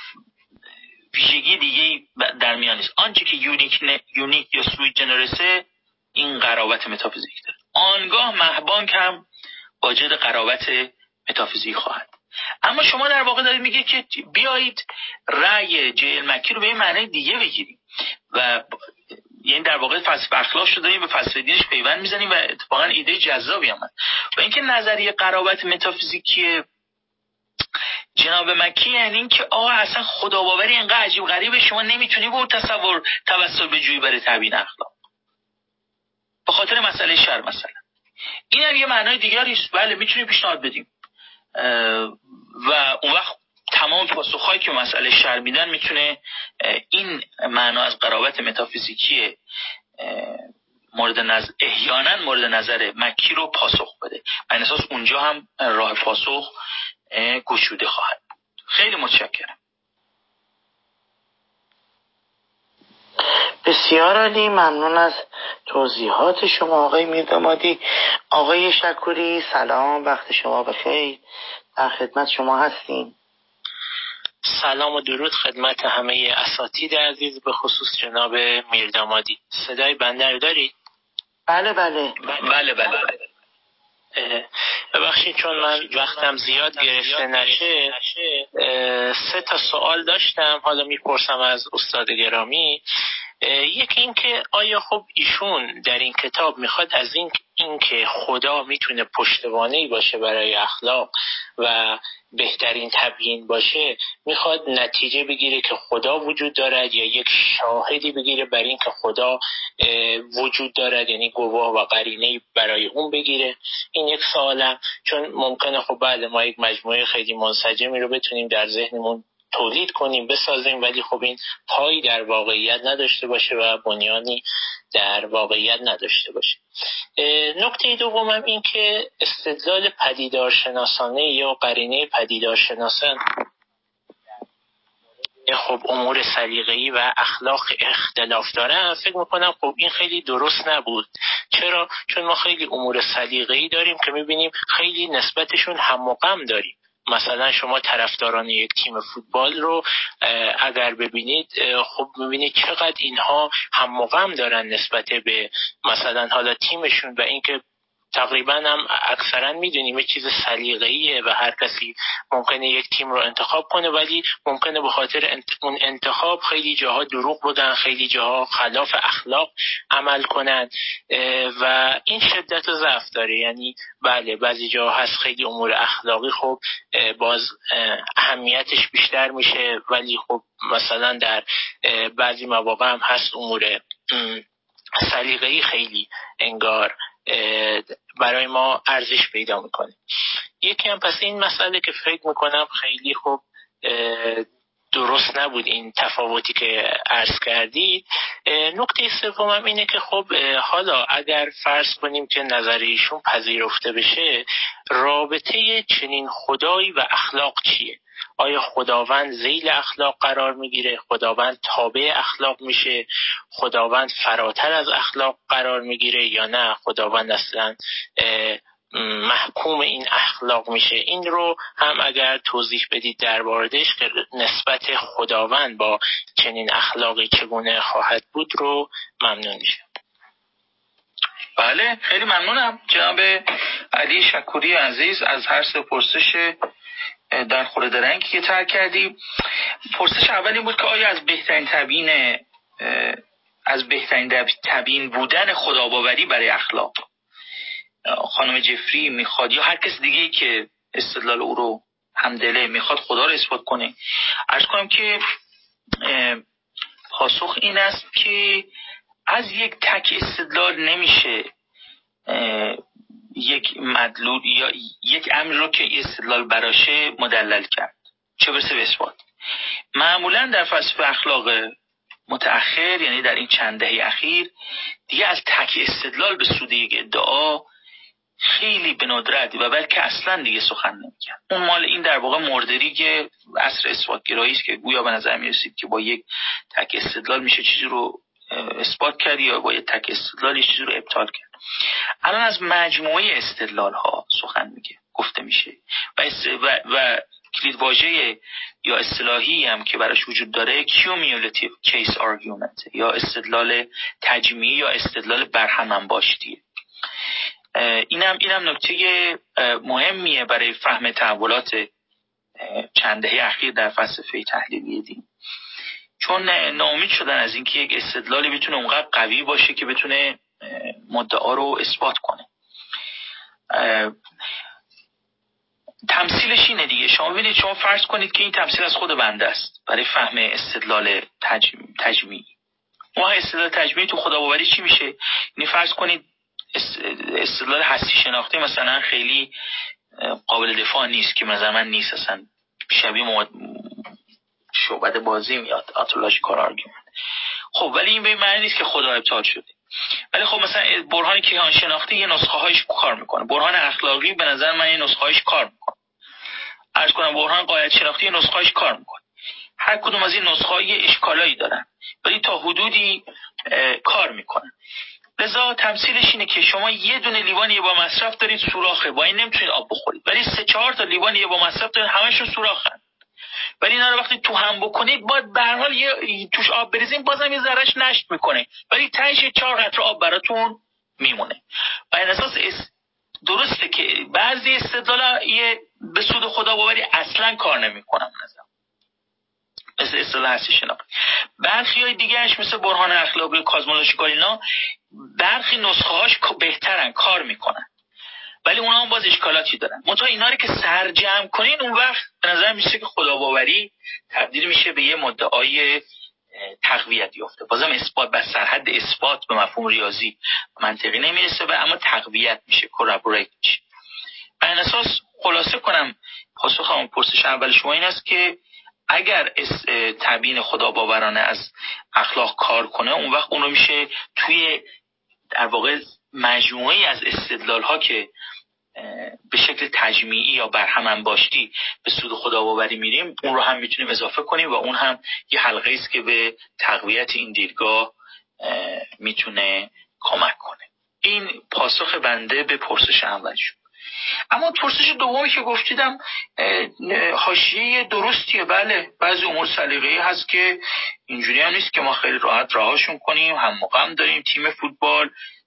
ویژگی دیگه در میان نیست، آنچه که یونیک یا سوی جنرسه این قرابت متافیزیک داره، آنگاه مهبانگ هم واجد قرابت متافیزیک خواهد. اما شما در واقع دارید میگه که بیایید رأی جیل مکی رو به این معنی دیگه بگیریم و یعنی در واقع فلسفه اخلاق شده داریم به فلسفه دینش پیوند میزنیم و اتفاقا ایده جذابی هم هست. و اینکه نظریه قرابت متافیزیکی جناب مکی یعنی این که اصلا خداباوری اینقدر عجیب غریبه شما نمیتونی با تصور توسل به جویی برای تبیین اخلاق به خاطر مسئله شر مثلا. این هم یه معنای دیگری است. بله میتونیم پیشنهاد بدیم و اون وقت تمام پاسخهایی که مسئله شر میدن میتونه این معنا از قرابت متافیزیکی احیانا مورد نظر مکی رو پاسخ بده. به اساس اونجا هم راه پاسخ گشوده خواهد. خیلی متشکرم. بسیار عالی، ممنون از توضیحات شما آقای میردامادی. آقای شکوری سلام، وقت شما بخیر، در خدمت شما هستیم. سلام و درود خدمت همه اساتید عزیز، به خصوص جناب میردامادی. صدای بنده رو دارید؟ بله بله بله بله. ببخشید چون من وقتم زیاد گرفته نشه 3 تا سوال داشتم، حالا میپرسم از استاد گرامی. یکی این که آیا خب ایشون در این کتاب میخواد از این که خدا میتونه پشتوانه‌ای باشه برای اخلاق و بهترین تبیین باشه، میخواد نتیجه بگیره که خدا وجود دارد یا یک شاهدی بگیره بر این که خدا وجود دارد، یعنی گواه و قرینه برای اون بگیره؟ این یک سوالم، چون ممکنه خب بعد ما یک مجموعه خیلی منسجمی رو بتونیم در ذهنمون تولید کنیم بسازیم، ولی خب این پایی در واقعیت نداشته باشه و بنیانی در واقعیت نداشته باشه. نکته دومم این که استدلال پدیدارشناسانه یا قرینه پدیدارشناسان خب امور سلیقه‌ای و اخلاق اختلاف داره، فکر میکنم خب این خیلی درست نبود. چرا؟ چون ما خیلی امور سلیقه‌ای داریم که میبینیم خیلی نسبتشون هم و غم داریم. مثلا شما طرفداران یک تیم فوتبال رو اگر ببینید، خب ببینید چقدر اینها هم و غم دارن نسبت به مثلا حالا تیمشون و اینکه تقریبا هم اکثرا میدونیم یه چیز سلیقه‌ایه و هر کسی ممکنه یک تیم رو انتخاب کنه، ولی ممکنه به خاطر اون انتخاب خیلی جاها دروغ بگن، خیلی جاها خلاف اخلاق عمل کنن و این شدت و ضعف داره. یعنی بله بعضی جاها هست خیلی امور اخلاقی خب باز اهمیتش بیشتر میشه، ولی خب مثلا در بعضی مواقع هم هست امور سلیقه‌ای خیلی انگار برای ما ارزش پیدا میکنه. یکی هم پس این مسئله که فکر میکنم خیلی خب درست نبود این تفاوتی که عرض کردید. نکته سومم اینه که خب حالا اگر فرض کنیم که نظر ایشون پذیرفته بشه، رابطه چنین خدایی و اخلاق چیه؟ آیا خداوند ذیل اخلاق قرار میگیره؟ خداوند تابع اخلاق میشه؟ خداوند فراتر از اخلاق قرار میگیره یا نه خداوند اصلا محکوم این اخلاق میشه؟ این رو هم اگر توضیح بدید در موردش که نسبت خداوند با چنین اخلاقی چگونه خواهد بود رو ممنون میشم. بله خیلی ممنونم جناب علی شکوری عزیز از هر سه پرسش در خورد رنگی که طرح کردی. پرسش اول این بود که آیا از بهترین تبیین بودن خداباوری برای اخلاق خانم جفری میخواد یا هر کس دیگه‌ای که استدلال او رو همدله میخواد خدا رو اثبات کنه؟ عرض کنم که پاسخ این است که از یک تک استدلال نمیشه یک مدلول یا یک امر رو که استدلال براشه مدلل کرد، چه برسه به اثبات. معمولا در فلسفه اخلاق متأخر، یعنی در این چند دهه اخیر، دیگه از تک استدلال به سود یک ادعا خیلی به ندرت و بلکه اصلا دیگه سخن نمیگن. اون مال این در واقع مردری که عصر اثباتگرایی است که گویا به نظر میرسید که با یک تک استدلال میشه چیزی رو اثبات کرد یا با یک تک استدلال یه چیزی رو ابطال کرد. الان از مجموعه استدلال ها سخن گفته میشه و کلید واژه یا اصطلاحی هم که براش وجود داره cumulative case argument یا استدلال تجمیعی یا استدلال برهم‌انباشتیه. اینم نکته مهمیه برای فهم تحولات چند دهه اخیر در فلسفه تحلیلی دین، چون ناامید شدن از اینکه یک استدلالی بتونه اونقدر قوی باشه که بتونه مدعا رو اثبات کنه. تمثیلش اینه دیگه. شما ببینید، شما فرض کنید که این تمثیل از خود بنده است برای فهم استدلال تجمیعی. ما استدلال تجمیعی تو خداباوری چی میشه؟ یعنی فرض کنید استدلال هستی شناختی مثلا خیلی قابل دفاع نیست که مثلا من نیست، اصلا شبیه شعبده بازی میاد، آتولوژیکال آرگومنت. خب ولی این به معنی نیست که خدا ابطال شده. ولی خب مثلا برهان کیهان شناختی یه نسخه هایش کار میکنه، برهان اخلاقی به نظر من یه نسخه هایش کار میکنه، عرض کنم برهان قایت شناختی یه نسخه هایش کار میکنه. هر کدوم از این نسخه ها یه اشکالایی دارن ولی تا حدودی کار میکنن. لذا تمثیلش اینه که شما یه دونه لیوان یه با مصرف دارید سوراخه، با این نمیتونید آب بخورید، ولی 3-4 تا لیوان یه با مصرف دارید همشون سوراخن، ولی اینا رو وقتی تو هم بکنید باید به هر حال یه توش آب بریزین بازم یه ذرهش نشت میکنه، ولی تهش 4 قطره آب براتون میمونه. و این اساس درسته که بعضی استدلالا به سود خداباوری اصلا کار نمیکنن، مثل اصطلاح هستی شناختی. برخی های دیگهش مثل برهان اخلاقی کازمولوژیکال اینا برخی نسخه هاش بهترن، کار میکنن، ولی اونا هم باز اشکالاتی دارن. منتها اینا رو که سرجم کنین اون وقت به نظر میشه که خداباوری تبدیل میشه به یه مدعای تقویت یافته. بازم اثبات بر سرحد اثبات به مفهوم ریاضی منطقی نمیرسه و اما تقویت میشه، کورابوریت میشه. و این اساس خلاصه کنم پاسخ همون پرسش اول شما این است که اگر تبیین خداباورانه از اخلاق کار کنه، اون وقت اونو میشه توی در واقع مجموعی از استدلال ها که به شکل تجمیعی یا برهم‌انباشتی به سود خداباوری میریم، اون رو هم میتونیم اضافه کنیم و اون هم یه حلقه است که به تقویت این دیدگاه میتونه کمک کنه. این پاسخ بنده به پرسش اول شد. اما پرسش دومی که گفتیدم حاشیه درستیه. بله بعضی امور سلیقه‌ای هست که اینجوری هم نیست که ما خیلی راحت رهاشون کنیم. هم موقع هم داریم تیم فوتبال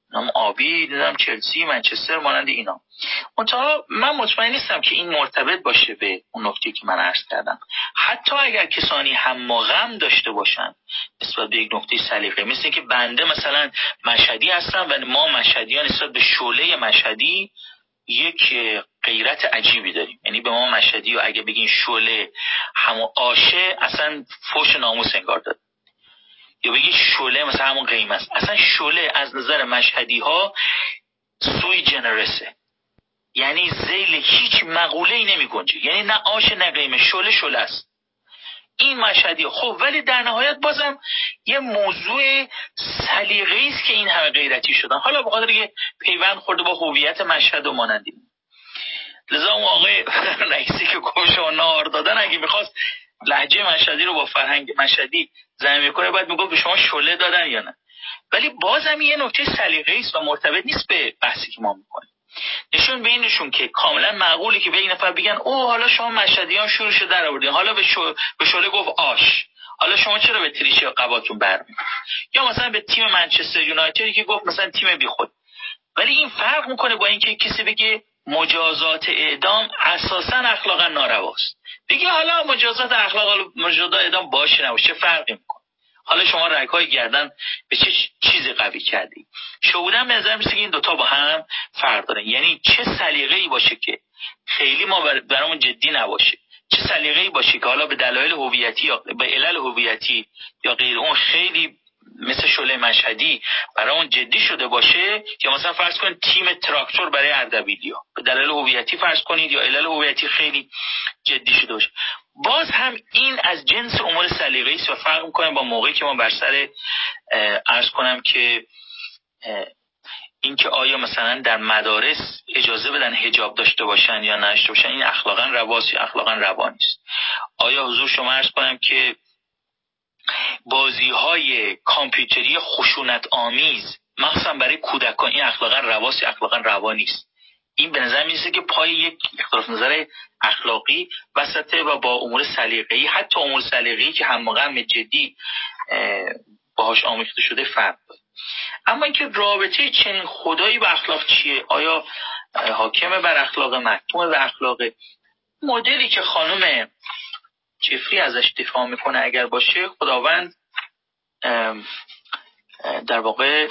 نام آبی، دیدم چلسی، منچستر مانند اینا. منتها من مطمئن نیستم که این مرتبط باشه به اون نکته که من عرض کردم. حتی اگر کسانی هم غم داشته باشن نسبت به یک نکته سلیقه، مثل که بنده مثلا مشهدی هستم و ما مشهدیان نسبت به شعله مشهدی یک غیرت عجیبی داریم. یعنی به ما مشهدی و اگه بگین شعله همون آشه اصلا فوش ناموس انگار داد، یا بگی شعله مثلا همون قیمه است. اصلا شعله از نظر مشهدی ها سوی جنرسه، یعنی ذیل هیچ مقوله‌ای نمی گنجه، یعنی نه آش نه قیمه، شعله است این مشهدی. خب ولی در نهایت بازم یه موضوع سلیقه‌ای است که این همه غیرتی شدن، حالا به خاطر که پیوند خورده با هویت مشهد و مانندی. لذا اون آقای رئیسی که گوش و نار دادن اگه می‌خواست لهجه مشهدی رو با فرهنگ مشهدی زمین کنه باید میگفت به شما شعله دادن یا نه. ولی بازم یه نکته سلیقه‌ای است و مرتبط نیست به بحثی که ما می‌کنیم. نشون به این نشون که کاملا معقوله که به این نفر بگن او حالا شما مشهدیان شروعش در آوردین، حالا به شعله گفت آش، حالا شما چرا به تریشه قباتون برمی‌دارید؟ یا مثلا به تیم منچستر یونایتدی که گفت مثلا تیم بیخود. ولی این فرق میکنه با اینکه کسی بگه مجازات اعدام اساسا اخلاقا نارواست، بگه حالا مجازات اعدام باشه نباشه فرقی میکنه، حالا شما رگ‌های گردن به چه چیزی قوی کردی. شهودن به نظر میسه که این دوتا با هم فرق دارن. یعنی چه سلیقه‌ای باشه که خیلی ما برامون جدی نباشه، چه سلیقه‌ای باشه که حالا به دلایل هویتی یا به علل هویتی یا غیر اون خیلی مثل شعله مشهدی برای اون جدی شده باشه، یا مثلا فرض کنید تیم تراکتور برای اردبیلیا به دلایل هویتی فرض کنید یا علل هویتی خیلی جدی شده باشه، باز هم این از جنس امور سلیقه‌ای است و فرق می‌کنه با موقعی که ما بر سر عرض کنم که اینکه آیا مثلا در مدارس اجازه بدن حجاب داشته باشن یا نداشته باشن، این اخلاقا رواست یا اخلاقا روا نیست. آیا حضور شما عرض کنم که بازی‌های کامپیوتری خشونت آمیز مخصوصا برای کودکان این اخلاقا رواست یا اخلاقا روا نیست؟ این به نظر میاد که پای یک اختلاف نظر اخلاقی وسطه و با امور سلیقه‌ای، حتی امور سلیقه‌ای که هم‌مغرم جدی باهاش آمیخته شده فرق داره. اما اینکه رابطه چنین خدایی با اخلاق چیه؟ آیا حاکم بر اخلاق، محکوم به اخلاق؟ مدلی که خانم جفری ازش دفاع میکنه اگر باشه، خداوند در واقع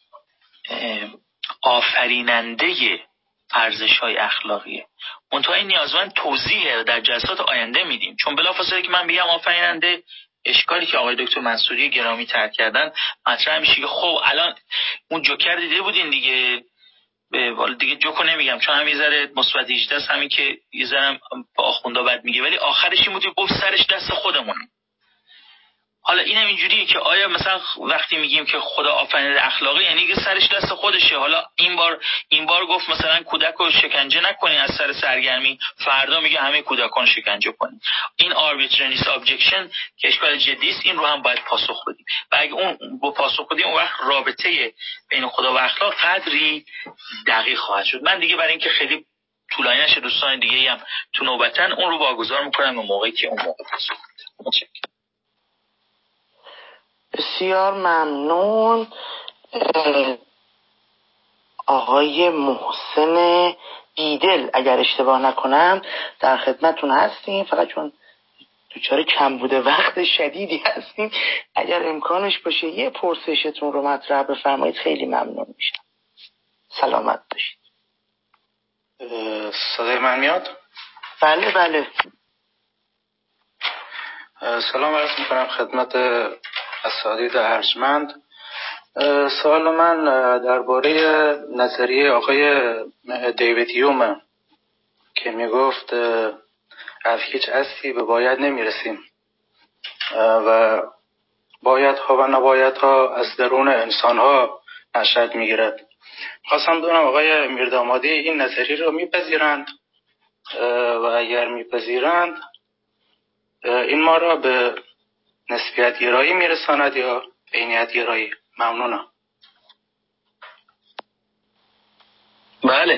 آفریننده ارزش‌های اخلاقیه. منتها این نیازمند توضیحه و در جلسات آینده میدیم، چون بلافاصله که من بگم آفریننده، اشکالی که آقای دکتر منصوری گرامی طرح کردن مطرح میشه که خب الان اون جوکر دیده بودین دیگه، دیگه جوکو نمیگم چون هم یه ذره مثبت 18 است، همین که یه ذره با آخوندا بد میگه، ولی آخرش این بود که گفت سرش دست خودمون. حالا اینم اینجوریه که آیا مثلا وقتی میگیم که خدا آفریننده اخلاقی یعنی که سرش دست خودشه، حالا این بار گفت مثلا کودکو شکنجه نکنین از سر سرگرمی، فردا میگه همه کودکان شکنجه کنین. این آربیترنیس ابجکشن که اشکال جدی است، این رو هم باید پاسخ بدیم و اگه اون با پاسخ بدیم اون وقت رابطه بین خدا و اخلاق قدری دقیق خواهد شد. من دیگه برای اینکه خیلی طولانی نشه دوستان دیگه هم تو نوبتن اون رو واگذار میکنم به موقعی که اون موقع پاسخ بدم. بسیار ممنون. آقای محسن بیدل اگر اشتباه نکنم در خدمتون هستیم، فقط چون دوچاره کم بوده وقت شدیدی هستیم اگر امکانش باشه یه پرسشتون رو مطرح بفرمایید خیلی ممنون میشم. سلامت باشید. صدای من میاد؟ بله بله. سلام عرض میکنم خدمت اساتید ارجمند. سوال من درباره نظریه آقای دیوید هیوم که میگفت از هیچ اصلی به باید نمیرسیم و بایدها و نبایدها از درون انسانها نشأت میگیرد. خواستم بدونم آقای میردامادی این نظریه رو میپذیرند و اگر میپذیرند این ما را به نسبیت گرایی میرساند یا عینیت گرایی؟ ممنونم. بله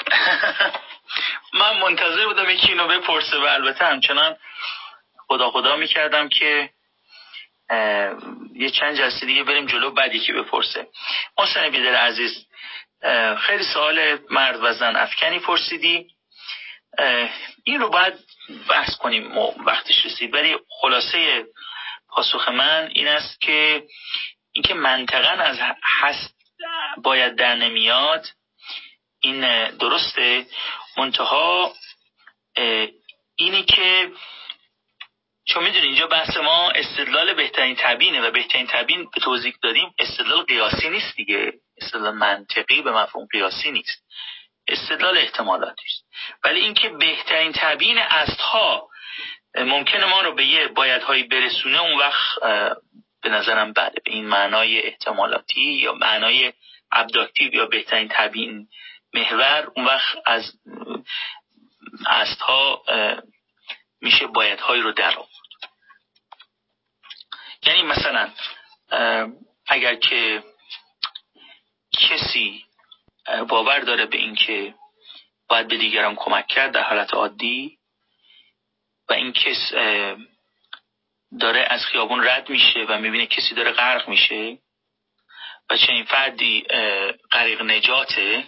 من منتظر بودم یکی اینو بپرسه و البته همچنان خدا میکردم که یه چند جلسه دیگه بریم جلو، بعد یکی بپرسه. محسن بیدل عزیز، خیلی سوال مرد و زن افکنی پرسیدی، این رو باید بحث کنیم وقتش رسید، ولی خلاصه پاسخ من این است که اینکه منطقاً از هست باید در نمیاد، این درسته، منتها اینی که چون میدونی اینجا بحث ما استدلال بهترین تبیینه و بهترین تبیین به توضیح دادیم استدلال قیاسی نیست دیگه، استدلال منطقی به مفهوم قیاسی نیست، استدلال احتمالاتی است. ولی اینکه بهترین تبیین اصلها ممکنه ما رو به یه بایدهایی برسونه، اون وقت به نظرم بله، به این معنای احتمالاتی یا معنای ابداکتیو یا بهترین تبیین محور، اون وقت از اصلها میشه بایدهایی رو در آورد. یعنی مثلا اگر که کسی باور داره به این که باید به دیگران کمک کرد در حالت عادی و این کس داره از خیابون رد میشه و میبینه کسی داره غرق میشه و چنین فردی غریق نجاته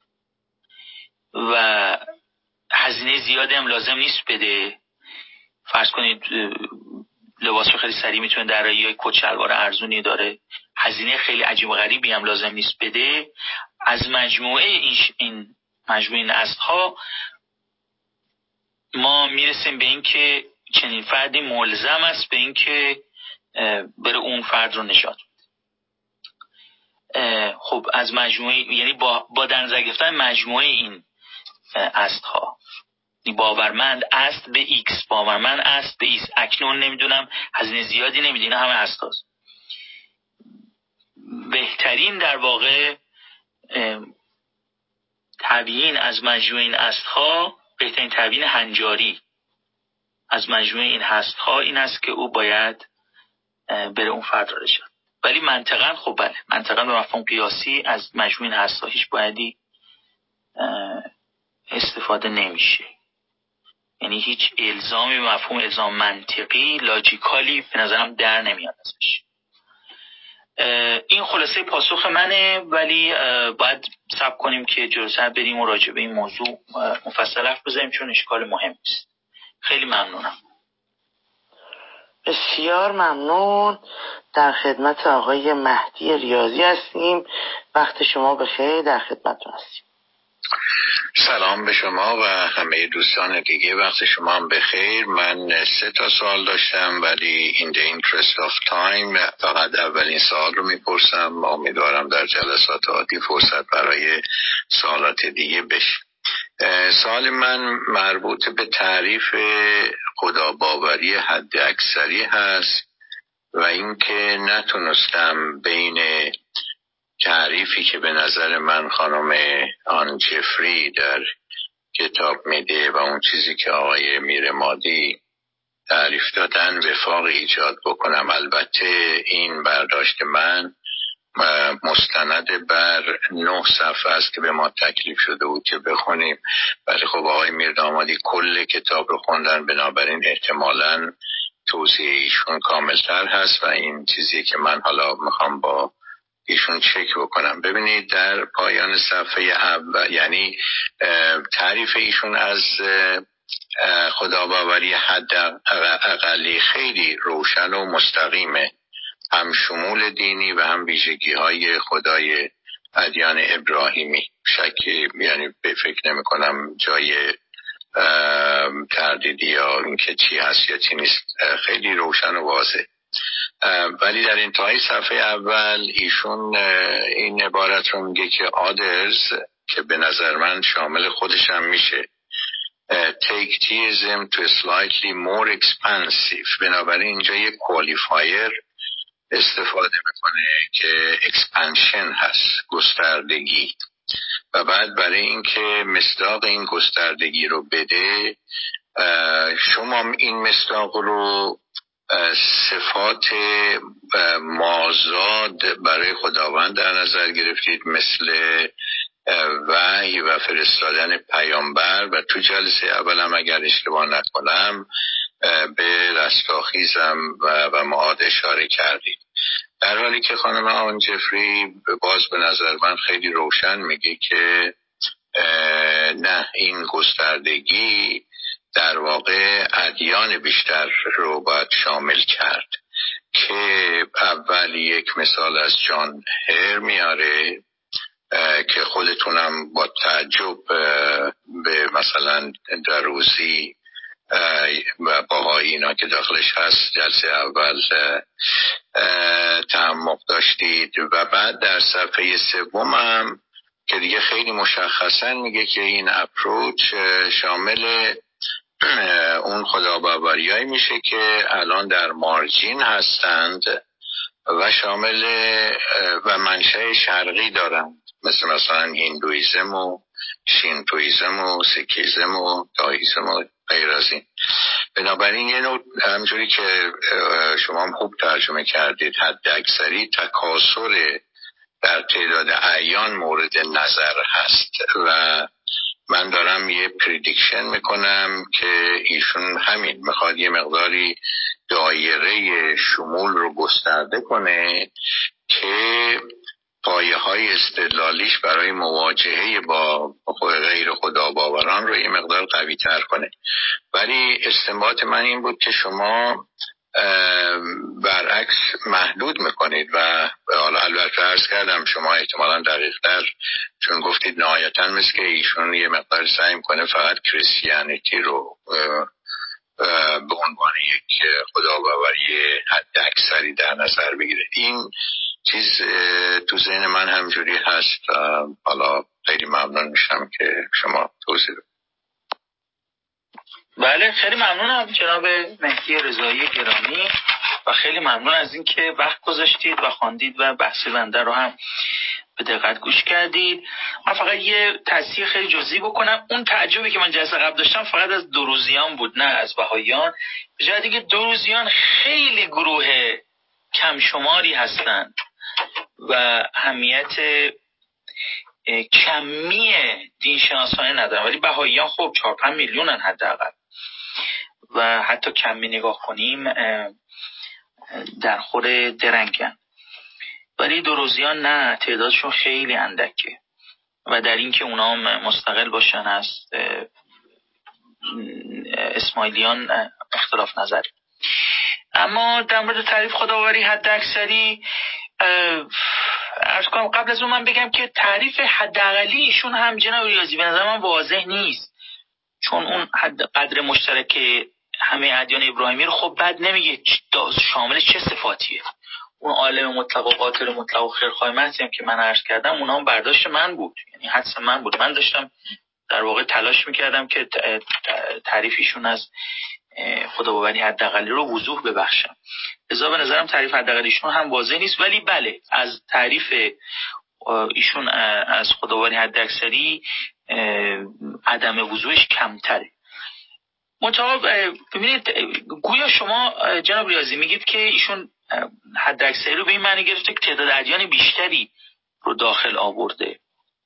و هزینه زیادی هم لازم نیست بده، فرض کنید لباسش خیلی سریع میتونه در یا کت شلوار ارزونی داره، هزینه خیلی عجیب و غریبی هم لازم نیست بده، از مجموعه این اصلها ما میرسیم به این که چنین فردی ملزم است به این که بره اون فرد رو نجات بده. خب از مجموعه، یعنی با در نظر گرفتن مجموعه این اصلها، باورمند است به ایکس، باورمند است به ایکس، اکنون نمیدونم هزینه زیادی نمیده، اینا همه اصلاست. بهترین در واقع تبیین از مجموعه این اصلها، بهترین تبیین هنجاری از مجموعه این هستها این است که او باید بره اون فرد رو نجات. ولی منطقاً خب بله، منطقاً به مفهوم قیاسی از مجموعه این هستها هیچ بایدی استفاده نمیشه، یعنی هیچ الزامی به مفهوم الزام منطقی لاجیکالی به نظرم در نمیاد ازش. این خلاصه پاسخ منه، ولی باید صبر کنیم که جلوتر بریم و راجع به این موضوع مفصل حرف بزنیم چون اشکال مهمی است. خیلی ممنونم. بسیار ممنون. در خدمت آقای مهدی ریاضی هستیم. وقت شما بخیر، در خدمتتون هستیم. سلام به شما و همه دوستان دیگه، وقت شما هم بخیر. من 3 سوال داشتم ولی in the interest of time فقط اولین سوال رو میپرسم. امیدوارم در جلسات عادی فرصت برای سوالات دیگه بشه. سوال من مربوط به تعریف خداباوری حد اکثری هست و اینکه نتونستم بین تعریفی که به نظر من خانم آن جفری در کتاب میده و اون چیزی که آقای میرمادی تعریف دادن وفاق ایجاد بکنم. البته این برداشت من مستند بر 9 صفحه است که به ما تکلیف شده بود که بخونیم، ولی خب آقای میردامادی کل کتاب رو خوندن، بنابراین احتمالاً توضیح ایشون کاملتر هست و این چیزی که من حالا میخوام با ایشون چک بکنم. ببینید در پایان صفحه اول، یعنی تعریف ایشون از خداباوری حد اقلی خیلی روشن و مستقیمه، هم شمول دینی و هم ویژگی های خدای ادیان ابراهیمی. شکی یعنی به فکر نمی کنم جای تردیدی یا اینکه چی هست یا چی نیست، خیلی روشن و واضح. ولی در انتهای صفحه اول ایشون این عبارت رو میگه که others، که به نظر من شامل خودش هم میشه، take theism to a slightly more expansive. بنابراین اینجا یک کوالیفایر استفاده میکنه که expansion هست، گستردگی، و بعد برای اینکه مصداق این گستردگی رو بده شما این مصداق رو صفات مازاد برای خداوند در نظر گرفتید، مثل وحی و فرستادن پیامبر، و تو جلسه اولم اگر اشتباه نکنم به رستاخیزم و معاد اشاره کردید، در حالی که خانم آن جفری باز به نظر من خیلی روشن میگه که نه، این گستردگی در واقع ادیان بیشتر رو باید شامل کرد، که اول یک مثال از جان هر میاره که خودتونم با تعجب به مثلا دروزی و باهایی اینا که داخلش هست جلسه اول تعمق داشتید، و بعد در صفحه سومم که دیگه خیلی مشخصا میگه که این اپروچ شامل اون خداباوریایی میشه که الان در مارجین هستند و شامل و منشأ شرقی دارند، مثلا هندویزم و شینتویزم و سیکیزم و داییزم و غیر از این. بنابراین یه نوع همجوری که شما هم خوب ترجمه کردید، حد اکثری تکاثر در تعداد اعیان مورد نظر هست و من دارم یه پردیکشن میکنم که ایشون همین میخواد یه مقداری دایره شمول رو گسترده کنه که پایه های استدلالیش برای مواجهه با غیر خداباوران رو یه مقدار قوی تر کنه. ولی استنباط من این بود که شما برعکس محدود میکنید و حالا البته عرض کردم شما احتمالاً دقیق تر، چون گفتید نهایتاً مثل که ایشون یه مقدار سعی میکنه فقط کریستیانیتی رو به عنوان یک خداباوری حد اکثری در نظر بگیره. این چیز تو ذهن من همجوری هست. حالا خیلی ممنون میشم که شما توضیح بدید. بله، خیلی ممنونم جناب مهدی رضایی گرامی و خیلی ممنون از اینکه وقت گذاشتید و خواندید و بحث بنده رو هم به دقت گوش کردید. من فقط یه تصحیح خیلی جزئی بکنم. اون تعجبی که من جلسه قبل داشتم فقط از دروزیان بود، نه از بهائیان. به جای دیگه دروزیان خیلی گروه کم شماری هستند و اهمیت کمی دین شناسانه ندارن، ولی بهائیان خب 4-5 میلیونن حداقل و حتی کمی نگاه کنیم در خور درنگن، ولی دروزیان نه، تعدادشون خیلی اندکه و در این که اونا مستقل باشن از اسماعیلیان اختلاف نظری. اما در مورد تعریف خداوری حد اکثری عرض کنم، قبل از اون من بگم که تعریف حداقلی ایشون هم جناب ریاضی به نظر من واضح نیست، چون اون قدر مشترک همه ادیان ابراهیمی رو خب بد نمیگه شامل چه صفاتیه. اون عالم مطلق و قاطر مطلق و خیرخواه محضی هم که من عرض کردم اونا هم برداشت من بود، یعنی حدس من بود. من داشتم در واقع تلاش میکردم که تعریفیشون از خداباوری حداقلی رو وضوح ببخشم. لذا به نظرم تعریف حداقلیشون هم واضح نیست، ولی بله از تعریف ایشون از خداباوری حداکثری عدم وضوحش کمتره. منتها ببینید، گویا شما جناب ریاضی میگید که ایشون حداکثری رو به این معنی گرفته که تعداد ادیان بیشتری رو داخل آورده.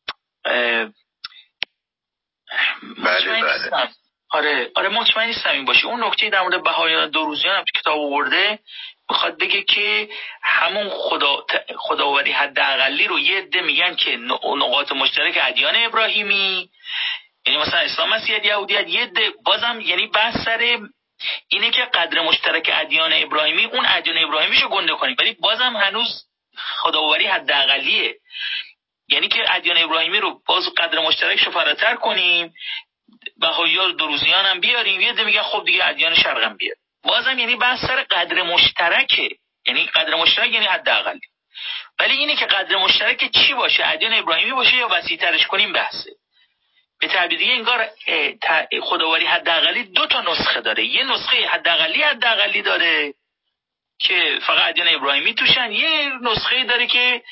بله. آره مطمئن نیستم این باشه. اون نکته در مورد بهائیان دروزیان هم کتاب آورده میخواد بگه که همون خداوری حداقلی رو یه عده میگن که نقاط مشترک ادیان ابراهیمی، یعنی مثلا اسلام، مسیحیت، یهودیت، یه عده بازم یعنی بحث سر اینه که قدر مشترک ادیان ابراهیمی اون ادیان ابراهیمیشو گنده کنیم، ولی بازم هنوز خداوری حداقلیه، یعنی که ادیان ابراهیمی رو باز قدر مشترکشو فراتر کنیم، بهائیان دروزیان هم بیاریم، یه ده میگن خب دیگه ادیان شرق هم بیار، بازم یعنی بحث سر قدر مشترکه، یعنی قدر مشترک یعنی حداقل. ولی اینه که قدر مشترک چی باشه، ادیان ابراهیمی باشه یا وسیع‌ترش کنیم بحثه. به تعبیر دیگه انگار خداوری حداقلی 2 تا نسخه داره، یه نسخه حداقلی داره که فقط ادیان ابراهیمی توشن، یه نسخه داره که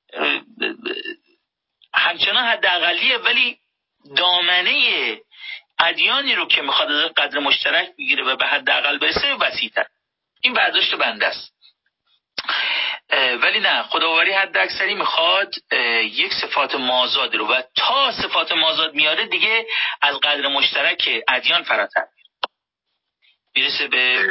همچنان حداقلیه ولی دامنه ادیانی رو که میخواد قدر مشترک بگیره و به حداقل برسه وسیع‌تر. این برداشت بنده است. ولی نه، خداوری حداکثری میخواد یک صفات مازاد رو و تا صفات مازاد میاره دیگه از قدر مشترک ادیان فراتر. میرسه به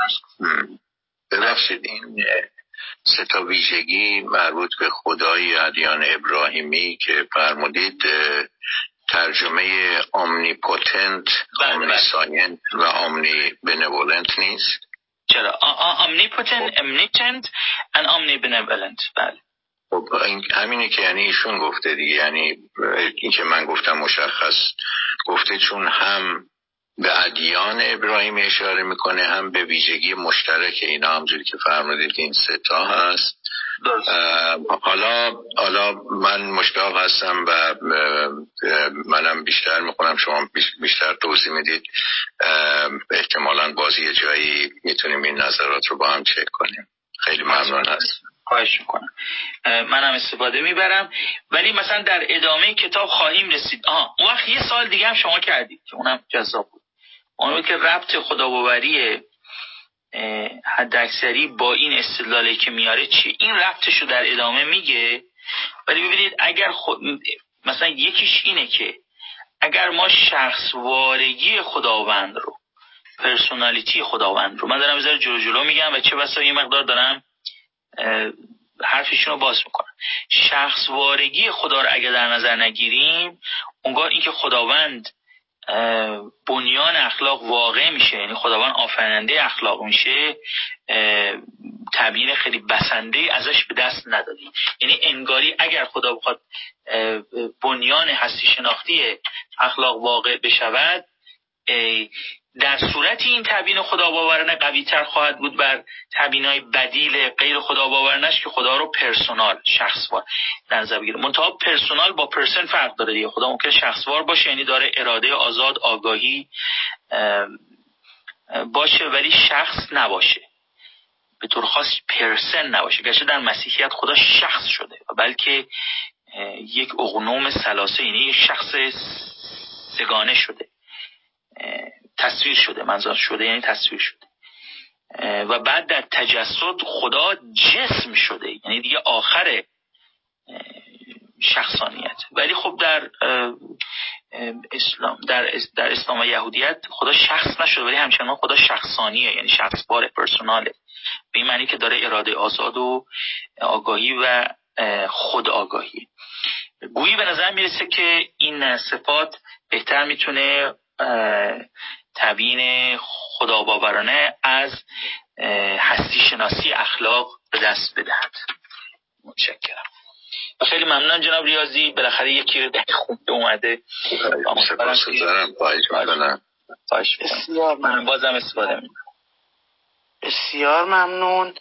ببخشید این 3 تا ویژگی مربوط به خدای ادیان ابراهیمی که فرمودید ترجمه omnipotent، omniscient و omnibenevolent نیست؟ چرا؟ omnipotent، omniscient and omnibenevolent. بله. خب همینه که یعنی ایشون گفته دیگه، یعنی این که من گفتم مشخص گفته، چون هم به ادیان ابراهیمی اشاره میکنه هم به ویژگی مشترک اینا، همجوری که فرمودید این 3 تا هست. حالا من مشتاق هستم و منم بیشتر میخونم، شما بیشتر توضیح میدید، احتمالاً بازی جایی میتونیم این نظرات رو با هم چک کنیم. خیلی ممنون هست. خواهش میکنم. منم استفاده میبرم، ولی مثلا در ادامه کتاب خواهیم رسید. اون وقت یه سال دیگه هم شما کردید که اونم جذاب بود، اونم که ربط خداباوری حد اکثری با این استدلالی که میاره چی، این ربطشو در ادامه میگه. ولی ببینید اگر مثلا یکیش اینه که اگر ما شخصوارگی خداوند رو، پرسونالیتی خداوند رو، من دارم بذاره جلو میگم و چه بسا یه مقدار دارم حرفشون رو باز میکنم. شخصوارگی خدا رو اگر در نظر نگیریم، اونگاه این که خداوند بنیان اخلاق واقع میشه، یعنی خداوند آفریننده اخلاق میشه، تعبیر خیلی بسنده ازش به دست ندادیم. یعنی انگاری اگر خدا بخواد بنیان هستی شناختی اخلاق واقع بشود، در صورت این تبیین خدا باورانه قوی تر خواهد بود بر تبیین‌های بدیل غیر خدا باورانش که خدا رو پرسونال، شخصوار در نظر بگیره. منتها پرسونال با پرسن فرق داره دیگه. خدا ممکن شخصوار باشه، یعنی داره اراده آزاد، آگاهی باشه، ولی شخص نباشه، به طور خاص پرسن نباشه. گرچه در مسیحیت خدا شخص شده و بلکه یک اقنوم ثلاثه، یعنی یک شخص سگانه شده، تصویر شده، منظور شده یعنی تصویر شده. و بعد در تجسد خدا جسم شده، یعنی دیگه آخر شخصانیت. ولی خب در اسلام، در اسلام و یهودیت خدا شخص نشده، ولی همچنان خدا شخصانیه، یعنی شخصباره، پرسوناله، به این معنی که داره اراده آزاد و آگاهی و خود آگاهی. گویی به نظر میرسه که این صفات بهتر میتونه تبیین خداباورانه از هستی شناسی اخلاق به دست بدهد. متشکرم. خیلی ممنون جناب ریاضی، بالاخره یکی رو خونده اومده. سپاسگزارم. بسیار من بازم استفاده می‌کنم. بسیار ممنون.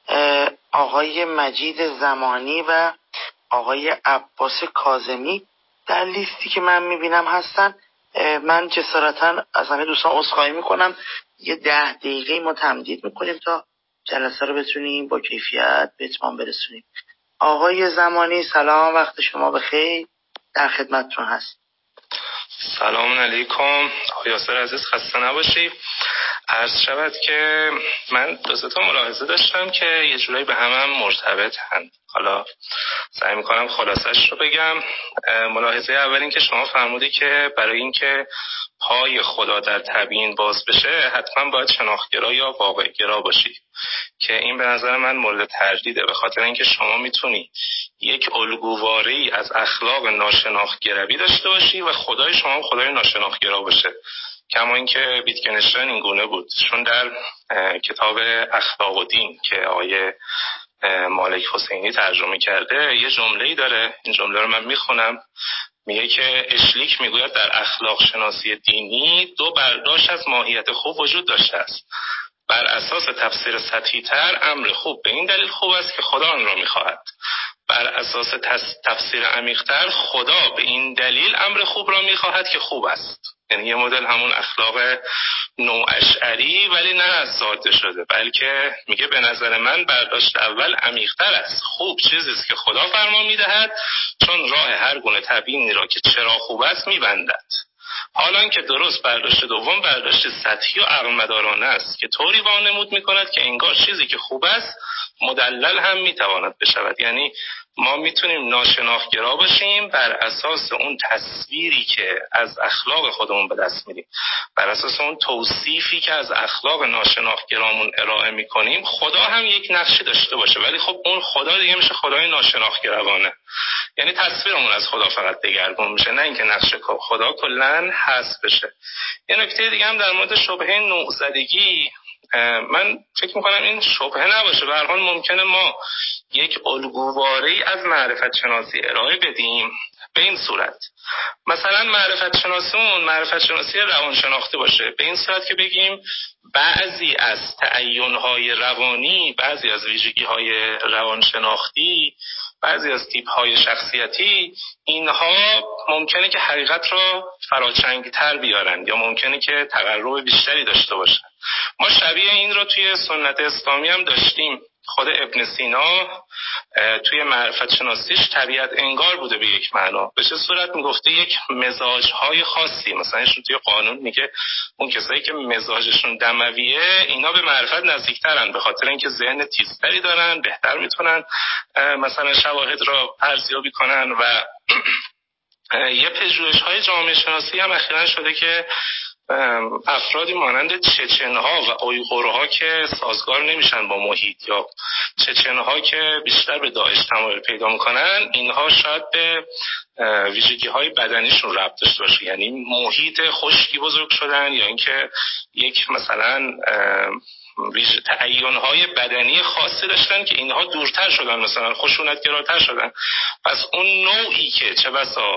آقای مجید زمانی و آقای عباس کاظمی در لیستی که من میبینم هستن. من جسارتا از همه دوستان عذرخواهی میکنم، یه 10 دقیقه ما تمدید میکنیم تا جلسه رو بتونیم با کیفیت به اتمام برسونیم. آقای زمانی سلام، وقت شما بخیر، در خدمتتون هست. سلام علیکم. آقای یاسر عزیز خسته نباشی. عرض شود که من 2 تا ملاحظه داشتم که یه جورایی به هم مرتبطن. حالا سعی میکنم خلاصش رو بگم. ملاحظه اول این که شما فرمودی که برای این که پای خدا در تبیین باز بشه حتما باید شناختگرا یا واقع‌گرا باشی، که این به نظر من مورد تردیده، به خاطر اینکه شما میتونی یک الگوواری از اخلاق ناشناختگروی داشته باشی و خدای شما هم خدای ناشناختگرا باشه، کما اینکه ویتگنشتاین این گونه بود. چون در کتاب اخلاق و دین که آقای مالک حسینی ترجمه کرده یه جمله‌ای داره، این جمله رو من میخونم. میگه که اشلیک میگوید در اخلاق شناسی دینی 2 برداشت از ماهیت خوب وجود داشته است. بر اساس تفسیر سطحی تر امر خوب به این دلیل خوب است که خدا آن را میخواهد. بر اساس تفسیر عمیق تر خدا به این دلیل امر خوب را میخواهد که خوب است. یعنی یه مدل همون اخلاق نواشعری ولی نه از ساده شده، بلکه میگه به نظر من برداشت اول عمیق‌تر است. خوب چیزی است که خدا فرمان میدهد، چون راه هر گونه تبیینی را که چرا خوب است میبندد. حالان که درست برداشت دوم برداشت سطحی و عقل مدارانه است که طوری وانمود میکند که انگار چیزی که خوب است مدلل هم میتواند بشود. یعنی ما میتونیم ناشناخگرا باشیم بر اساس اون تصویری که از اخلاق خودمون به دست میدیم، بر اساس اون توصیفی که از اخلاق ناشناخگرامون ارائه میکنیم. خدا هم یک نقشی داشته باشه، ولی خب اون خدا دیگه میشه خدای ناشناخگرانه، یعنی تصویرمون از خدا فقط دگرگون میشه، نه اینکه نقش خدا کلاً حذف بشه. یه نکته دیگه هم در مورد شبهه نوزدگی، من فکر میکنم این شبهه نباشه. به هر حال ممکنه ما یک الگوواره‌ای از معرفت شناسی ارائه بدیم به این صورت، مثلا معرفت شناسی روانشناختی باشه، به این صورت که بگیم بعضی از تعیین‌های روانی، بعضی از ویژگی‌های روانشناختی، بعضی از تیپ‌های شخصیتی، اینها ممکنه که حقیقت را فراچنگ‌تر بیارن یا ممکنه که تقرب بیشتری داشته باشن. ما شبیه این رو توی سنت اسلامی هم داشتیم. خود ابن سینا توی معرفت شناسیش طبیعت انگار بوده به یک معنا. به چه صورت میگفته؟ یک مزاج‌های خاصی، مثلا ایشون توی قانون میگه اون کسایی که مزاجشون دمویه اینا به معرفت نزدیکترن، به خاطر اینکه ذهن تیزتری دارن، بهتر میتونن مثلا شواهد را ارزیابی کنن. و یه پژوهش‌های جامعه شناسی هم اخیراً شده که افرادی مانند چچنها و اویغورها که سازگار نمیشن با محیط، یا چچنها که بیشتر به داعش تمایل پیدا میکنن، اینها شاید به ویژگی‌های بدنیشون ربط داشته باشه، یعنی محیط خشکی بزرگ شدن، یا اینکه یک مثلا تعیین‌های بدنی خاصی داشتن که اینها دورتر شدن، مثلا خشونت‌گراتر شدن. پس اون نوعی که چه بسا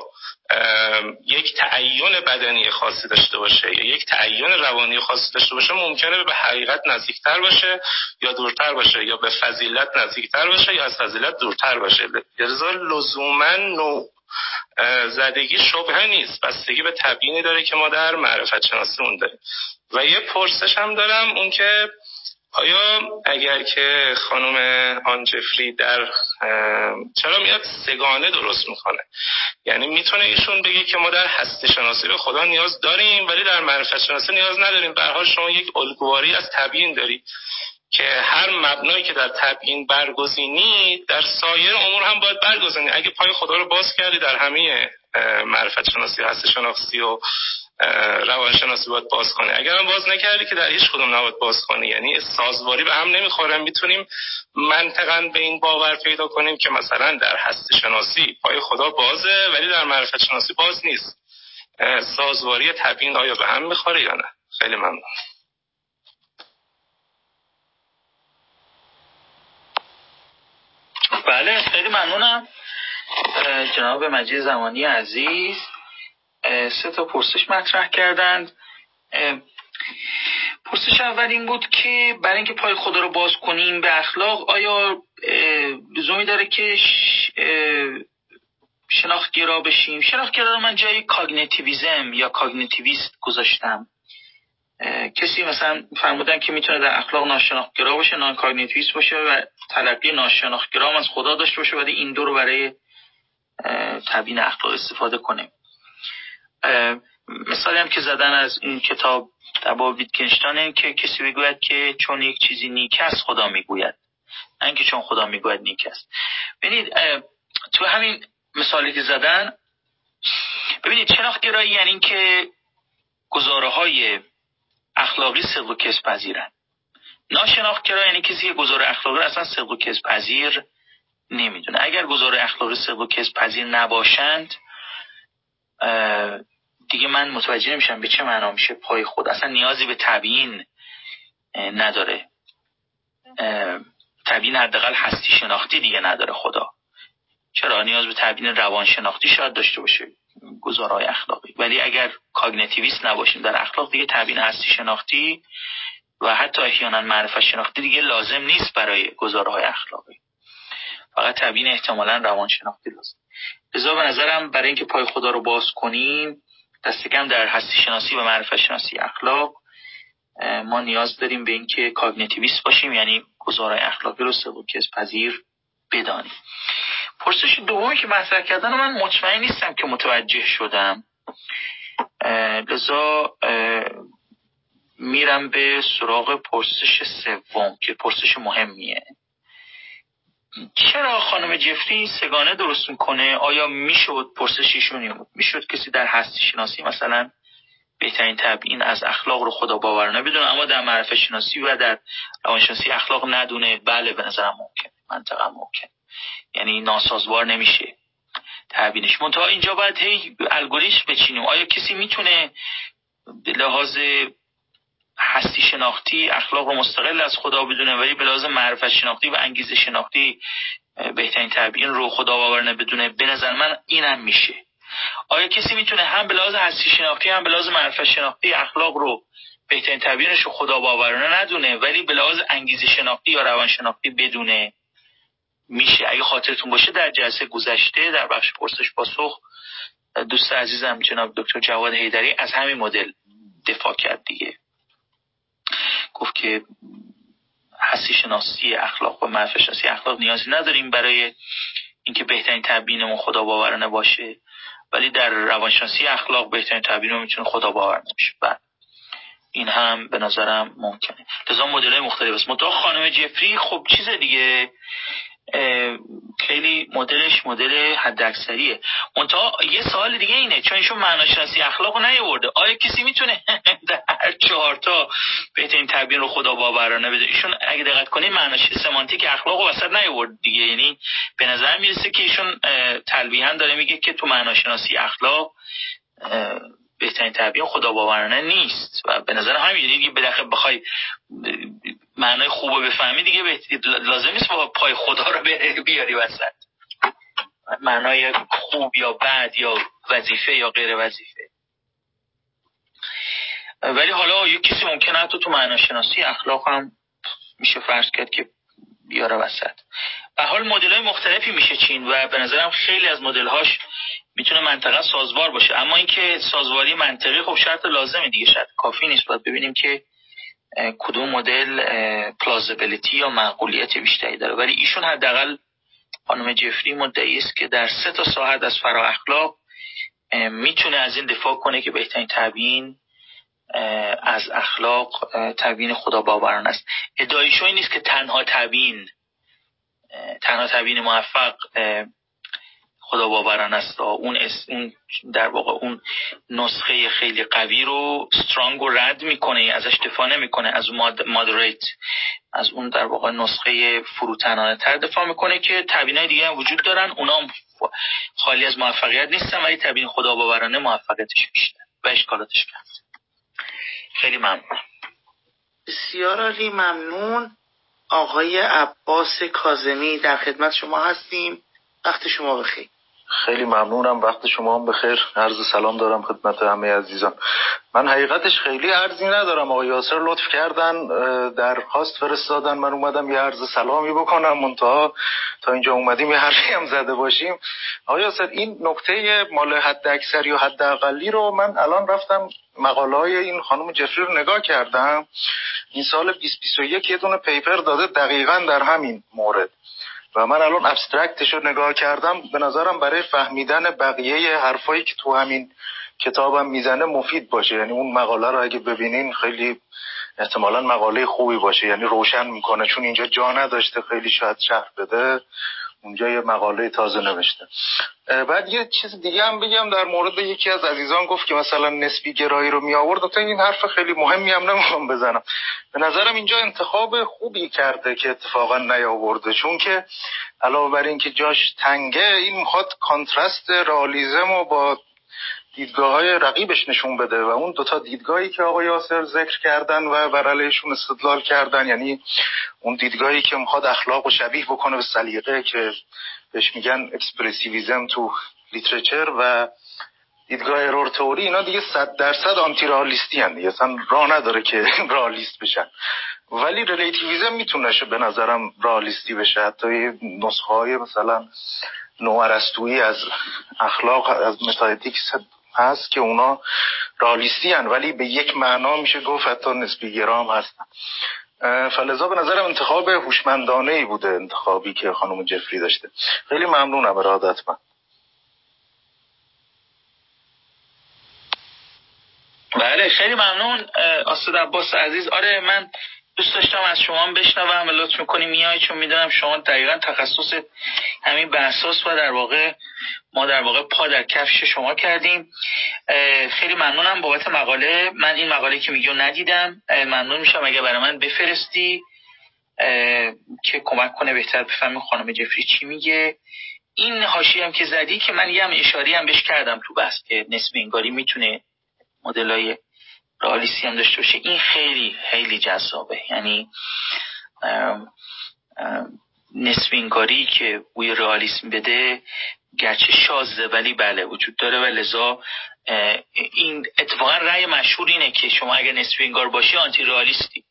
یک تعیین بدنی خاصی داشته باشه یا یک تعیین روانی خاصی داشته باشه، ممکنه به حقیقت نزدیکتر باشه یا دورتر باشه، یا به فضیلت نزدیکتر باشه یا از فضیلت دورتر باشه. لذا لزوما نوع زدگی شبهه نیست، بستگی به تبیینی داره که ما در معرفت شناسی اون داریم. و یه پرسش هم دارم، اون که آیا اگر که خانم آنجفری در چرا میاد سگانه درست میکنه، یعنی میتونه ایشون بگه که ما در هستی شناسی به خدا نیاز داریم ولی در معرفت شناسی نیاز نداریم. به هر حال شما یک الگوواری از تبیین دارید که هر مبنایی که در تبیین برگزینید در سایر امور هم باید برگزینید. اگه پای خدا رو باز کردی در همه معرفت شناسی و هستی شناسی و روانشناسی باید باز کنی، اگر هم باز نکردی که در هیچ کدوم نباید باز کنی. یعنی سازواری به هم نمیخوره. میتونیم منطقاً به این باور پیدا کنیم که مثلا در هستی شناسی پای خدا بازه ولی در معرفت شناسی باز نیست. سازواری تبیین آیا به هم میخوره یا نه؟ خیلی ممنون. بله خیلی ممنونم جناب مجید زمانی عزیز. 3 تا پرسش مطرح کردند. پرسش اول این بود که برای اینکه پای خدا رو باز کنیم به اخلاق، آیا لزومی داره که شناخت‌گرا بشیم؟ شناخت‌گرا رو من جای کاگنیتیویسم یا کاگنیتیویست گذاشتم. کسی مثلا فرمودن که میتونه در اخلاق ناشناخت‌گرا باشه، نان کاگنیتیویست باشه و تلقی ناشناخت‌گرا هم از خدا داشته باشه، ولی این دو رو برای تبیین اخلاق استفاده کنه. مثالی هم که زدن از این کتاب تبا ویتکنشتاین که کسی بگوید که چون یک چیزی نیک است خدا میگوید، نه اینکه چون خدا میگوید نیک است. ببینید تو همین مثالی که زدن، ببینید شناخت‌گرایی یعنی این که گزاره‌های اخلاقی صدق و کذب پذیرن. ناشناخت‌گرا یعنی کسی که گزاره اخلاقی اصلا صدق و کذب پذیر نمیدونه. اگر گزاره اخلاقی صدق و کذب پذیر نباشند دیگه من متوجه نمیشم به چه معنا میشه پای خود. اصلا نیازی به تبیین نداره. تبیین حداقل هستی شناختی دیگه نداره خدا. چرا؟ نیاز به تبیین روان شناختی شاید داشته باشه گزارهای اخلاقی، ولی اگر کاگنیتیویست نباشیم در اخلاق دیگه تبیین هستی شناختی و حتی احیانا معرفت شناختی دیگه لازم نیست برای گزارهای اخلاقی، فقط تبیین احتمالاً روان شناختی لازم. لذا به نظرم برای اینکه پای خدا رو باز کنیم دست کم در هستی شناسی و معرفت شناسی اخلاق ما نیاز داریم به اینکه کاگنیتیویست باشیم، یعنی گزارهای اخلاقی رو صدق و کذب پذیر بدانیم. پرسش دومی که مطرح کردن من مطمئن نیستم که متوجه شدم، لذا میرم به سراغ پرسش سوم که پرسش مهمیه. چرا خانم جفری سگانه درست میکنه؟ آیا میشد پرسشیشونی بود میشد کسی در هستی شناسی مثلا بهترین تبیین از اخلاق رو خدا باورانه بدونه اما در معرفت شناسی و در روانشناسی اخلاق ندونه؟ بله به نظرم ممکن، منطقا ممکن، یعنی ناسازوار نمیشه تبیینش. منتها اینجا باید هی الگوریتم بچینیم. آیا کسی میتونه به لحاظ هستی شناختی اخلاق رو مستقل از خدا بدونه ولی به لحاظ معرفت شناختی و انگیزه شناختی بهترین تبیین رو خدا باورانه بدونه؟ به نظر من اینم میشه. آیا کسی میتونه هم به لحاظ هستی شناختی هم به لحاظ معرفت شناختی اخلاق رو بهترین تبیینش رو خدا باورانه ندونه ولی به لحاظ انگیزه شناختی یا روان شناختی بدونه؟ میشه. اگه خاطرتون باشه در جلسه گذشته در بخش پرسش پاسخ دوست عزیزم جناب دکتر جواد حیدری از همین مدل دفاع کرد دیگه، گفت که هستی شناسی اخلاق و معرفت شناسی اخلاق نیازی نداریم برای اینکه بهترین تبیینمون خدا باورانه باشه ولی در روانشناسی اخلاق بهترین تبیین میتونه خدا باورانه باشه. بعد این هم به نظرم ممکنه. لذا مدل‌های مختلف است. منتها خانم جفری خب چیز دیگه، خیلی مدلش مدل حداکثریه. منتها یه سوال دیگه اینه، چون ایشون معناشناسی اخلاقو نیاورده، آیا کسی میتونه در هر 4 تا بهترین تبیین رو خدا باورانه بده؟ ایشون اگه دقت کنید معناشناسی سمانتیک اخلاقو وسط نیاورد دیگه. یعنی به نظر میرسه که ایشون تلویحاً داره میگه که تو معناشناسی اخلاق بهترین تبیین خدا باورانه نیست و به نظر همین دیگه بالاخره بخوای معنای خوبو بفهمی دیگه لازم نیست با پای خدا رو بیاری وسط، معنای خوب یا بد یا وظیفه یا غیر وظیفه. ولی حالا یک کسی ممکنه حتی تو معناشناسی اخلاق هم میشه فرض کرد که بیاره وسط. به حال مدل‌های مختلفی میشه چین و به نظرم خیلی از مدل‌هاش میتونه منطقا سازوار باشه، اما اینکه سازواری منطقی خب شرط لازمه دیگه، شرط کافی نیست. باید ببینیم که کدوم مدل پلازیبیلیتی یا معقولیت بیشتری داره. ولی ایشون حداقل خانم جفری مدعی است که در 3 تا ساحت از فرا اخلاق میتونه از این دفاع کنه که بهترین تبیین از اخلاق تبیین خدا باورانه است. ادعایشون این نیست که تنها تبیین موفق خدا باورانه است. اون در واقع اون نسخه خیلی قوی رو استرانگ رو رد میکنه، ازش دفاع نمیکنه، از اون مادریت، از اون در واقع نسخه فروتنانه تر دفاع میکنه که تبیینای دیگه هم وجود دارن، اونا هم خالی از موفقیت نیستن ولی تبیین خدا باورانه موفقیتش بیشتر و اشکالاتش کم. خیلی ممنون. بسیار عالی، ممنون. آقای عباس کاظمی در خدمت شما هستیم، وقت شما بخیر. خیلی ممنونم، وقت شما هم بخیر. عرض سلام دارم خدمت همه عزیزان. من حقیقتش خیلی عرضی ندارم، آقای یاسر لطف کردن درخواست فرستادن، من اومدم یه عرض سلامی بکنم، منتها تا اینجا اومدیم یه حرفی هم زده باشیم. آقای یاسر این نکته مال حد اکثری و حد اقلی رو من الان رفتم مقاله‌های این خانم جفری رو نگاه کردم. این سال 2021 یه دونه پیپر داده دقیقاً در همین مورد و من الان ابسترکتش رو نگاه کردم، به نظرم برای فهمیدن بقیه حرفایی که تو همین کتابم میزنه مفید باشه. یعنی اون مقاله رو اگه ببینین خیلی احتمالاً مقاله خوبی باشه، یعنی روشن میکنه، چون اینجا جا نداشته خیلی شاید شرح بده، اونجا یه مقاله تازه نوشته. بعد یه چیز دیگه هم بگم در مورد یکی از عزیزان گفت که مثلا نسبی گرایی رو می آورد. تا این حرف خیلی مهمی هم نمیخوام بزنم، به نظرم اینجا انتخاب خوبی کرده که اتفاقا نیاورده، چون که علاوه بر این که جاش تنگه، این میخواد کانترست رئالیسم رو با دیدگاه‌های رقیبش نشون بده و اون 2 تا دیدگاهی که آقای یاسر ذکر کردن و بر علیهشون استدلال کردن، یعنی اون دیدگاهی که میخواد اخلاق رو شبیه بکنه به سلیقه که بهش میگن اکسپرسیویسم تو لیترچر، و دیدگاه ارور تئوری، اینا دیگه 100% آنتی رئالیستی ان دیگه، اصلا راه نداره که رئالیست بشن. ولی ریلیتیویسم میتونه به نظرم رئالیستی بشه. حتی نسخه‌های مثلا نوارستویی از اخلاق از متااتیکس هست که اونا رئالیستی ان ولی به یک معنا میشه گفت حتی نسبی گرام هستن. فلذا به نظرم انتخاب هوشمندانه‌ای بوده انتخابی که خانم جفری داشته. خیلی ممنونم ارادتمند. بله خیلی ممنون استاد عباس عزیز. آره من دوست داشتم از شما بشنوم، لطف میکنی میای، چون میدونم شما دقیقاً تخصص همین بحثاست و در واقع ما در واقع پا در کفش شما کردیم. خیلی ممنونم بابت مقاله. من این مقاله که میگم ندیدم، ممنون میشم اگه برای من بفرستی که کمک کنه بهتر بفهمیم خانم جفری چی میگه. این حاشیه هم که زدی که من یه هم اشاری هم بهش کردم تو بحث که نسب انگاری میتونه مدلای رئالیستی هم داشته باشه. این خیلی خیلی جذابه، یعنی نسب انگاری که بوی رئالیسم بده گرچه شاذه ولی بله وجود داره و لذا این اتفاقا رأی مشهور اینه که شما اگر نسب انگار باشی آنتی رئالیستی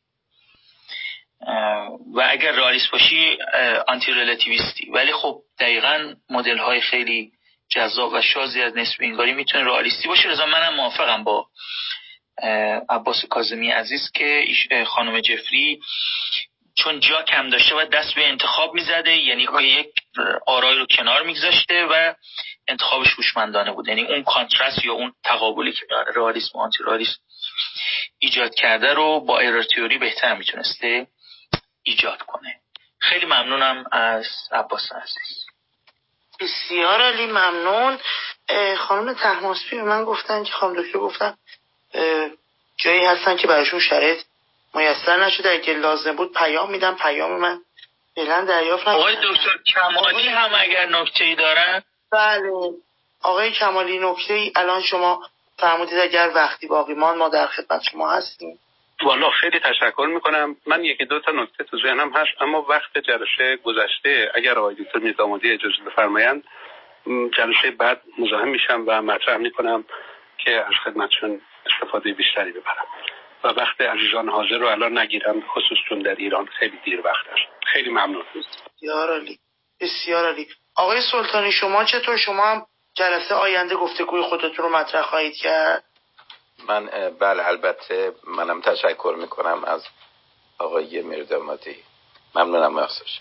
و اگر رئالیست باشی آنتی ریلیتیویستی. ولی خب دقیقاً مدل های خیلی جذاب و شاذی از نسب انگاری میتونه رئالیستی باشه. لذا منم موافقم با عباس کاظمی عزیز که خانم جفری چون جا کم داشته و دست به انتخاب میزده، یعنی یک آرای رو کنار میگذاشته و انتخابش هوشمندانه بود. یعنی اون کانترست یا اون تقابلی که رئالیسم و آنتی رئالیسم ایجاد کرده رو با ایرور تئوری بهتر میتونسته ایجاد کنه. خیلی ممنونم از عباس عزیز. بسیار عالی، ممنون. خانم طهماسبی به من گفتن که خانم دکتر گفتن جایی هستن که براشون شرایط میسر نشده، اگه لازم بود پیام میدم، پیام من فعلا دریافت نشده. آقای دکتر کمالی هم اگر نکته‌ای دارن. بله آقای کمالی، نکته‌ای الان شما فرمودید اگر وقتی باقی ماند ما در خدمت شما هستیم. والا خیلی تشکر میکنم. من یکی دو تا نکته تو ذهنم هست اما وقت جلسه گذشته. اگر آقای دکتر میردامادی اجازه بفرمایند جلسه بعد مزاحم میشم و مطرح میکنم که از خدمتشون استفاده بیشتری ببرم و وقت عزیزان حاضر رو الان نگیرم، خصوص چون در ایران خیلی دیر وقت است. خیلی ممنون. بسیار عالی، بسیار عالی. آقای سلطانی شما چطور؟ شما هم جلسه آینده گفتگوی خودتون رو مطرح خواهید کرد؟ من بله البته منم تشکر میکنم از آقای میردامادی. ممنونم محسوش.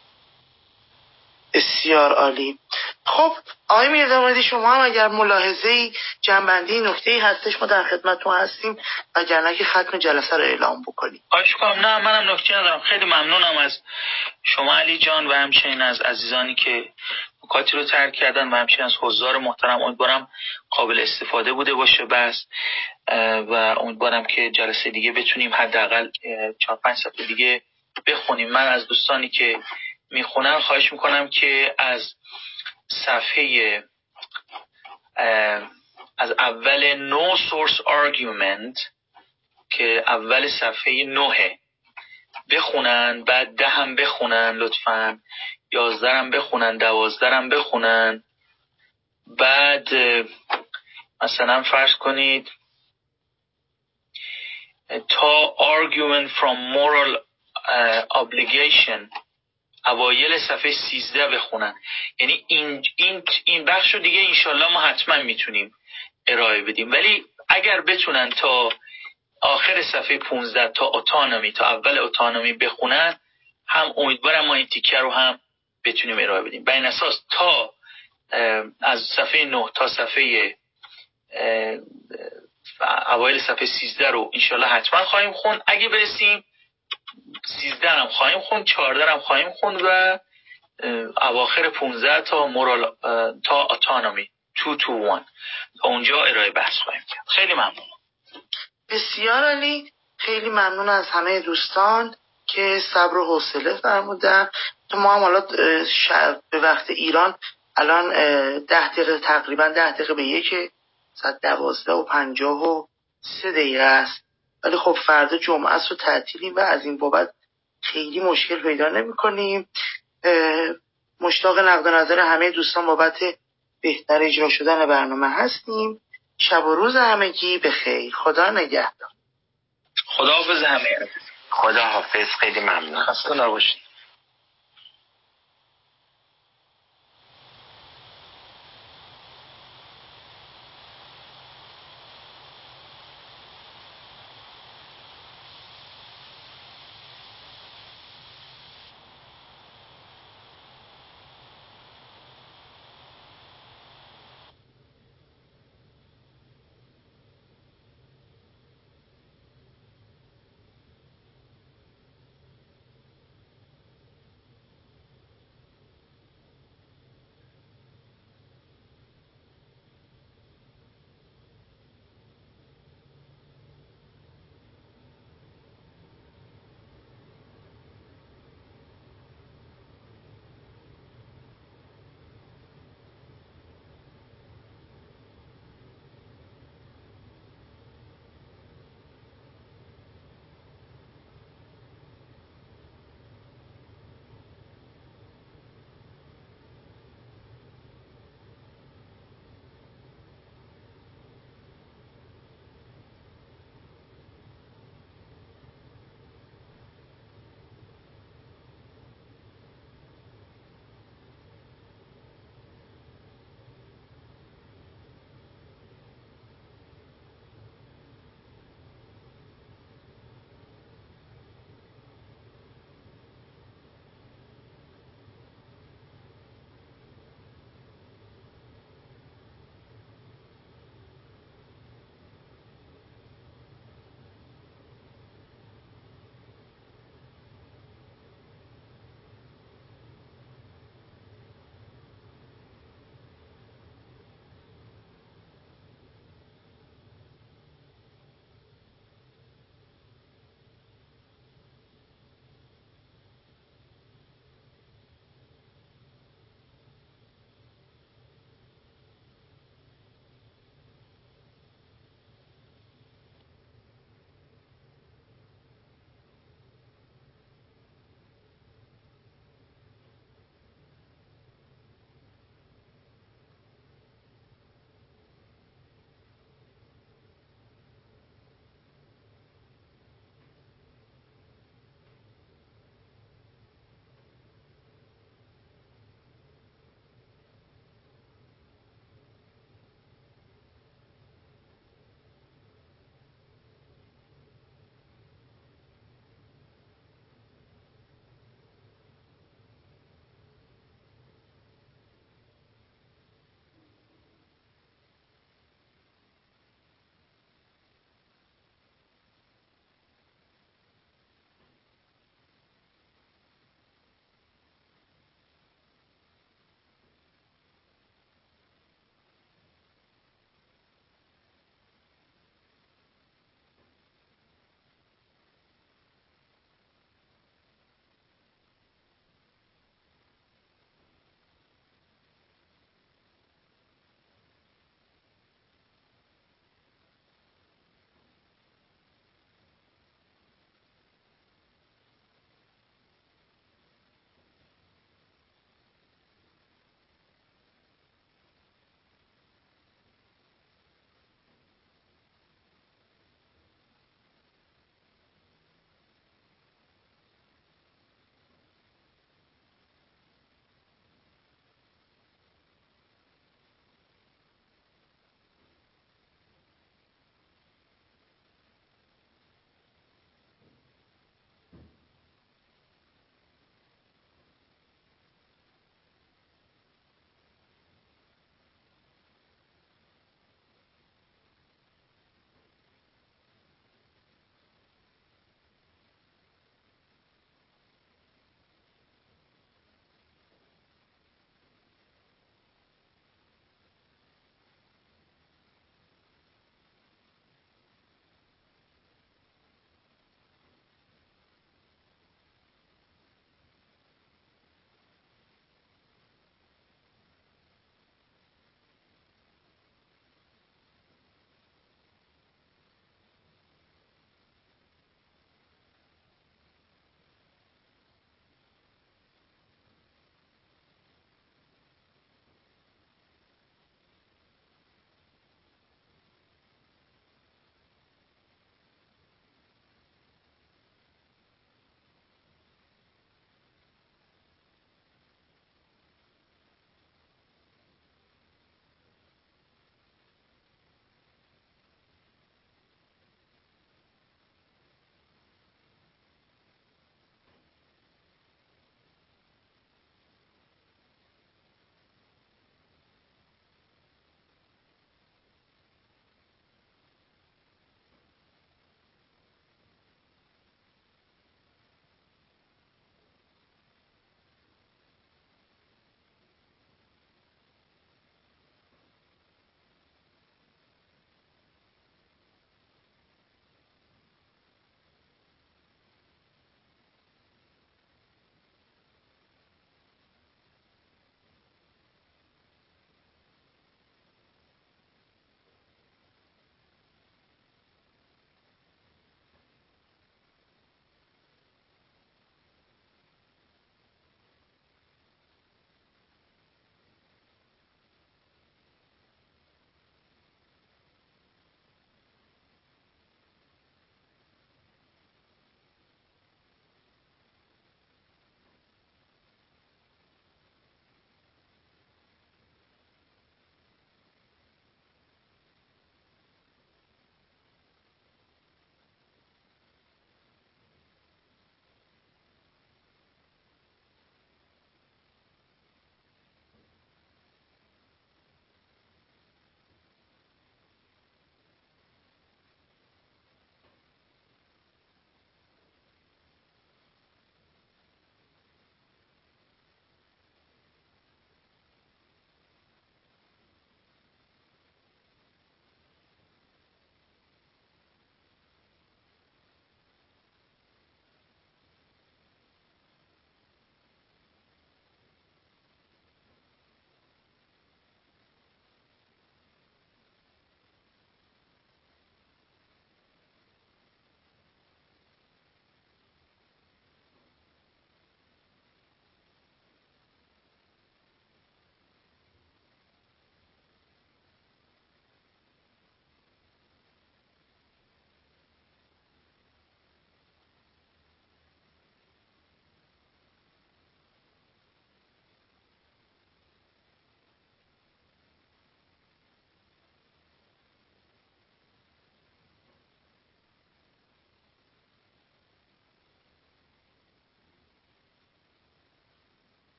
بسیار عالی. خب آقای میردامادی شما هم اگر ملاحظه‌ای جنبندی نکته‌ای هستش ما در خدمتتون هستیم، وگرنه که ختم جلسه رو اعلام بکنیم. خواهش می‌کنم. نه منم نکته ندارم. خیلی ممنونم از شما علی جان و همچنین از عزیزانی که نکاتی رو ترک کردن و همچنین از حضار محترم. امیدوارم قابل استفاده بوده باشه بس و امیدوارم که جلسه دیگه بتونیم حداقل 4-5 صفحه دیگه بخونیم. من از دوستانی که میخونن خواهش میکنم که از صفحه از اول no source argument که اول صفحه 9 بخونن، بعد 10 هم بخونن لطفاً، 11 هم بخونن، 12 هم بخونن، بعد مثلا فرض کنید تا argument from moral obligation اوایل صفحه 13 بخونن. یعنی این بخش رو دیگه انشالله ما حتما میتونیم ارائه بدیم، ولی اگر بتونن تا آخر صفحه 15 تا اتونومی، تا اول اتونومی بخونن، هم امیدوارم ما این تیکه رو هم بتونیم ارائه بدیم. بر این اساس تا از صفحه 9 تا صفحه اوایل صفحه 13 رو انشالله حتما خواهیم خوند. اگه برسیم 13 هم خواهیم خوند، 14 هم خواهیم خوند و اواخر 15 تا مورال تا اتونومی 2 to 1 تا اونجا ارائه بحث خواهیم کرد. خیلی ممنون. بسیار عالی. خیلی ممنون از همه دوستان که صبر و حوصله فرمودن. ما هم حالا به وقت ایران الان 10 دقیقه تقریبا 10 دقیقه به 1 ساعت 12:53 است، ولی خب فردا جمعه است و تعطیلیم و از این بابت خیلی مشکل پیدا نمی کنیم. مشتاق نقد و نظر همه دوستان بابت بهتر اجرا شدن برنامه هستیم. شب و روز همگی بخیر. خدا نگهدار. خدا حافظ همه. خدا حافظ. خیلی ممنون. خسته نباشید.